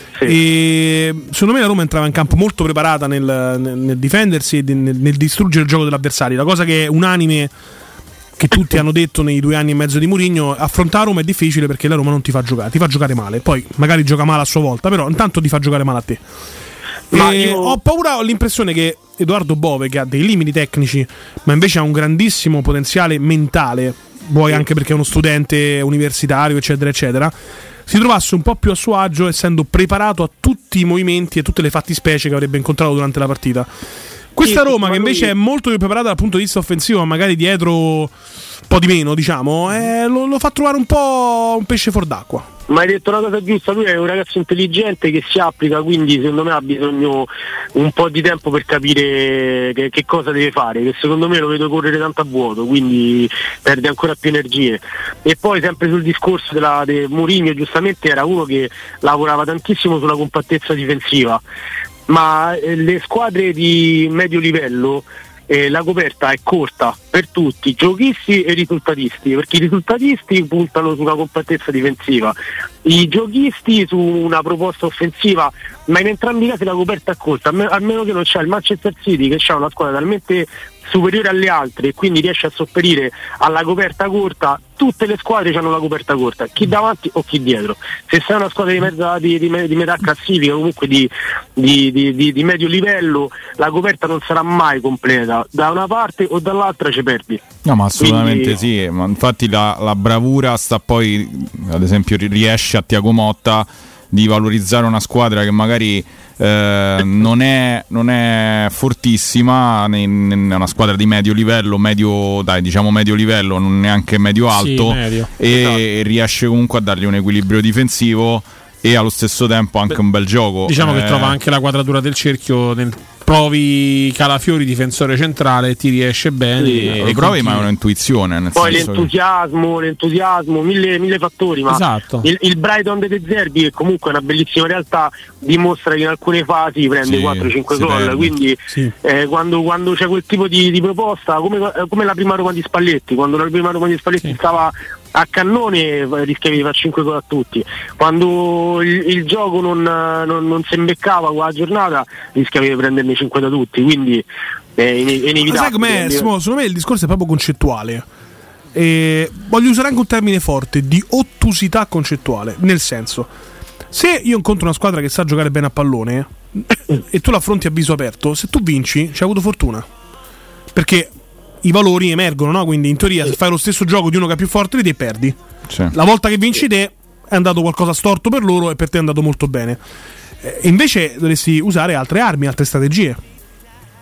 Speaker 6: E secondo me la Roma entrava in campo molto preparata nel difendersi e nel distruggere il gioco dell'avversario. La cosa che è unanime, che tutti hanno detto nei 2 anni e mezzo di Mourinho, affrontare Roma è difficile perché la Roma non ti fa giocare male. Poi magari gioca male a sua volta, però intanto ti fa giocare male a te. Ho paura, ho l'impressione che Edoardo Bove, che ha dei limiti tecnici ma invece ha un grandissimo potenziale mentale, vuoi anche perché è uno studente universitario eccetera eccetera, si trovasse un po' più a suo agio, essendo preparato a tutti i movimenti e tutte le fattispecie che avrebbe incontrato durante la partita. Questa Roma, che invece è molto più preparata dal punto di vista offensivo, ma magari dietro un po' di meno, diciamo, lo fa trovare un po' un pesce fuor d'acqua.
Speaker 7: Ma hai detto una cosa giusta, lui è un ragazzo intelligente che si applica, quindi secondo me ha bisogno un po' di tempo per capire che cosa deve fare, che secondo me lo vedo correre tanto a vuoto, quindi perde ancora più energie. E poi sempre sul discorso di Mourinho, giustamente era uno che lavorava tantissimo sulla compattezza difensiva, ma le squadre di medio livello la coperta è corta per tutti, giochisti e risultatisti, perché i risultatisti puntano sulla compattezza difensiva, i giochisti su una proposta offensiva, ma in entrambi i casi la coperta è corta, almeno che non c'è il Manchester City che ha una squadra talmente superiore alle altre e quindi riesce a sopperire alla coperta corta. Tutte le squadre hanno la coperta corta, chi davanti o chi dietro. Se sei una squadra di metà classifica, comunque di medio livello, la coperta non sarà mai completa, da una parte o dall'altra ci perdi.
Speaker 4: No, ma assolutamente sì, ma infatti la bravura sta poi, ad esempio, riesce a Thiago Motta di valorizzare una squadra che magari non è fortissima, è una squadra di medio livello, medio livello, non neanche medio alto, sì, medio. E riesce comunque a dargli un equilibrio difensivo e allo stesso tempo anche un bel gioco.
Speaker 3: Diciamo che trova anche la quadratura del cerchio provi Calafiori difensore centrale, ti riesce bene,
Speaker 4: sì, e provi, ma è un'intuizione,
Speaker 7: poi l'entusiasmo, mille fattori, ma esatto. il Brighton De Zerbi, che comunque è una bellissima realtà, dimostra che in alcune fasi prende 4-5 gol, quindi sì. Quando c'è quel tipo di proposta, come la prima Roma di Spalletti, quando la prima Roma di Spalletti stava a cannone, rischiavi di fare 5 gol a tutti, quando il gioco non si imbeccava quella giornata, rischiavi di prenderne 5 da tutti, quindi è inevitabile. Ma sai
Speaker 6: com'è? Secondo me il discorso è proprio concettuale, voglio usare anche un termine forte, di ottusità concettuale, nel senso, se io incontro una squadra che sa giocare bene a pallone e tu l'affronti a viso aperto, se tu vinci ci hai avuto fortuna, perché i valori emergono, no? Quindi in teoria se fai lo stesso gioco di uno che è più forte di te perdi. La volta che vinci te è andato qualcosa storto per loro e per te è andato molto bene. Invece dovresti usare altre armi, altre strategie.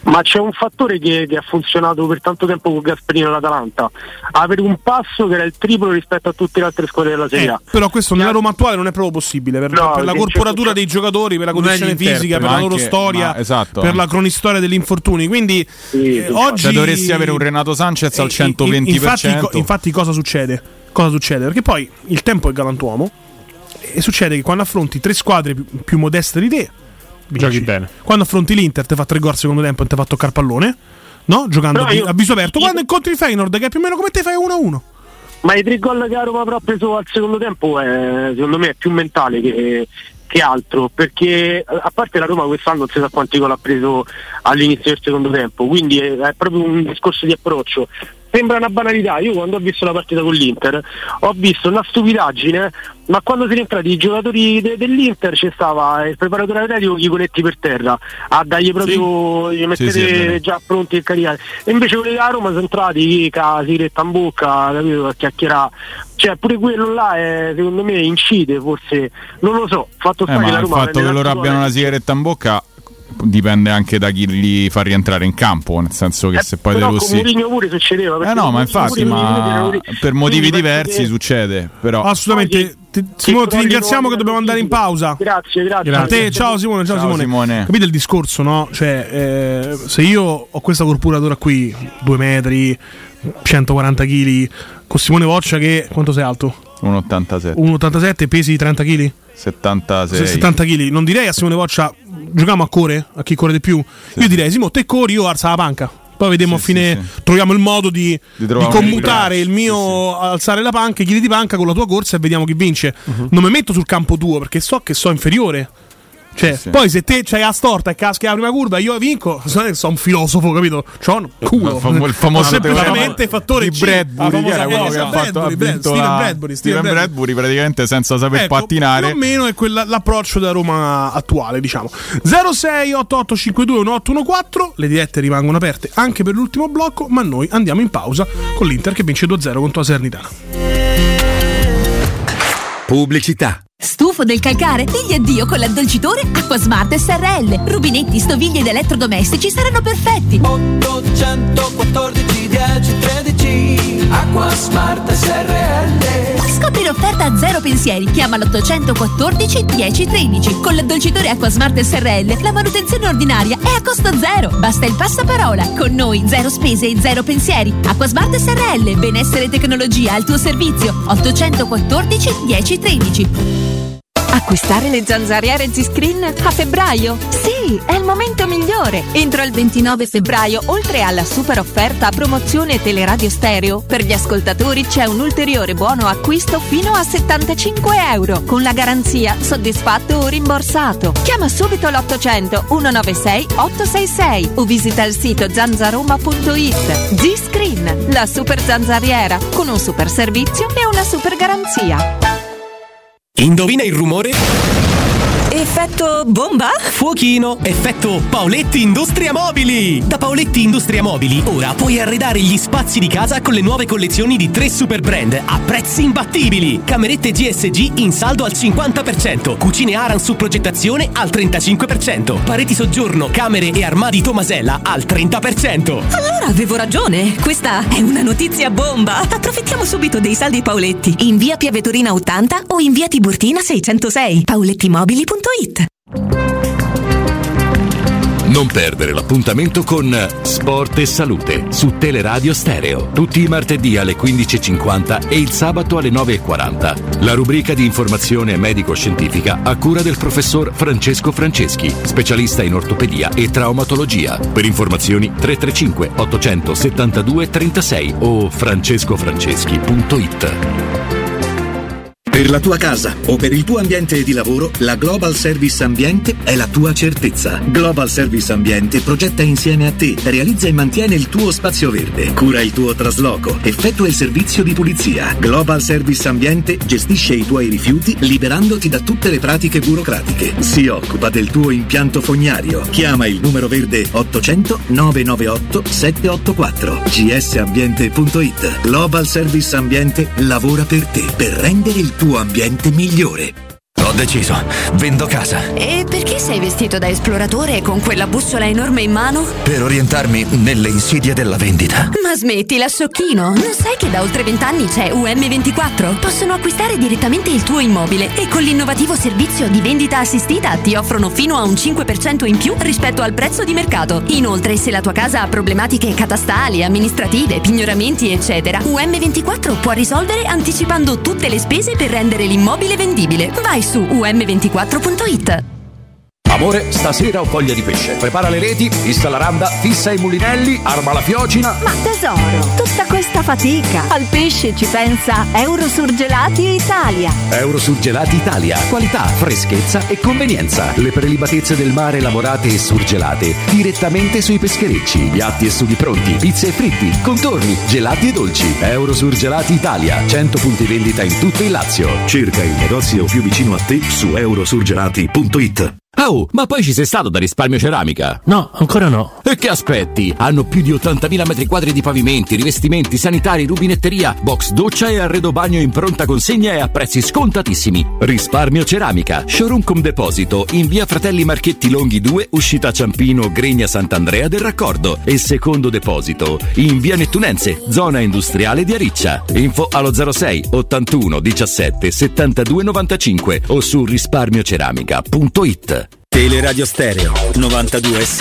Speaker 7: Ma c'è un fattore che ha funzionato per tanto tempo con Gasperini all'Atalanta: avere un passo che era il triplo rispetto a tutte le altre squadre della Serie A.
Speaker 6: Però questo nella Roma attuale non è proprio possibile per la corporatura dei giocatori, per la condizione fisica, per la loro storia,
Speaker 4: esatto,
Speaker 6: per la cronistoria degli infortuni. Quindi oggi
Speaker 4: dovresti avere un Renato Sanchez al 120%.
Speaker 6: Infatti cosa succede? Perché poi il tempo è galantuomo e succede che quando affronti 3 squadre più modeste di te
Speaker 3: giochi bene.
Speaker 6: Quando affronti l'Inter ti fa 3 gol al secondo tempo e ti fa toccare pallone, no? Giocando a viso aperto. Quando incontri il Feyenoord, che è più o meno come te, fai 1-1.
Speaker 7: Ma i 3 gol che la Roma però ha preso al secondo tempo secondo me è più mentale che altro, perché a parte la Roma quest'anno non si sa quanti gol ha preso all'inizio del secondo tempo, quindi è proprio un discorso di approccio. Sembra una banalità. Io quando ho visto la partita con l'Inter ho visto una stupidaggine, ma quando sono entrati i giocatori dell'Inter c'è stava il preparatore atletico con i conetti per terra a dargli proprio gli mettete già pronti a caricare, e invece quelli da Roma sono entrati sigaretta in bocca, capito, a chiacchierare. Cioè pure quello là secondo me incide, forse, non lo so. Fatto sta che la Roma,
Speaker 4: il fatto che loro abbiano una sigaretta in bocca dipende anche da chi li fa rientrare in campo, nel senso che se poi
Speaker 7: però
Speaker 4: De Rossi
Speaker 7: con Mourinho pure succedeva,
Speaker 4: no, ma infatti, per motivi diversi succede, però
Speaker 6: assolutamente. Simone, ti ringraziamo, che dobbiamo andare in pausa.
Speaker 7: Grazie.
Speaker 6: A te, ciao Simone. Capite il discorso, no? Cioè, se io ho questa corporatura qui, 2 metri, 140 kg, con Simone Voccia che quanto sei alto? 1,87, pesi 30 kg?
Speaker 4: 76.
Speaker 6: 70 kg. Non direi a Simone Voccia giochiamo a corre, a chi corre di più. Sì. Io direi Simone, te corri, io alza la panca. Poi vediamo a fine, troviamo il modo di commutare il mio alzare la panca, i chili di panca con la tua corsa, e vediamo chi vince. Non mi metto sul campo tuo perché so che so inferiore. Cioè, poi se te c'hai la storta e caschi la prima curva, io vinco, sono un filosofo, capito? C'ho un culo.
Speaker 4: Il famoso
Speaker 6: semplicemente fattore
Speaker 4: di Bradbury, che era quello che ha fatto Steven Bradbury, praticamente senza saper pattinare.
Speaker 6: Più o meno è l'approccio della Roma attuale, diciamo. 0688521814, le dirette rimangono aperte anche per l'ultimo blocco, ma noi andiamo in pausa con l'Inter che vince 2-0 contro la Salernitana.
Speaker 14: Pubblicità.
Speaker 8: Stufo del calcare? Digli addio con l'addolcitore Acquasmart SRL. Rubinetti, stoviglie ed elettrodomestici saranno perfetti.
Speaker 5: 814 10 13 Acquasmart SRL.
Speaker 8: Scopri l'offerta a zero pensieri. Chiama l'814 10 13. Con l'addolcitore Acquasmart SRL la manutenzione ordinaria è a costo zero. Basta il passaparola. Con noi zero spese e zero pensieri. Acquasmart SRL. Benessere e tecnologia al tuo servizio. 814 10 13.
Speaker 20: Acquistare le zanzariere Z-Screen a febbraio? Sì, è il momento migliore! Entro il 29 febbraio, oltre alla super offerta promozione Teleradio Stereo, per gli ascoltatori c'è un ulteriore buono acquisto fino a €75, con la garanzia soddisfatto o rimborsato. Chiama subito l'800 196 866 o visita il sito zanzaroma.it. Z-Screen, la super zanzariera, con un super servizio e una super garanzia.
Speaker 9: Indovina il rumore?
Speaker 20: Effetto bomba?
Speaker 9: Fuochino! Effetto Paoletti Industria Mobili! Da Paoletti Industria Mobili ora puoi arredare gli spazi di casa con le nuove collezioni di 3 super brand a prezzi imbattibili. Camerette GSG in saldo al 50%, cucine Aran su progettazione al 35%, pareti soggiorno, camere e armadi Tomasella al 30%.
Speaker 20: Allora avevo ragione, questa è una notizia bomba! Approfittiamo subito dei saldi Paoletti. In via Piavetorina 80 o in via Tiburtina 606. paolettimobili.it.
Speaker 14: Non perdere l'appuntamento con Sport e Salute su Teleradio Stereo, tutti i martedì alle 15.50 e il sabato alle 9.40. La rubrica di informazione medico-scientifica a cura del professor Francesco Franceschi, specialista in ortopedia e traumatologia. Per informazioni 335 872 36 o francescofranceschi.it.
Speaker 12: Per la tua casa o per il tuo ambiente di lavoro, la Global Service Ambiente è la tua certezza. Global Service Ambiente progetta insieme a te, realizza e mantiene il tuo spazio verde, cura il tuo trasloco, effettua il servizio di pulizia. Global Service Ambiente gestisce i tuoi rifiuti liberandoti da tutte le pratiche burocratiche. Si occupa del tuo impianto fognario. Chiama il numero verde 800 998 784. gsambiente.it. Global Service Ambiente lavora per te, per rendere il tuo ambiente migliore.
Speaker 10: deciso, vendo casa.
Speaker 8: E perché sei vestito da esploratore con quella bussola enorme in mano?
Speaker 10: Per orientarmi nelle insidie della vendita.
Speaker 8: Ma smettila, sciocchino! Non sai che da oltre 20 anni c'è UM24? Possono acquistare direttamente il tuo immobile e con l'innovativo servizio di vendita assistita ti offrono fino a un 5% in più rispetto al prezzo di mercato. Inoltre, se la tua casa ha problematiche catastali, amministrative, pignoramenti, eccetera, UM24 può risolvere anticipando tutte le spese per rendere l'immobile vendibile. Vai su um24.it.
Speaker 22: Amore, stasera ho voglia di pesce. Prepara le reti, fissa la randa, fissa i mulinelli, arma la fiocina.
Speaker 20: Ma tesoro, tutta questa fatica. Al pesce ci pensa Eurosurgelati Italia.
Speaker 22: Eurosurgelati Italia. Qualità, freschezza e convenienza. Le prelibatezze del mare lavorate e surgelate direttamente sui pescherecci. Piatti e sughi pronti, pizze e fritti, contorni, gelati e dolci. Eurosurgelati Italia. 100 punti vendita in tutto il Lazio.
Speaker 12: Cerca il negozio più vicino a te su eurosurgelati.it.
Speaker 22: Oh, ma poi ci sei stato da Risparmio Ceramica?
Speaker 23: No, ancora no.
Speaker 22: E che aspetti? Hanno più di 80.000 metri quadri di pavimenti, rivestimenti, sanitari, rubinetteria, box doccia e arredo bagno in pronta consegna e a prezzi scontatissimi. Risparmio Ceramica, showroom con deposito in via Fratelli Marchetti Longhi 2, uscita Ciampino, Gregna Sant'Andrea del Raccordo, e secondo deposito in via Nettunense, zona industriale di Ariccia. Info allo 06 81 17 72 95 o su risparmioceramica.it.
Speaker 24: Teleradio Stereo 92.7.
Speaker 25: Hey, this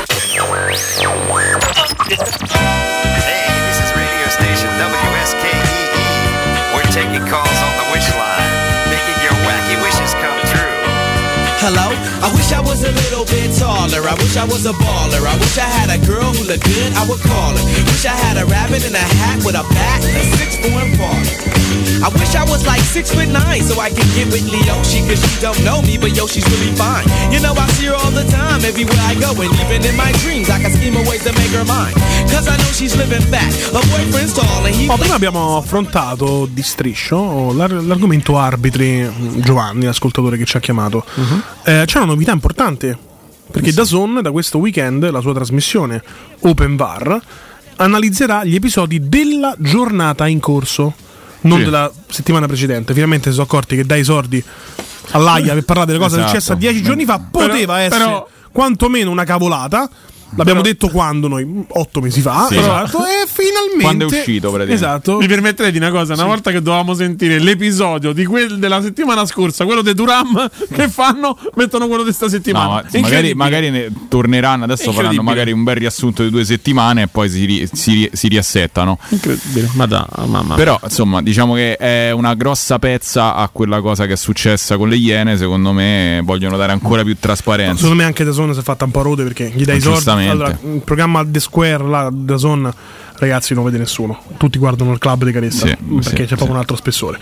Speaker 25: is radio station WSKEE. We're taking calls on the wish line, making your wacky wishes come true.
Speaker 26: Hello? I wish I was a little bit taller. I wish I was a baller. I wish I had a girl who looked good, I would call her. Wish I had a rabbit in a hat with a bat and a 6'4" baller. I wish I was like 6'9" so I could get with Leoshi, cause she don't know me, but yo, she's really fine. You know I see her all the time, everywhere I go, and even in my dreams I can scheme a ways to make her mine. Cause I know she's living back, her boyfriend's tall and he...
Speaker 6: Prima abbiamo affrontato di striscio l'argomento arbitri. Giovanni, l'ascoltatore che ci ha chiamato. C'è una novità importante, perché DAZN da questo weekend, la sua trasmissione Open VAR, analizzerà gli episodi della giornata in corso, non della settimana precedente. Finalmente si sono accorti che dai sordi all'AIA per parlare delle cose successe 10 giorni fa poteva essere quantomeno una cavolata. L'abbiamo detto quando noi 8 mesi fa, esatto, e finalmente
Speaker 4: quando è uscito praticamente.
Speaker 6: Esatto.
Speaker 3: Mi permetterei di una cosa, una volta che dovevamo sentire l'episodio di della settimana scorsa, quello dei Duram, che fanno, mettono quello di sta settimana.
Speaker 4: No, magari ne torneranno, adesso faranno magari un bel riassunto di 2 settimane e poi si riassettano.
Speaker 3: Incredibile, mamma.
Speaker 4: Però insomma, diciamo che è una grossa pezza a quella cosa che è successa con le Iene. Secondo me vogliono dare ancora più trasparenza.
Speaker 6: Secondo me anche DAZN si è fatta un po' rode, perché gli dai i soldi. Allora, il programma The Square là, DAZN, ragazzi, non vede nessuno, tutti guardano il club di Caressa, perché c'è proprio un altro spessore.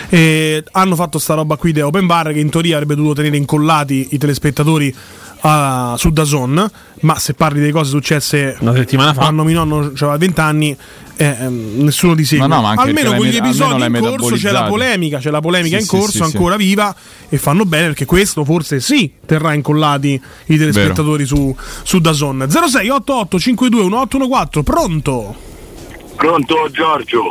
Speaker 6: E hanno fatto sta roba qui di Open VAR, che in teoria avrebbe dovuto tenere incollati i telespettatori su DAZN, ma se parli delle cose successe
Speaker 3: una settimana fa,
Speaker 6: quando mio nonno aveva 20 anni, nessuno ti segue.
Speaker 4: Ma
Speaker 6: almeno con gli episodi in corso c'è la polemica in corso, ancora viva, e fanno bene, perché questo forse terrà incollati i telespettatori su DAZN. 0688 52 1814.
Speaker 2: Pronto Giorgio.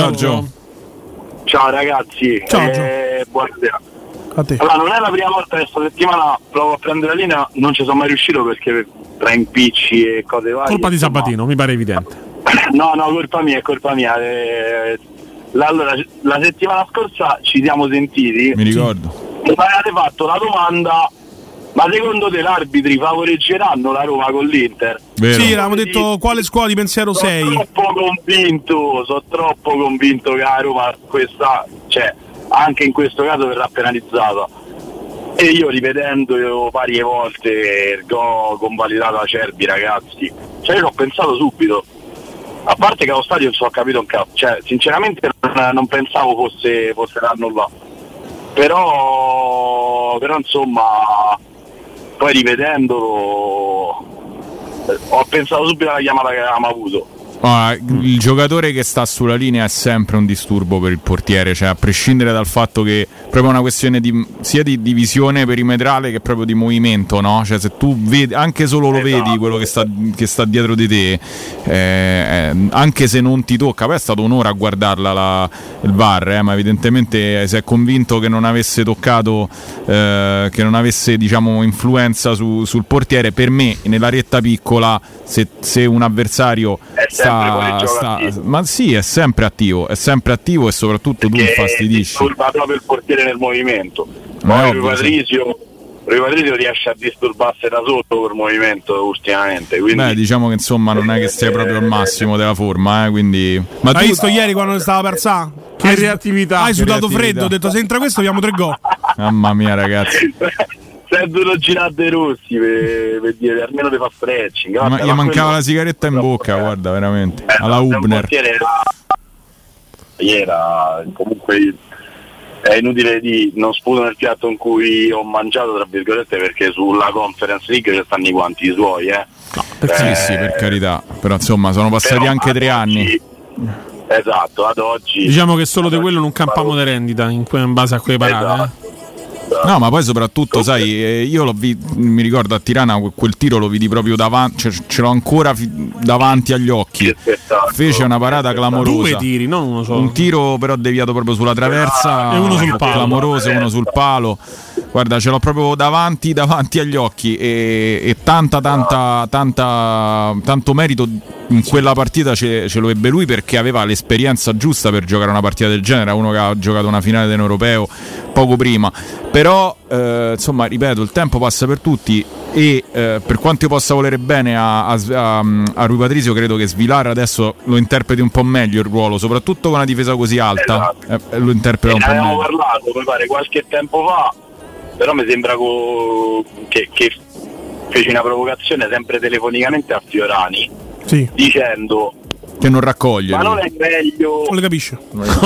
Speaker 2: Ciao ragazzi. Buonasera. Allora, non è la prima volta che questa settimana provo a prendere la linea, non ci sono mai riuscito perché tra impicci e cose varie.
Speaker 3: Colpa di Sabatino, mi pare evidente.
Speaker 2: No, colpa mia. Allora, la settimana scorsa ci siamo sentiti.
Speaker 4: Mi ricordo.
Speaker 2: Mi avete fatto la domanda: ma secondo te l'arbitri favoreggeranno la Roma con l'Inter?
Speaker 6: Vero. Sì, avevamo detto quale scuola di pensiero sei.
Speaker 2: Sono troppo convinto che la Roma anche in questo caso verrà penalizzata. E io, rivedendo varie volte il gol convalidato da Cerbi, ragazzi, io ci ho pensato subito. A parte che allo stadio non so, ho capito un cazzo, sinceramente non pensavo fosse l'anno là. Però insomma, poi rivedendolo ho pensato subito alla chiamata che avevamo avuto.
Speaker 4: Il giocatore che sta sulla linea è sempre un disturbo per il portiere, cioè a prescindere dal fatto che è proprio una questione sia di visione perimetrale che proprio di movimento, no? Cioè se tu vedi, anche solo lo vedi quello che sta dietro di te, anche se non ti tocca, poi è stato un'ora a guardarla il VAR, ma evidentemente si è convinto che non avesse toccato, che non avesse diciamo influenza sul portiere. Per me nell'arietta piccola se un avversario ma sì, è sempre attivo e soprattutto tu infastidisci.
Speaker 11: Disturba proprio il portiere nel movimento. Poi Rui Patrizio riesce a disturbarsi da sotto col movimento ultimamente. Quindi...
Speaker 4: diciamo che insomma non è che stia proprio al massimo della forma, quindi.
Speaker 6: Ma hai visto ieri quando stava Parzà? Che reattività! Hai sudato freddo, ho detto se entra questo abbiamo 3 gol.
Speaker 4: Mamma mia, ragazzi.
Speaker 11: Sentono girare dei rossi per dire almeno ti fa stretching.
Speaker 4: Ma gli mancava la sigaretta in bocca, guarda, veramente. Alla Hubner.
Speaker 11: Era comunque è inutile di non sputo nel piatto in cui ho mangiato, tra virgolette, perché sulla Conference League ci stanno i guanti suoi,
Speaker 4: No, sì, per carità. Però insomma sono passati anche 3 anni.
Speaker 11: Esatto, ad oggi.
Speaker 3: Diciamo che solo di quello non campiamo di rendita in base a quelle parate.
Speaker 11: Esatto.
Speaker 4: No, ma poi soprattutto, sai, io mi ricordo a Tirana quel tiro lo vidi proprio davanti, cioè, ce l'ho ancora davanti agli occhi. Fece una parata clamorosa.
Speaker 3: 2 tiri, non uno solo.
Speaker 4: Un tiro però deviato proprio sulla traversa
Speaker 3: e uno sul palo.
Speaker 4: Clamoroso, uno sul palo. Guarda, ce l'ho proprio davanti agli occhi e tanto merito in quella partita ce lo ebbe lui, perché aveva l'esperienza giusta per giocare una partita del genere, uno che ha giocato una finale dell'Europeo poco prima. Però insomma, ripeto, il tempo passa per tutti e per quanto io possa volere bene a Rui Patrizio, credo che Svilar adesso lo interpreti un po' meglio il ruolo, soprattutto con una difesa così alta. Lo interpreta un po' meglio.
Speaker 11: Ne abbiamo parlato, mi pare, qualche tempo fa, però mi sembra che fece una provocazione sempre telefonicamente a Fiorani, dicendo
Speaker 4: che non raccoglie.
Speaker 11: Ma non è meglio.
Speaker 6: Non le capisce.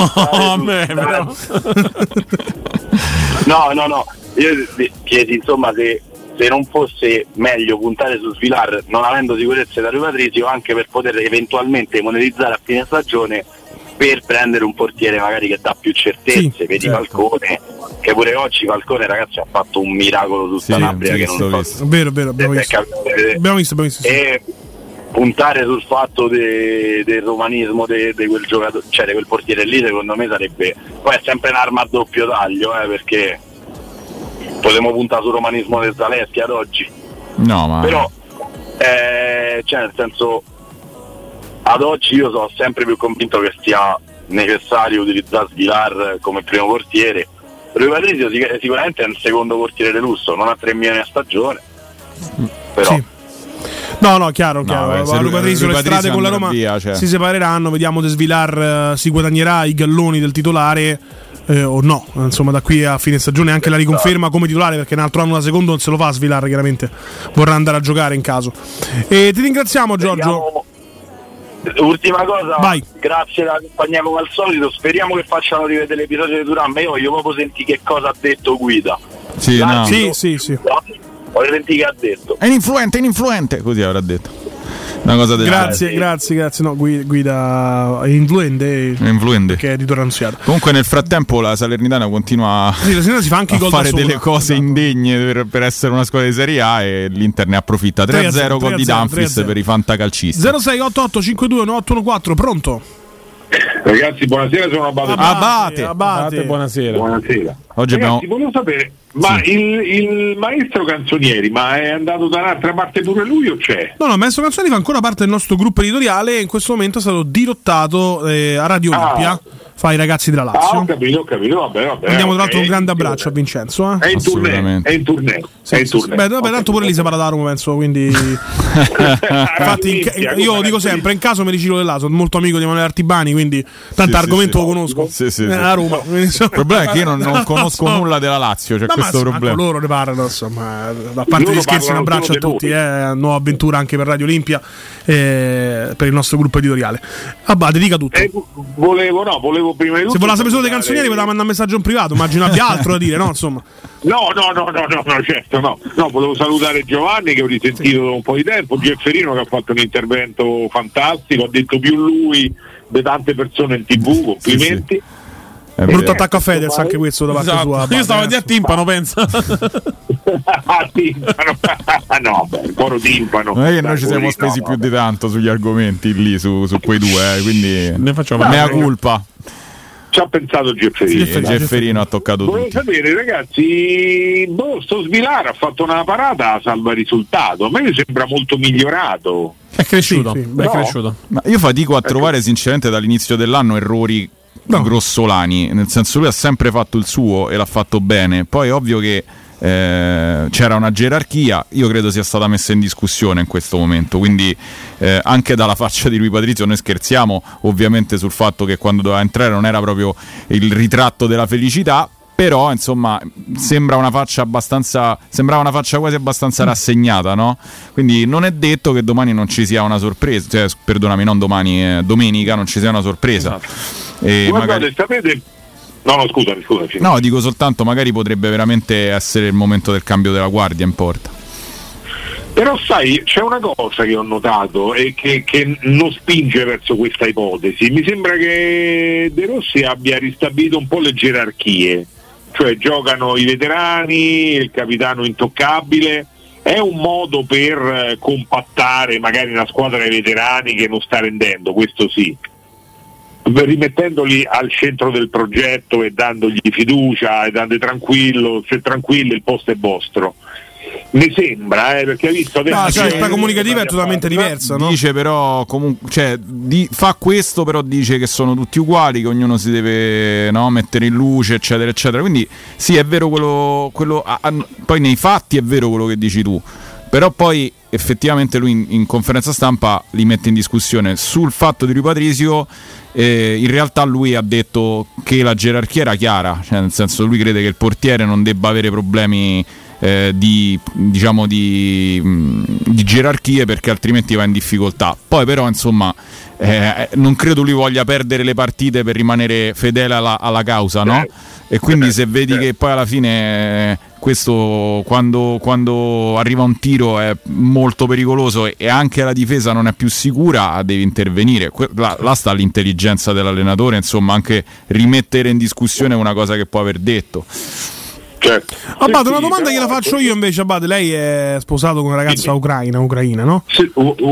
Speaker 11: No. Io chiesi insomma se non fosse meglio puntare su Svilar, non avendo sicurezze da Rui Patrizio, anche per poter eventualmente monetizzare a fine stagione, per prendere un portiere magari che dà più certezze. Vedi, certo. Falcone, che pure oggi Falcone, ragazzi, ha fatto un miracolo su Sanabria, che non
Speaker 6: visto. Vero, abbiamo visto.
Speaker 11: E puntare sul fatto del romanismo di quel giocatore, cioè di quel portiere lì, secondo me sarebbe, poi è sempre un'arma a doppio taglio, perché potremmo puntare sul romanismo del Zaleschi ad oggi.
Speaker 4: No, ma
Speaker 11: però cioè nel senso, ad oggi io sono sempre più convinto che sia necessario utilizzare Svilar come primo portiere. Rui Patrizio sicuramente è un secondo portiere di lusso, non ha 3 milioni a stagione, però
Speaker 6: sì. No, chiaro. Rui Patrizio, le strade con la Roma si separeranno, vediamo se Svilar si guadagnerà i galloni del titolare o no, insomma, da qui a fine stagione anche la riconferma come titolare, perché un altro anno da secondo non se lo fa Svilar, chiaramente vorrà andare a giocare in caso. E ti ringraziamo, Giorgio.
Speaker 11: Ultima cosa,
Speaker 6: vai.
Speaker 11: Grazie della compagnia come al solito, speriamo che facciano rivedere l'episodio di Turam. Io voglio proprio sentire che cosa ha detto Guida.
Speaker 6: Sì.
Speaker 11: Voglio sentire che ha detto.
Speaker 4: È influente, così avrà detto. Una cosa del
Speaker 6: grazie. No, Guida è influente. Che è di Torranziata.
Speaker 4: Comunque nel frattempo la Salernitana continua
Speaker 6: la Salernitana si fa anche
Speaker 4: a fare delle cose indegne per essere una squadra di Serie A, e l'Inter ne approfitta. 3-0 gol di Dumfries per i fantacalcisti.
Speaker 6: 0688521814, pronto?
Speaker 13: Ragazzi, buonasera, sono
Speaker 6: Abate.
Speaker 13: Buonasera.
Speaker 4: Oggi
Speaker 13: ragazzi, volevo sapere, ma il maestro Canzonieri, ma è andato da un'altra parte pure lui o c'è?
Speaker 6: No, il maestro Canzonieri fa ancora parte del nostro gruppo editoriale e in questo momento è stato dirottato a Radio Olimpia. Fa i ragazzi della Lazio.
Speaker 13: Ho capito, vabbè.
Speaker 6: Andiamo tra l'altro un grande abbraccio a Vincenzo.
Speaker 13: È in tournée.
Speaker 6: Beh, tanto pure lì separa da Roma, penso, quindi infatti io lo dico sempre, in caso mi riciclo dell'A, sono molto amico di Emanuele Artibani, quindi tanto argomento lo conosco. A Roma.
Speaker 4: Il problema è che io non conosco nulla della Lazio, c'è questo problema.
Speaker 6: Loro ne parlano, insomma, a parte gli scherzi, un abbraccio a tutti, nuova avventura anche per Radio Olimpia, per il nostro gruppo editoriale. Abate, dica tutto.
Speaker 13: Volevo volevo prima di tutto.
Speaker 6: Se voleva sapere solo dei canzonieri, poteva mandare un messaggio in privato. Immagino abbia altro da dire, no? Insomma.
Speaker 13: No, certo no. No, volevo salutare Giovanni che ho risentito da un po' di tempo, Gefferino che ha fatto un intervento fantastico, ha detto più lui di tante persone in TV, complimenti.
Speaker 6: Sì. Brutto attacco a Fedez anche questo da parte sua.
Speaker 3: Io stavo a dire a timpano, pensa.
Speaker 13: A timpano. No, beh, coro timpano.
Speaker 4: Non è che noi ci siamo spesi più di tanto sugli argomenti lì, su quei due, quindi
Speaker 3: ne facciamo
Speaker 4: mea culpa.
Speaker 13: Ci ha pensato Gefferino.
Speaker 4: Gefferino ha toccato
Speaker 13: volevo
Speaker 4: tutti.
Speaker 13: sapere, ragazzi, sto Svilar ha fatto una parata salva risultato. A me mi sembra molto migliorato.
Speaker 3: È cresciuto,
Speaker 6: è cresciuto.
Speaker 4: Ma io fatico a trovare sinceramente dall'inizio dell'anno errori grossolani, nel senso lui ha sempre fatto il suo e l'ha fatto bene. Poi è ovvio che c'era una gerarchia, io credo sia stata messa in discussione in questo momento, quindi anche dalla faccia di lui Patrizio noi scherziamo ovviamente sul fatto che quando doveva entrare non era proprio il ritratto della felicità, però insomma sembrava una faccia quasi abbastanza rassegnata, no? Quindi non è detto che domani non ci sia una sorpresa, cioè, perdonami, non domani, domenica non ci sia una sorpresa.
Speaker 13: Guardate, magari... sapete... No, scusami.
Speaker 4: No, dico soltanto, magari potrebbe veramente essere il momento del cambio della guardia in porta.
Speaker 13: Però sai, c'è una cosa che ho notato e che non spinge verso questa ipotesi. Mi sembra che De Rossi abbia ristabilito un po' le gerarchie, cioè giocano i veterani, il capitano intoccabile. È un modo per compattare magari una squadra dei veterani che non sta rendendo, questo sì, rimettendoli al centro del progetto e dandogli fiducia e dando tranquillo, se tranquilli il posto è vostro. Mi sembra, perché hai visto adesso
Speaker 6: la scelta comunicativa è totalmente diversa, no?
Speaker 4: Dice però comunque, cioè, fa questo, però dice che sono tutti uguali, che ognuno si deve mettere in luce, eccetera eccetera. Quindi sì, è vero quello poi nei fatti è vero quello che dici tu, però poi effettivamente lui in conferenza stampa li mette in discussione sul fatto di Rui Patrizio. In realtà lui ha detto che la gerarchia era chiara, cioè nel senso lui crede che il portiere non debba avere problemi di gerarchie, perché altrimenti va in difficoltà. Poi però insomma non credo lui voglia perdere le partite per rimanere fedele alla causa, no? E quindi se vedi che poi alla fine questo quando arriva un tiro è molto pericoloso e anche la difesa non è più sicura, devi intervenire. Là sta l'intelligenza dell'allenatore, insomma, anche rimettere in discussione una cosa che può aver detto.
Speaker 13: Certo.
Speaker 6: Abate, una domanda gliela faccio io invece. Abate, lei è sposato con una ragazza ucraina, no?
Speaker 13: Sì,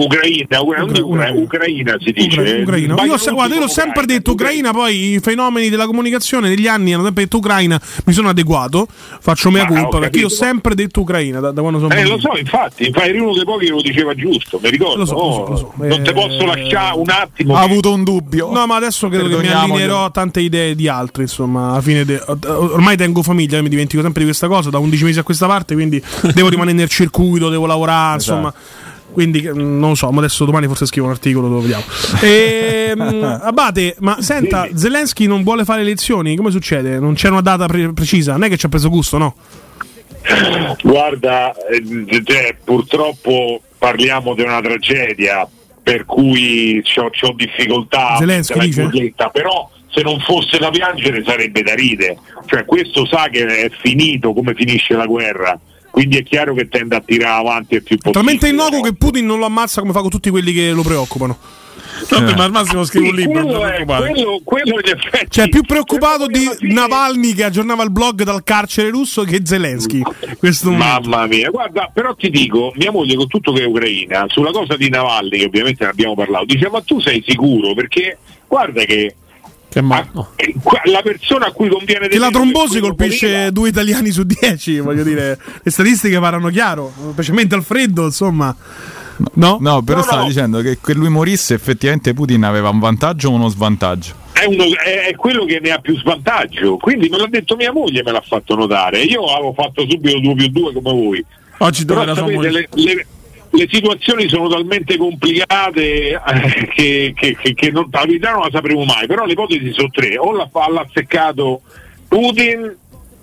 Speaker 13: Ucraina si dice.
Speaker 6: Ucraina. Io l'ho sempre detto Ucraina, poi i fenomeni della comunicazione negli anni hanno sempre detto Ucraina, mi sono adeguato, faccio mea culpa, perché io ho sempre detto Ucraina da quando sono
Speaker 13: lo so, infatti eri uno dei pochi che lo diceva giusto, mi ricordo.
Speaker 6: Lo so.
Speaker 13: Non ti posso lasciare un attimo.
Speaker 4: Ha avuto un dubbio.
Speaker 6: No, ma adesso credo che mi allineerò a tante idee di altri, insomma, alla fine ormai tengo famiglia, mi dimentico sempre di questa cosa da 11 mesi a questa parte, quindi devo rimanere nel circuito, devo lavorare, insomma. Quindi non lo so, ma adesso domani forse scrivo un articolo, lo vediamo. Abate, ma senta, Zelensky non vuole fare elezioni, come succede? Non c'è una data precisa, non è che ci ha preso gusto, no?
Speaker 13: Guarda, purtroppo parliamo di una tragedia per cui c'ho difficoltà
Speaker 6: Zelensky
Speaker 13: bolletta, però se non fosse da piangere sarebbe da ridere, cioè questo sa che è finito come finisce la guerra, quindi è chiaro che tende a tirare avanti il più possibile.
Speaker 6: Talmente innocuo che Putin non lo ammazza come fa con tutti quelli che lo preoccupano.
Speaker 3: Ma al massimo scrivo un libro.
Speaker 13: Quello in effetti,
Speaker 6: cioè, più preoccupato di Navalny che aggiornava il blog dal carcere russo che Zelensky.
Speaker 13: Mamma mia, guarda, però ti dico, mia moglie, con tutto che è ucraina, sulla cosa di Navalny, che ovviamente ne abbiamo parlato, dice: ma tu sei sicuro? Perché guarda che la persona a cui conviene
Speaker 6: che la trombosi colpisce 2 italiani su 10, voglio dire, le statistiche parlano chiaro, specialmente al freddo, insomma.
Speaker 4: No, però stava dicendo che lui morisse, effettivamente Putin aveva un vantaggio o uno svantaggio?
Speaker 13: È quello che ne ha più svantaggio, quindi me l'ha detto mia moglie, me l'ha fatto notare. Io avevo fatto subito 2+2 come voi.
Speaker 3: Oggi
Speaker 13: però sapete, le situazioni sono talmente complicate che non, la verità non la sapremo mai, però le ipotesi sono 3: o l'ha azzeccato Putin,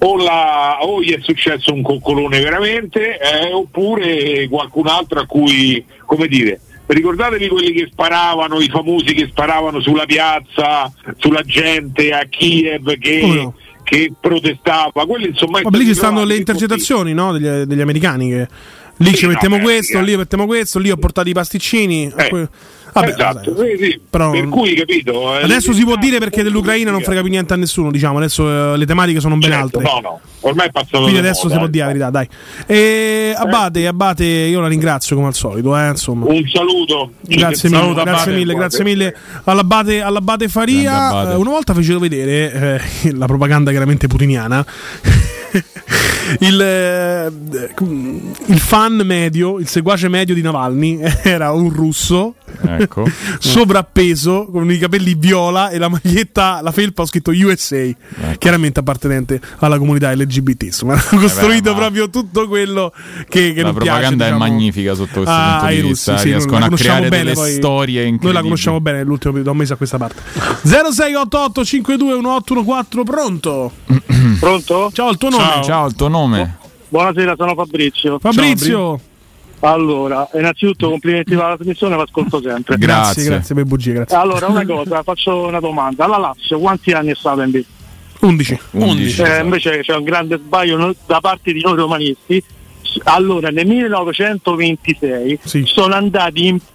Speaker 13: o gli è successo un coccolone veramente, oppure qualcun altro a cui, come dire, ricordatevi quelli che sparavano, i famosi che sparavano sulla piazza, sulla gente a Kiev che protestava, quelli insomma.
Speaker 6: Ma lì ci stanno le intercettazioni, no? degli americani che lì ci mettiamo questo, lì mettiamo questo, lì ho portato i pasticcini. Vabbè,
Speaker 13: esatto, sì.
Speaker 6: Però,
Speaker 13: per cui capito.
Speaker 6: Adesso si può dire perché dell'Ucraina non frega più niente a nessuno, diciamo. Adesso le tematiche sono ben altre.
Speaker 13: No, ormai è passato.
Speaker 6: Quindi adesso si può dire la verità, dai. Abate, io la ringrazio come al solito, insomma.
Speaker 13: Un saluto.
Speaker 6: Grazie mille. All'Abate Faria. Una volta fecero vedere la propaganda chiaramente putiniana. Il fan medio, il seguace medio di Navalny era un russo,
Speaker 4: ecco,
Speaker 6: sovrappeso, con i capelli viola e la maglietta, la felpa ho scritto USA, ecco, chiaramente appartenente alla comunità LGBT. Insomma, hanno costruito proprio tutto quello che
Speaker 4: la
Speaker 6: non
Speaker 4: propaganda
Speaker 6: piace,
Speaker 4: è magnifica sotto questo punto di vista.
Speaker 6: Russi,
Speaker 4: riescono a creare delle storie incredibili.
Speaker 6: Noi la conosciamo bene nell'ultimo da un mese a questa parte. 0688 52 1814.
Speaker 7: Pronto?
Speaker 6: Ciao, il tuo nome?
Speaker 4: Ciao, il tuo nome?
Speaker 7: Buonasera, sono Fabrizio.
Speaker 6: Fabrizio.
Speaker 7: Allora, innanzitutto complimenti per la trasmissione, vi ascolto sempre.
Speaker 6: Grazie per bugie, grazie.
Speaker 7: Allora, una cosa, faccio una domanda. La Lazio quanti anni è stata in B?
Speaker 6: 11.
Speaker 7: Invece c'è un grande sbaglio da parte di noi romanisti. Allora, nel 1926 sono andati in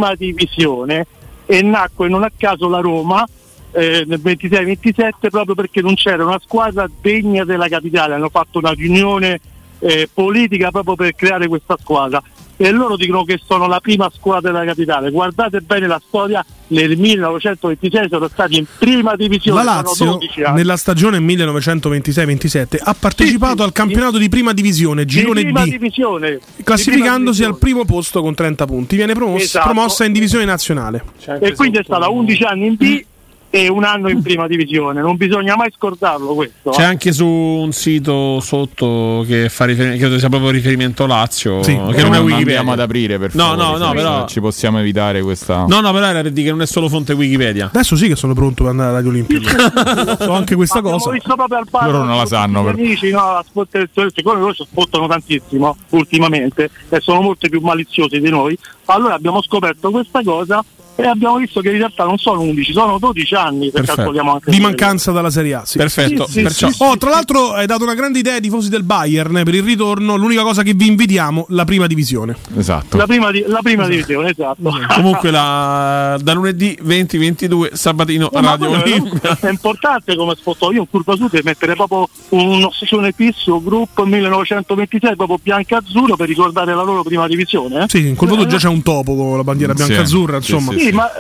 Speaker 7: prima divisione e nacque non a caso la Roma nel 26-27 proprio perché non c'era una squadra degna della capitale. Hanno fatto una riunione politica proprio per creare questa squadra e loro dicono che sono la prima squadra della capitale. Guardate bene la storia, nel 1926 sono stati in prima divisione.
Speaker 6: La Lazio nella stagione 1926-27 ha partecipato al campionato di prima divisione, girone D, classificandosi al primo posto con 30 punti. Viene promossa in divisione nazionale
Speaker 7: e quindi è stata 11 anni in B e un anno in prima divisione, non bisogna mai scordarlo questo.
Speaker 3: C'è anche su un sito sotto che fa riferimento, credo sia proprio riferimento Lazio, che non è Wikipedia.
Speaker 4: Andiamo ad aprire per favore,
Speaker 3: no, però
Speaker 4: ci possiamo evitare questa.
Speaker 3: No, però era per dire che non è solo fonte Wikipedia.
Speaker 6: Adesso sì che sono pronto per andare alla Radio Olimpica. So anche questa cosa.
Speaker 7: Ho visto proprio al bar.
Speaker 4: Loro non la sanno.
Speaker 7: Amici, siccome loro ci spottano tantissimo ultimamente e sono molto più maliziosi di noi. Allora abbiamo scoperto questa cosa e abbiamo visto che in realtà non sono 11, sono 12 anni se calcoliamo anche
Speaker 6: di mancanza dalla Serie A.
Speaker 3: Perfetto.
Speaker 6: Tra l'altro hai dato una grande idea ai tifosi del Bayern per il ritorno. L'unica cosa che vi invitiamo, la prima divisione.
Speaker 4: Esatto.
Speaker 7: La prima divisione, esatto.
Speaker 3: Comunque da lunedì 20-22 sabatino Radio Olimpica.
Speaker 7: È importante come spot. Io in Curva Sud mettere proprio un'ossessione fisso gruppo 1926 proprio bianco-azzurro per ricordare la loro prima divisione.
Speaker 6: Sì, in Curva Sud già c'è un topo con la bandiera bianco-azzurra, insomma.
Speaker 7: Sì, ma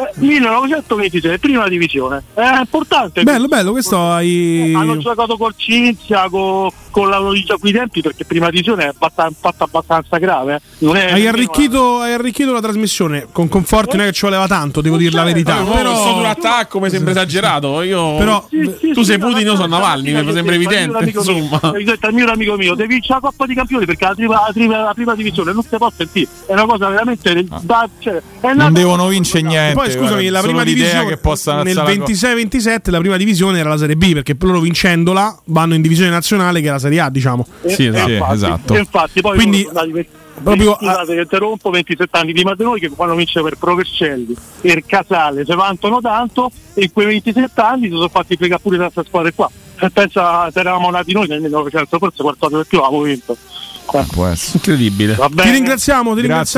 Speaker 7: 1926 prima divisione è importante.
Speaker 6: Bello, questo
Speaker 7: hanno giocato col Cinzia, con la Lodigia quei tempi, perché prima divisione è fatta abbastanza grave. Non è
Speaker 6: hai arricchito la trasmissione con conforti, non è che ci voleva tanto, devo dire la verità.
Speaker 3: Però stato un attacco mi sembra esagerato. Però tu sei Putin, io sono Navalny, mi sembra evidente. Insomma,
Speaker 7: il mio amico mio, devi vincere la Coppa di Campioni perché la prima divisione non si può sentire. È una cosa veramente
Speaker 4: non devono vincere niente.
Speaker 6: Poi scusami, la prima divisione
Speaker 4: che possa
Speaker 6: nel 26-27 la prima divisione era la Serie B, perché loro vincendola vanno in divisione nazionale che è la Serie A, diciamo.
Speaker 4: Sì, esatto.
Speaker 7: Infatti poi
Speaker 6: quindi proprio
Speaker 7: che interrompo 27 anni prima di noi che quando vince per Provercelli e il Casale si vantano tanto e in quei 27 anni si sono fatti pregare pure da queste squadre qua. Pensa se eravamo nati noi nel 1900 forse qualcosa di più avevo vinto.
Speaker 4: Può essere
Speaker 3: incredibile.
Speaker 6: Ti ringraziamo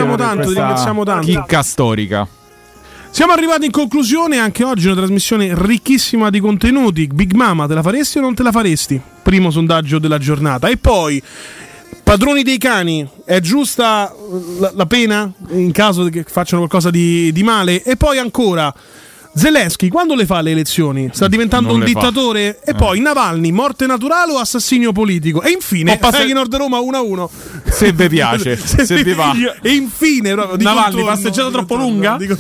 Speaker 6: tanto.
Speaker 4: Chicca storica.
Speaker 6: Siamo arrivati in conclusione anche oggi, una trasmissione ricchissima di contenuti. Big Mama, te la faresti o non te la faresti? Primo sondaggio della giornata. E poi, padroni dei cani, è giusta la pena in caso che facciano qualcosa di male? E poi ancora, Zelensky quando le fa le elezioni? Sta diventando un dittatore? E poi Navalny, morte naturale o assassinio politico? E infine Feyenoord Roma 1-1.
Speaker 4: Se vi piace, se vi va.
Speaker 6: E infine proprio
Speaker 3: Navalny, passeggiata troppo lunga?
Speaker 6: Di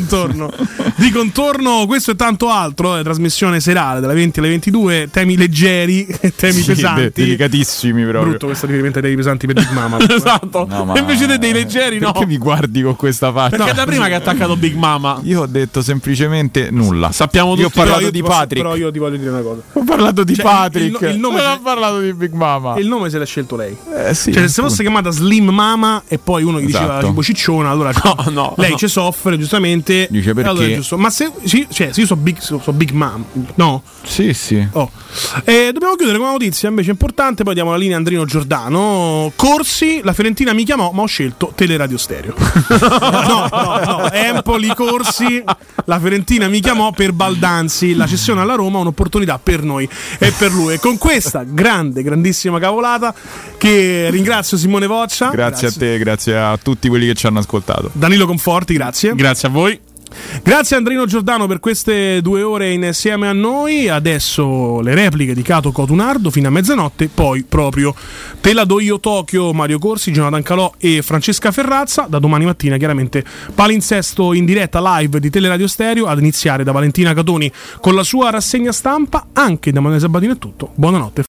Speaker 6: contorno, questo e tanto altro. Trasmissione serale dalle 20 alle 22, temi leggeri, temi pesanti,
Speaker 4: delicatissimi proprio.
Speaker 6: Brutto questo riferimento ai temi pesanti per Big Mama.
Speaker 3: Esatto. No, invece dei leggeri, no.
Speaker 4: Perché mi guardi con questa faccia?
Speaker 3: Perché è da prima che ha attaccato Big Mama.
Speaker 4: Io ho detto semplicemente nulla. nulla.
Speaker 3: Sappiamo tutti.
Speaker 4: Io ho parlato di Patrick.
Speaker 6: Però io ti voglio dire una cosa.
Speaker 4: Ho parlato di Patrick.
Speaker 6: Il nome
Speaker 4: non ho parlato di Big Mama.
Speaker 6: Il nome se l'ha scelto lei.
Speaker 4: Sì,
Speaker 6: cioè, se fosse chiamata Slim Mama e poi uno gli diceva tipo cicciona, allora lei ci soffre giustamente.
Speaker 4: Dice perché?
Speaker 6: Allora è giusto. Ma se io so Big Mama, no?
Speaker 4: Sì.
Speaker 6: Dobbiamo chiudere con una notizia invece importante, poi diamo la linea a Andrino Giordano. Corsi, la Fiorentina mi chiamò, ma ho scelto Teleradio Stereo. no, Empoli Corsi, la Fiorentina mi chiamò per Baldanzi, la cessione alla Roma, un'opportunità per noi e per lui. E con questa grandissima cavolata che ringrazio Simone Voccia.
Speaker 4: Grazie a te, grazie a tutti quelli che ci hanno ascoltato.
Speaker 6: Danilo Conforti, grazie.
Speaker 3: Grazie a voi.
Speaker 6: Grazie a Andrino Giordano per queste 2 ore insieme a noi. Adesso le repliche di Cato Cotunardo fino a mezzanotte. Poi proprio Te la do io Tokyo, Mario Corsi, Jonathan Calò e Francesca Ferrazza. Da domani mattina chiaramente palinsesto in diretta live di Teleradio Stereo, ad iniziare da Valentina Catoni con la sua rassegna stampa. Anche da Manuele Sabatino è tutto. Buonanotte.